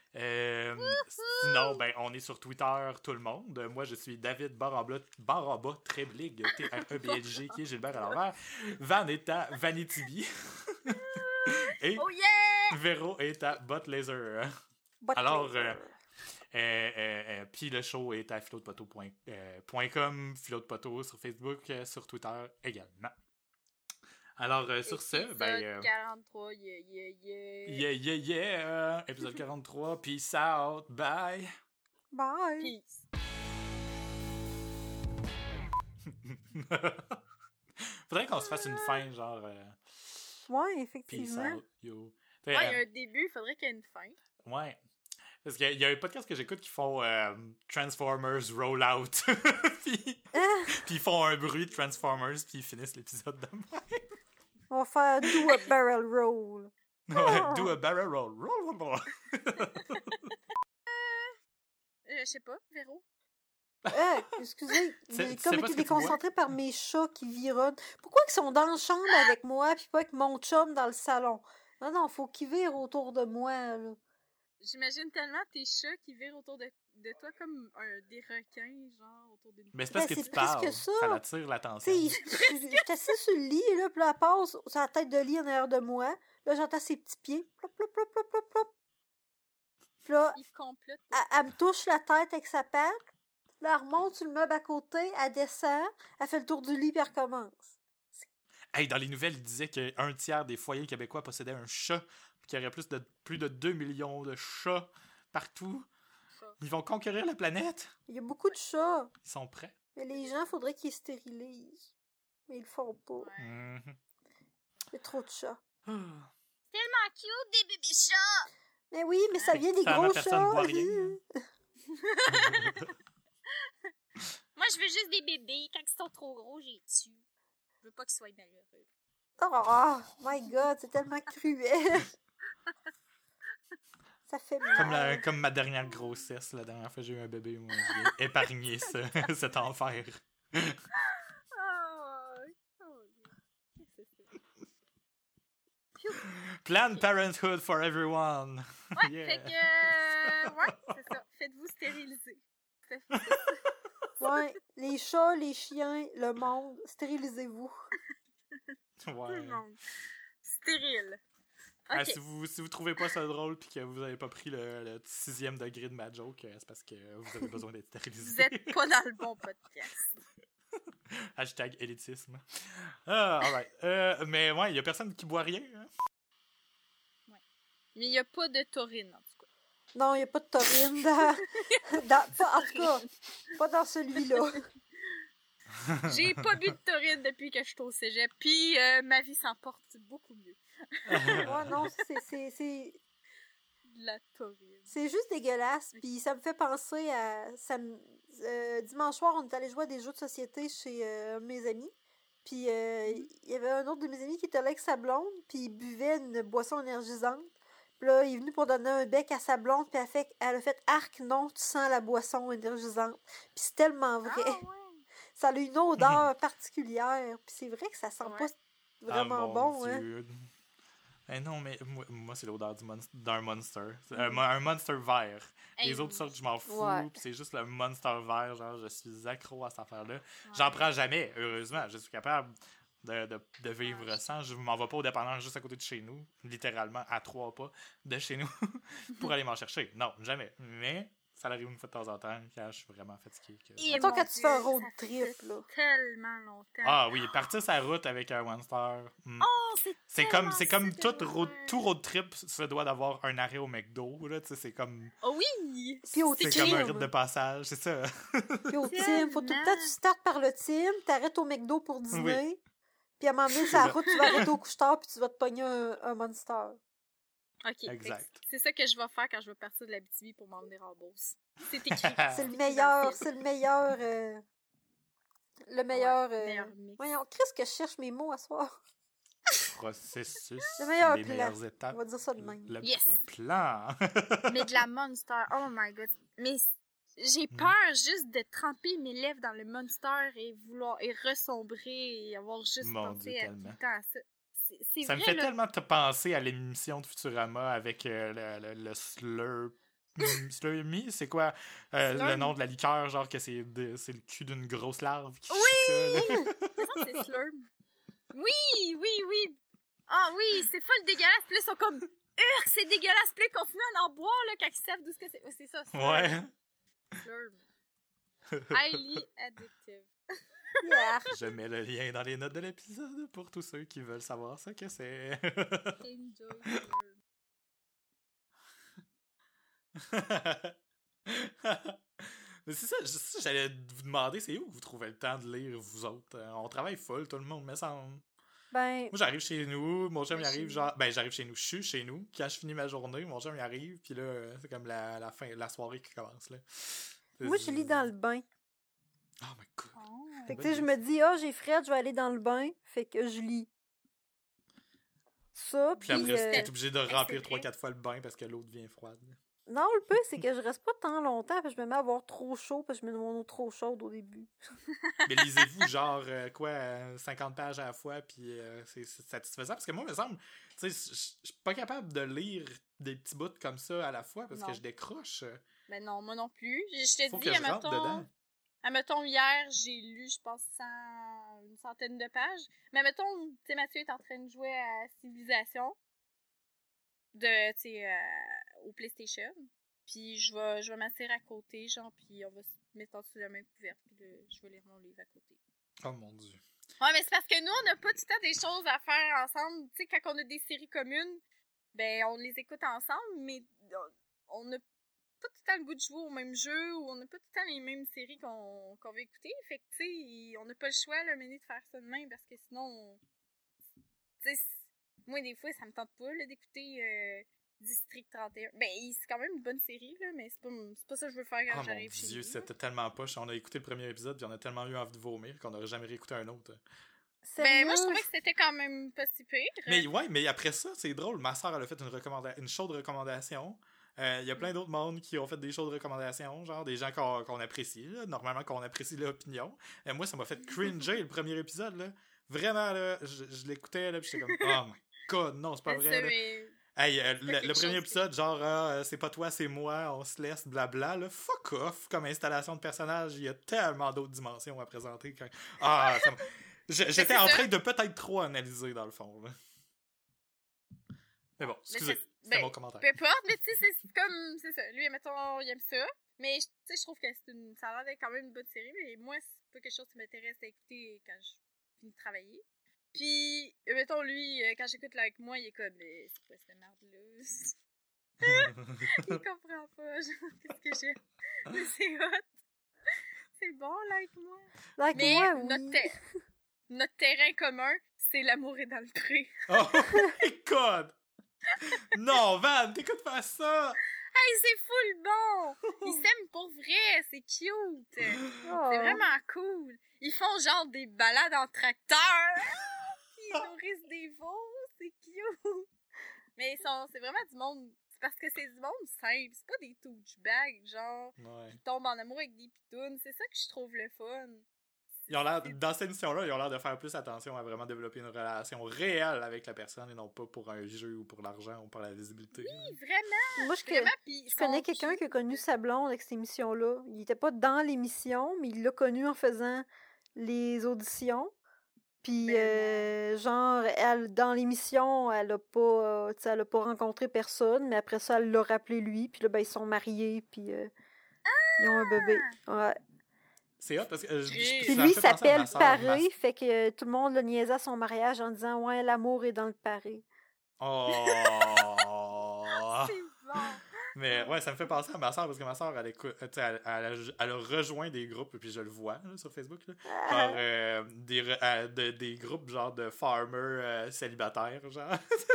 Euh, sinon, ben, on est sur Twitter, tout le monde. Moi, je suis David Baramba, Baramba Treblig, T R E B L G, qui est Gilbert à l'envers. Van est à Vanitibi. Et Oh yeah! Véro est à Bot Laser. But Alors, later. euh, Euh, euh, euh, Puis le show est à philodepoteau point com, Philo de Poteau sur Facebook, euh, sur Twitter également. Alors, euh, sur ce, Épisode ben. Euh, quarante-trois, yeah, yeah, yeah. yeah, yeah, yeah! euh, épisode quarante-trois, peace out, bye! Bye. Peace. Faudrait qu'on se fasse une fin, genre. Euh, Ouais, peace effectivement. out, yo. Ouais, Fait, il y a euh, un début, il faudrait qu'il y ait une fin. ouais. Parce qu'il y a- il y a un podcast que j'écoute qui font euh, Transformers Rollout. puis, Ah, puis ils font un bruit de Transformers, puis ils finissent l'épisode de même. on va faire do a barrel roll. Ouais, do a barrel roll. Roll, roll, roll. Euh, je sais pas, Véro. Ah, excusez, C'est- j'ai tu comme sais pas été ce que tu vois? déconcentrée par mes chats qui vironnent. Pourquoi ils sont dans la chambre avec moi, puis pas avec mon chum dans le salon? Non, non, faut qu'ils virent autour de moi, là. J'imagine tellement tes chats qui virent autour de, de toi comme un, des requins, genre, autour d'une... Mais c'est parce Ben, que c'est tu presque parles. ça. Ça attire l'attention. Tu sais, je suis assise sur le lit, là, puis là, elle passe sur la tête de lit en arrière de moi. Là, j'entends ses petits pieds. Plop, plop, plop, plop, plop, plop. Puis là, Ils complotent. elle, elle me touche la tête avec sa patte. Là, elle remonte sur le meuble à côté, elle descend, elle fait le tour du lit, puis elle recommence. Hey, dans les nouvelles, il disait qu'un tiers des foyers québécois possédaient un chat, puis qu'il y aurait plus de, plus de deux millions de chats partout. Ça. Ils vont conquérir la planète. Il y a beaucoup de chats, Ils sont prêts. mais les gens, faudrait qu'ils stérilisent. Mais ils le font pas. Ouais. Mhm. Il y a trop de chats. Ah. Tellement cute, des bébés chats! Mais oui, mais ça vient des Finalement, gros personne chats. boit rien. Moi, je veux juste des bébés. Quand ils sont trop gros, j'ai tue. Je veux pas qu'ils soient malheureux. Oh, my God, c'est tellement cruel. Ça fait mal. Comme, la- comme ma dernière grossesse, la dernière fois que j'ai eu un bébé, moi, j'ai épargné ce, cet enfer. Oh, oh, qu'est-ce que c'est? Planned Parenthood for everyone. Ouais, Yeah. fait que... euh, ouais, c'est ça. Faites-vous stériliser. C'est- Ouais, les chats, les chiens, le monde, stérilisez-vous. Tout Ouais. le monde. Stérile. Ah, si, vous, si vous trouvez pas ça drôle pis que vous avez pas pris le, le sixième degré de ma joke, c'est parce que vous avez besoin d'être stérilisé. Vous êtes pas dans le bon podcast. Hashtag élitisme. Ah, alright. Euh, mais ouais, il y a personne qui boit rien. Hein? Ouais. Mais il y a pas de taurine, en tout cas. Non, il n'y a pas de taurine dans... dans... Pas, en tout cas, pas dans celui-là. J'ai pas bu de taurine depuis que je suis au cégep, puis euh, ma vie s'en porte beaucoup mieux. Ouais, non, c'est... c'est, c'est... De la taurine. C'est juste dégueulasse, puis ça me fait penser à... Ça me... euh, dimanche soir, on est allé jouer à des jeux de société chez euh, mes amis, puis il euh, y avait un autre de mes amis qui était là avec sa blonde, puis il buvait une boisson énergisante. Puis là, il est venu pour donner un bec à sa blonde, puis elle, fait, elle a fait « Arc, non, tu sens la boisson énergisante. » Puis c'est tellement vrai. Ah, ouais. Ça a une odeur particulière, puis c'est vrai que ça sent Ouais. pas vraiment ah, mon bon, hein. Dieu. Eh non, mais moi, moi c'est l'odeur du mon- d'un Monster. C'est Un, mo- un Monster vert. Hey, Les autres sortes, je m'en fous. Ouais. Pis c'est juste le Monster vert. Genre, je suis accro à cette affaire-là. J'en prends jamais, heureusement. Je suis capable de, de, de vivre Ouais. sans. Je m'en vais pas au dépanneur juste à côté de chez nous. Littéralement, à trois pas de chez nous. Pour aller m'en chercher. Non, jamais. Mais ça arrive une fois de temps en temps quand je suis vraiment fatigué. que- Et Mettons mon quand tu Dieu, fais un road ça trip, fait là. tellement longtemps. Ah oui, partir sa route avec un Monster. hmm. Oh, c'est C'est tellement comme, c'est comme ça, tout, road, ouais. tout road trip se doit d'avoir un arrêt au McDo. Là, tu sais, c'est comme, Oh oui! Puis au c'est team. comme un rite de passage, c'est ça. Puis au team, faut tout le temps que tu startes par le team, t'arrêtes au McDo pour dîner, puis à un moment donné, sur la route, tu vas arrêter au couche-tard, puis tu vas te pogner un, un Monster. Ok, Exact. fait que c'est ça que je vais faire quand je vais partir de l'Abitibi pour m'en venir en Beauce. C'est écrit. C'est le meilleur, c'est le meilleur... euh, le meilleur... Ouais, euh, meilleur mix. Voyons, qu'est-ce que je cherche mes mots à soir? Processus, Le meilleur les plan. meilleures étapes. On va dire ça de même. Le Yes. plan. Mais de la Monster, oh my god. Mais c- j'ai Mm. peur juste de tremper mes lèvres dans le Monster et vouloir et ressombrer et avoir juste Mon pensé Dieu, à tellement. tout le temps à ça. C'est, c'est Ça me vrai, fait là. tellement te penser à l'émission de Futurama avec euh, le, le, le Slurp. Slurmy, c'est quoi euh, Slurm. le nom de la liqueur? Genre que c'est, de- c'est le cul d'une grosse larve qui Oui! chie ça, là. Il me semble que c'est Slurm. Oui, oui, oui. Ah oui, c'est full dégueulasse. Puis là, ils sont comme, urgh, c'est dégueulasse. Puis là, ils continuent à en boire, là, quand ils savent d'où ce que c'est. Ouais, c'est ça, Slurm. Ouais. Slurm. Highly addictive. Yeah. Je mets le lien dans les notes de l'épisode pour tous ceux qui veulent savoir ce que c'est. Enjoy Slurm. Mais c'est ça, c'est ça, j'allais vous demander, c'est où vous trouvez le temps de lire, vous autres? Euh, On travaille full, tout le monde, me semble. Ben, Moi, j'arrive chez nous, mon chum, Ouais, il arrive, chez genre... Ben, j'arrive chez nous, je suis chez nous. Quand je finis ma journée, mon chum, il arrive, puis là, euh, c'est comme la, la fin, la soirée qui commence, là. moi, je lis dans le bain. Oh my god. Oh. Fait que, bonne tu sais, je me dis, ah, j'ai fret, je vais aller dans le bain. Fait que je lis. Ça, Puis puis... après, euh, t'es obligé de remplir c'est trois vrai. quatre fois le bain parce que l'eau devient froide. Non, le peu, c'est que je reste pas tant longtemps, parce que je me mets à avoir trop chaud, parce que je mets mon eau trop chaude au début. Mais lisez-vous, genre, euh, quoi, euh, cinquante pages à la fois, puis euh, c'est c'est satisfaisant. Parce que moi, il me semble, tu sais, je je suis pas capable de lire des petits bouts comme ça à la fois parce Non. que je décroche. Ben non, moi non plus. Je je te Faut dis, que je rentre admettons, dedans. admettons, hier, j'ai lu, je pense, cent, une centaine de pages. Mais admettons, tu sais, Mathieu est en train de jouer à Civilisation, de, tu sais, euh, au PlayStation. Puis je vais, je vais m'asseoir à côté, genre, puis on va se mettre en dessous de la main couverte, puis là, je vais lire mon livre à côté. Oh mon dieu. Ouais, mais c'est parce que nous, on n'a pas tout le temps des choses à faire ensemble. Tu sais, quand on a des séries communes, ben, on les écoute ensemble, mais on n'a pas tout le temps le goût de jouer au même jeu, ou on n'a pas tout le temps les mêmes séries qu'on qu'on veut écouter. Fait que, tu sais, on n'a pas le choix, là, Méné, de faire ça de même, parce que sinon, on... tu sais, moi, des fois, ça me tente pas, là, d'écouter euh, District trente et un. Ben, c'est quand même une bonne série, là, mais c'est pas, c'est pas ça que je veux faire quand Oh mon j'arrive chez dieu, nous. c'était tellement poche. On a écouté le premier épisode, puis on a tellement eu envie de vomir qu'on n'aurait jamais réécouté un autre. Ben, moi, je trouvais que c'était quand même pas si pire. Mais ouais, mais après ça, c'est drôle. Ma soeur, elle a fait une, recommanda- une chaude recommandation. Il euh, y a plein d'autres mondes qui ont fait des chaudes recommandations, genre des gens qu'on qu'on apprécie, là, normalement qu'on apprécie l'opinion. Et moi, ça m'a fait cringer le premier épisode, là. Vraiment, là, je, je l'écoutais, là, puis j'étais comme, oh my god, non, c'est pas Ben, vrai, ça, là. mais... Hey, euh, quelque le, le chose, premier c'est- épisode, genre, ah, c'est pas toi, c'est moi, on se laisse, blabla, là, fuck off, comme installation de personnage, il y a tellement d'autres dimensions à présenter. Quand... Ah, ça m'a- Je- J'étais c'est en ça. train de peut-être trop analyser, dans le fond, là. Mais bon, Mais excusez, c'est- c'était ben, mon commentaire. Peu importe, mais tu sais, c'est c'est comme, c'est ça. Lui, mettons, il aime ça. Mais, tu sais, je trouve que c'est une, ça a l'air d'être quand même une bonne série, mais moi, c'est pas quelque chose qui m'intéresse à écouter quand je finis de travailler. Puis, euh, mettons, lui, euh, quand j'écoute là avec moi, il est comme, mais c'est quoi cette merde-là? Il comprend pas, genre, qu'est-ce que j'ai. Mais c'est hot. C'est bon, là, avec moi. Like Mais moi, notre, oui. ter- notre terrain commun, c'est l'amour est dans le pré. Oh my god! Non, Van, t'écoutes pas ça! Hey, c'est full bon! Ils s'aiment pour vrai, c'est cute! C'est Oh. vraiment cool. Ils font genre des balades en tracteur. Puis ils nourrissent des veaux, c'est cute. Mais ils sont, c'est vraiment du monde. C'est parce que c'est du monde simple. C'est pas des douchebags, genre, Ouais. qui tombent en amour avec des pitounes. C'est ça que je trouve le fun. Ils ont l'air, dans cette émission-là, ils ont l'air de faire plus attention à vraiment développer une relation réelle avec la personne et non pas pour un jeu ou pour l'argent ou pour la visibilité. Oui, vraiment, Moi, je, que- vraiment. Puis ils je connais sont quelqu'un cute. qui a connu sa blonde avec cette émission-là. Il était pas dans l'émission, mais il l'a connu en faisant les auditions. Puis, Ben euh, genre, elle, dans l'émission, elle a pas, euh, tu sais, elle a pas rencontré personne, mais après ça, elle l'a rappelé lui. Puis là, ben, ils sont mariés, puis euh, ils ont un bébé. Ouais. C'est hot parce que euh, je- je- Puis ça me lui fait penser à s'appelle ma sœur, Paré, ma- fait que euh, tout le monde le niaisait à son mariage en disant « Ouais, l'amour est dans le Paré. Oh! C'est bon. Mais ouais, ça me fait penser à ma soeur parce que ma soeur, elle, écoute, tu sais, elle, elle, a- elle a rejoint des groupes, et puis je le vois là, sur Facebook, là, genre euh, des, re- euh, de- des groupes genre de farmers euh, célibataires, genre.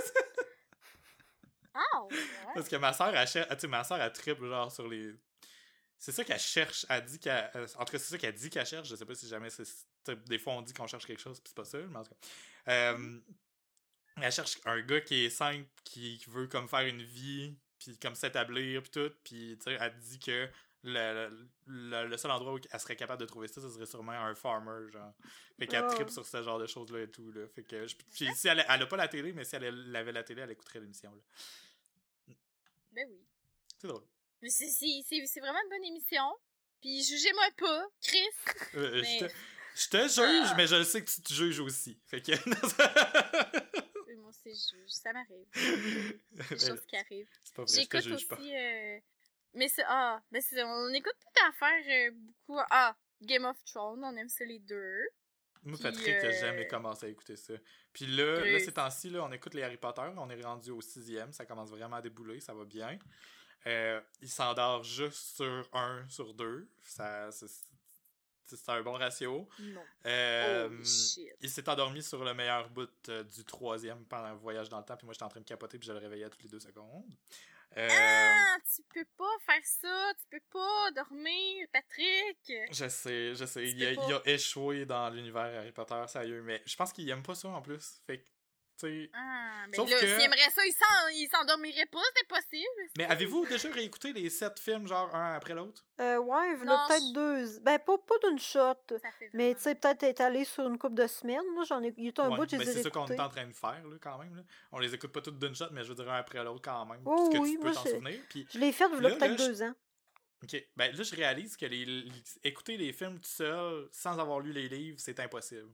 Ah, ouais. Parce que ma soeur, elle cherche, tu sais, ma soeur, elle triple genre sur les. C'est ça qu'elle cherche, elle dit qu'elle. euh, En tout cas, c'est ça qu'elle dit qu'elle cherche, je sais pas si jamais c'est. Tu sais, des fois, on dit qu'on cherche quelque chose, puis c'est pas ça, mais en tout cas. Euh, Elle cherche un gars qui est simple, qui, qui veut comme faire une vie, puis comme s'établir, puis tout, puis tu sais, elle dit que le, le, le seul endroit où elle serait capable de trouver ça, ce serait sûrement un farmer, genre. Fait qu'elle Oh. tripe sur ce genre de choses-là et tout, là. Fait que, je- puis si elle, elle a pas la télé, mais si elle avait la télé, elle écouterait l'émission, là. Ben oui. C'est drôle. Mais c'est, c'est, c'est, c'est vraiment une bonne émission. Puis jugez-moi pas, Chris. Euh, Mais- je, te, je te juge, mais je sais que tu te juges aussi. Fait que... Oui, moi aussi, je juge. Ça m'arrive. Des Mais choses qui arrivent. c'est pas vrai, je te J'écoute juge aussi. pas. euh, Mais c'est. Ah, ben c'est, on écoute pas d'affaires euh, beaucoup. Ah, Game of Thrones, on aime ça les deux. Moi, Puis, Patrick, euh, j'ai jamais commencé à écouter ça. Puis là, Chris. là ces temps-ci, là, on écoute les Harry Potter. On est rendu au sixième. Ça commence vraiment à débouler. Ça va bien. Euh, il s'endort juste sur un sur deux. Ça, c'est, c'est un bon ratio. Non. Euh, Holy shit. il s'est endormi sur le meilleur bout euh, du troisième pendant un voyage dans le temps. Puis moi, j'étais en train de capoter. Puis je le réveillais à toutes les deux secondes. Euh, Ah, tu peux pas faire ça. Tu peux pas dormir, Patrick. Je sais, je sais. Tu Il a, peux pas. il a échoué dans l'univers Harry Potter, sérieux. Mais je pense qu'il aime pas ça en plus. Fait que, tu sais. Ah, mais Sauf là, que- s'il aimerait ça, il, s'en, il s'endormirait pas, c'est possible. Mais avez-vous déjà réécouté les sept films, genre un après l'autre? Euh, ouais, il y en Non, a peut-être je- deux. Ben, pas, pas d'une shot. Ça fait Mais vraiment- tu sais, peut-être étalé sur une couple de semaines. Moi, j'en ai. Il y a un Ouais, bout, je ben les ai c'est ça qu'on écoutés. est en train de faire, là, quand même. Là. On les écoute pas toutes d'une shot, mais je veux dire un après l'autre quand même. Oh, parce que oui, tu peux moi, t'en je- souvenir. Puis, Je l'ai fait, il y a Là, peut-être là, deux ans. ok, ben là, je réalise que les, les- écouter les films tout seul, sans avoir lu les livres, c'est impossible.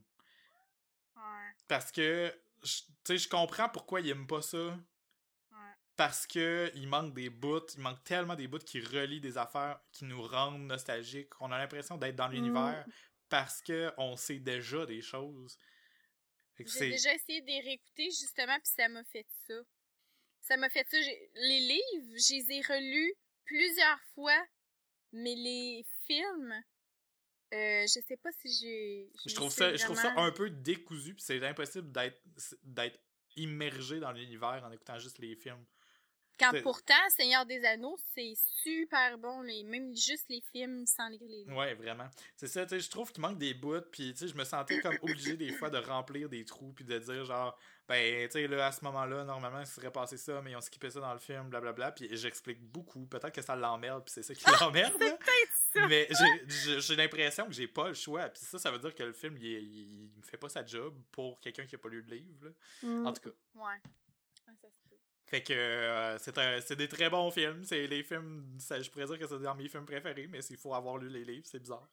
Ouais, Parce que, je- tu sais, je comprends pourquoi ils aiment pas ça. ouais. Parce que il manque des bouts, il manque tellement des bouts qui relient des affaires qui nous rendent nostalgiques, qu'on a l'impression d'être dans l'univers parce que on sait déjà des choses. Fait que J'ai c'est- déjà essayé de les réécouter, justement, puis ça m'a fait ça. Ça m'a fait ça. J'ai- Les livres, je les ai relus plusieurs fois, mais les films, euh, je sais pas si j'ai... Je trouve ça, je trouve ça un peu décousu, puis c'est impossible d'être d'être immergé dans l'univers en écoutant juste les films. Quand c'est- pourtant, Seigneur des Anneaux, c'est super bon, les... même juste les films sans lire les livres. Ouais, vraiment. C'est ça, tu sais, je trouve qu'il manque des bouts, puis tu sais, je me sentais comme obligé des fois de remplir des trous, puis de dire genre, ben, tu sais, là, à ce moment-là, normalement, il se serait passé ça, mais ils ont skippé ça dans le film, blablabla, puis j'explique beaucoup. Peut-être que ça l'emmerde, puis c'est ça qui l'emmerde, là. ça. Mais j'ai- j'ai j'ai l'impression que j'ai pas le choix, puis ça, ça veut dire que le film, il, est- il, il fait pas sa job pour quelqu'un qui a pas lu le livre, là. Mm. En tout cas. Ouais. Ouais, ça se peut. Fait que euh, c'est un- c'est des très bons films. C'est les films, ça, je pourrais dire que c'est dans mes films préférés, mais s'il faut avoir lu les livres, c'est bizarre.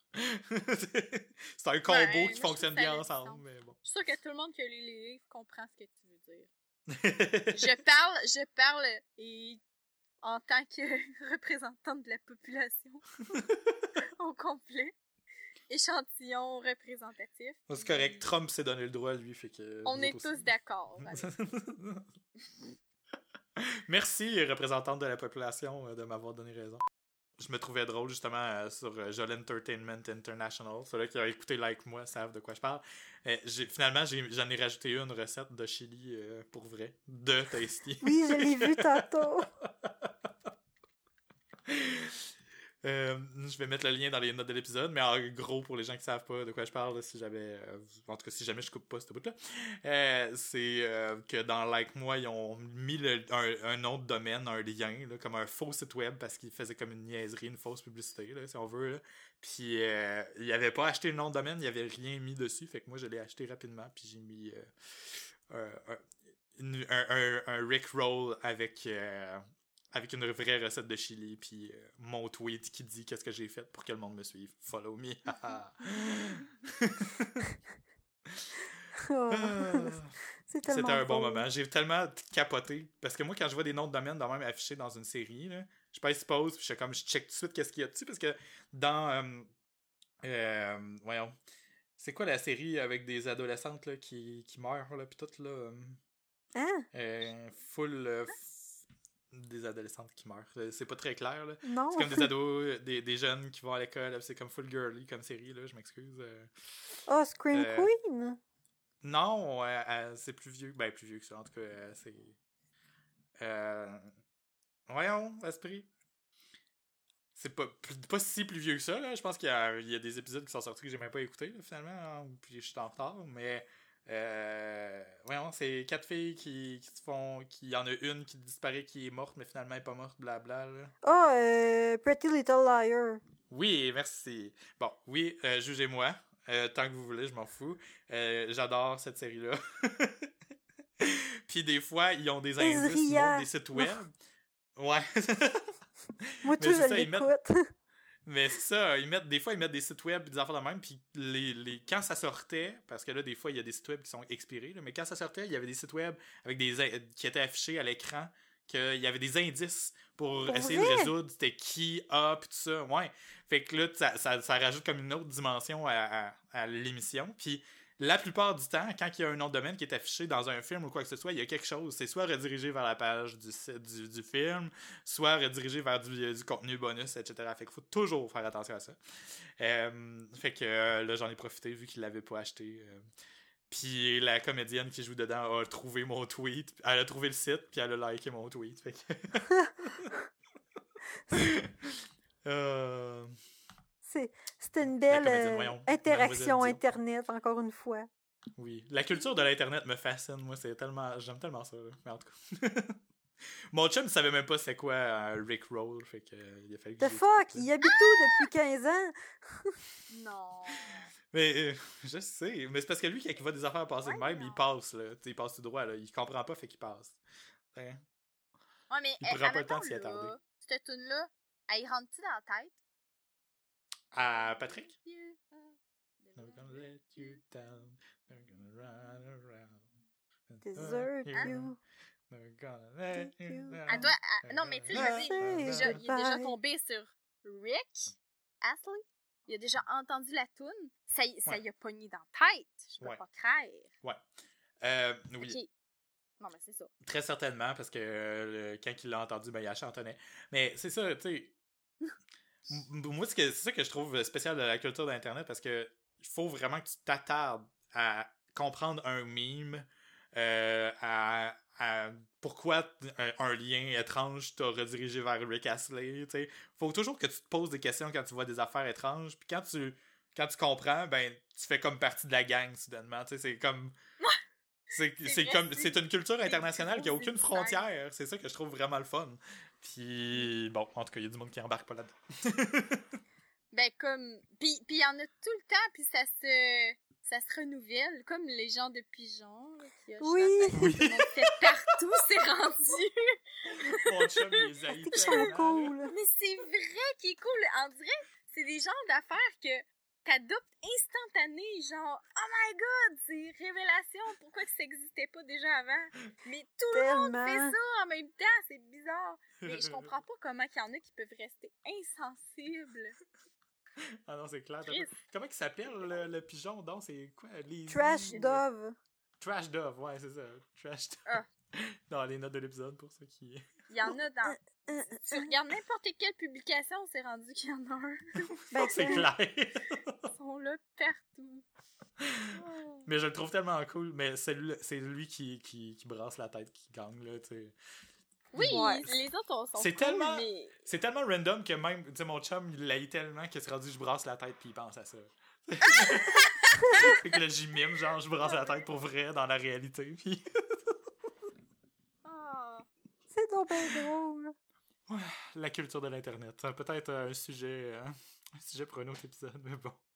c'est un combo Ouais, moi, qui je fonctionne trouve ça bien a du ensemble, sens. mais bon. Je suis sûre que tout le monde qui a lu les livres comprend ce que tu veux dire. je parle, je parle et en tant que représentante de la population au complet. Échantillon représentatif. C'est correct, Trump s'est donné le droit, lui, fait que... On est tous d'accord. Merci, représentante de la population, de m'avoir donné raison. Je me trouvais drôle, justement, euh, sur euh, Jol Entertainment International. Ceux-là qui ont écouté Like Moi savent de quoi je parle. Euh, j'ai, finalement, j'ai, j'en ai rajouté une recette de chili euh, pour vrai, de Tasty. Oui, je l'ai vu tantôt. Euh, je vais mettre le lien dans les notes de l'épisode, mais en gros, pour les gens qui savent pas de quoi je parle, si jamais, euh, en tout cas, si jamais je coupe pas ce bout-là, euh, c'est euh, que dans Like Moi, ils ont mis le, un, un nom de domaine, un lien, là, comme un faux site web, parce qu'ils faisaient comme une niaiserie, une fausse publicité, là, si on veut. Là. Puis, euh, ils avaient pas acheté le nom de domaine, ils avaient rien mis dessus, fait que moi, je l'ai acheté rapidement, puis j'ai mis euh, un, un, une, un, un, un Rickroll avec... Euh, avec une vraie recette de chili, puis euh, mon tweet qui dit qu'est-ce que j'ai fait pour que le monde me suive. Follow me. Oh. C'est tellement C'était un bon beau. moment. J'ai tellement capoté. Parce que moi, quand je vois des noms de domaine de même affichés dans une série, là, je pèse pause, puis je, comme, je check tout de suite qu'est-ce qu'il y a dessus, parce que dans... Euh, euh, voyons. C'est quoi la série avec des adolescentes là, qui, qui meurent, là, puis tout, là... Euh, Hein? euh, full... Euh, des adolescentes qui meurent. C'est pas très clair, là. Non. C'est comme des ados, des, des jeunes qui vont à l'école, c'est comme full girly comme série, là, je m'excuse. Euh, Oh, Scream euh, Queen? Non, euh, euh, c'est plus vieux, ben plus vieux que ça, en tout cas, euh, c'est... Euh... Voyons, esprit. C'est pas, plus, pas si plus vieux que ça, là, je pense qu'il y a, il y a des épisodes qui sont sortis que j'ai même pas écouté, là, finalement, hein, puis je suis en retard, mais... Euh, voyons, c'est quatre filles qui, qui se font... Il y en a une qui disparaît, qui est morte, mais finalement elle est pas morte, blabla. Là. Oh, euh, Pretty Little Liar. Oui, merci. Bon, oui, euh, jugez-moi. Euh, tant que vous voulez, je m'en fous. Euh, j'adore cette série-là. Puis des fois, ils ont des indices sur des sites web. Ouais. Moi, tout, mais je ça, l'écoute. Mettent... Mais c'est ça, ils mettent, des fois, ils mettent des sites web et des affaires de même, puis les, les, quand ça sortait, parce que là, des fois, il y a des sites web qui sont expirés, là, mais quand ça sortait, il y avait des sites web avec des qui étaient affichés à l'écran, qu'il y avait des indices pour, pour essayer vrai? de résoudre c'était qui, a, puis tout ça. Ouais. Fait que là, ça, ça, ça rajoute comme une autre dimension à, à, à l'émission, puis la plupart du temps, quand il y a un nom de domaine qui est affiché dans un film ou quoi que ce soit, il y a quelque chose. C'est soit redirigé vers la page du, du, du film, soit redirigé vers du, du contenu bonus, et cetera. Fait qu'il faut toujours faire attention à ça. Euh, fait que euh, là, j'en ai profité vu qu'il l'avait pas acheté. Euh, puis la comédienne qui joue dedans a trouvé mon tweet. Elle a trouvé le site, puis elle a liké mon tweet. Fait que... euh... C'est, c'est une belle euh, voyons, interaction Internet, encore une fois. Oui. La culture de l'Internet me fascine. Moi, c'est tellement... J'aime tellement ça. Là. Mais en tout cas... Mon chum ne savait même pas c'est quoi un Rickroll. Fait que, euh, il a fallu que The fuck? Il habite où depuis quinze ans? Non. Mais euh, je sais. Mais c'est parce que lui, quand il voit des affaires passer ouais, de même, non. il passe. Là. Il passe tout droit. Là. Il comprend pas, fait qu'il passe. Hein? Ouais, mais il ne prend pas le temps de s'y attarder. Cette tune-là, elle rentre-tu dans la tête? À Patrick? Never gonna let you down. Never gonna run around. Desert you. Never gonna let you down. Elle doit, elle, non, mais tu sais, je veux dire, déjà, il est déjà tombé sur Rick Astley. Il a déjà entendu la toune. Ça, ça ouais. y a pogné dans la tête. Je peux ouais. pas croire. Ouais. Euh, oui. Okay. Non, mais c'est ça. Très certainement, parce que euh, quand il l'a entendu, ben, il a chantonnait. Mais c'est ça, tu sais. Moi, c'est, que, c'est ça que je trouve spécial de la culture d'Internet, parce que il faut vraiment que tu t'attardes à comprendre un meme, euh, à, à pourquoi un, un lien étrange t'a redirigé vers Rick Astley. Il faut toujours que tu te poses des questions quand tu vois des affaires étranges, puis quand tu, quand tu comprends, ben tu fais comme partie de la gang soudainement. C'est comme... C'est, c'est, c'est, comme, c'est une culture internationale qui n'a aucune frontière. C'est ça que je trouve vraiment le fun. Puis, bon, en tout cas, il y a du monde qui embarque pas là-dedans. Ben, comme... Puis il y en a tout le temps, puis ça se... Ça se renouvelle, comme les gens de pigeons. Là, qui oui! oui. Fait partout, c'est rendu. Mon chum, il les haït tellement. Cool. Mais c'est vrai qu'il est cool. On dirait c'est des genres d'affaires que... t'adoptes instantané, genre, oh my god, c'est révélation, pourquoi que ça existait pas déjà avant? Mais tout le monde fait Tellement. ça en même temps, c'est bizarre. Mais je comprends pas comment il y en a qui peuvent rester insensibles. Ah non, c'est clair. Triste. Comment il s'appelle le, le pigeon? Donc, c'est quoi? Les Trash Dove. Trash Dove, ouais, c'est ça. Trash Dove. Ah. Dans les notes de l'épisode, pour ceux qui... Il y en a dans... Tu regardes n'importe quelle publication, c'est rendu qu'il y en a un. Ben, c'est c'est- clair. Ils sont là partout. Oh. Mais je le trouve tellement cool. Mais c'est lui, c'est lui qui, qui, qui brasse la tête, qui gagne, là, tu sais. Oui, Ouais. les autres on- sont C'est cool, tellement- mais... C'est tellement random que même, tu sais, mon chum, il l'haït tellement que c'est rendu, je brasse la tête puis il pense à ça. Fait que là, j'y mime, genre, je brasse la tête pour vrai dans la réalité. Puis... Ah. C'est donc bien drôle. la culture de l'Internet. C'est peut-être euh, un sujet, euh, un sujet pour un autre épisode, mais bon.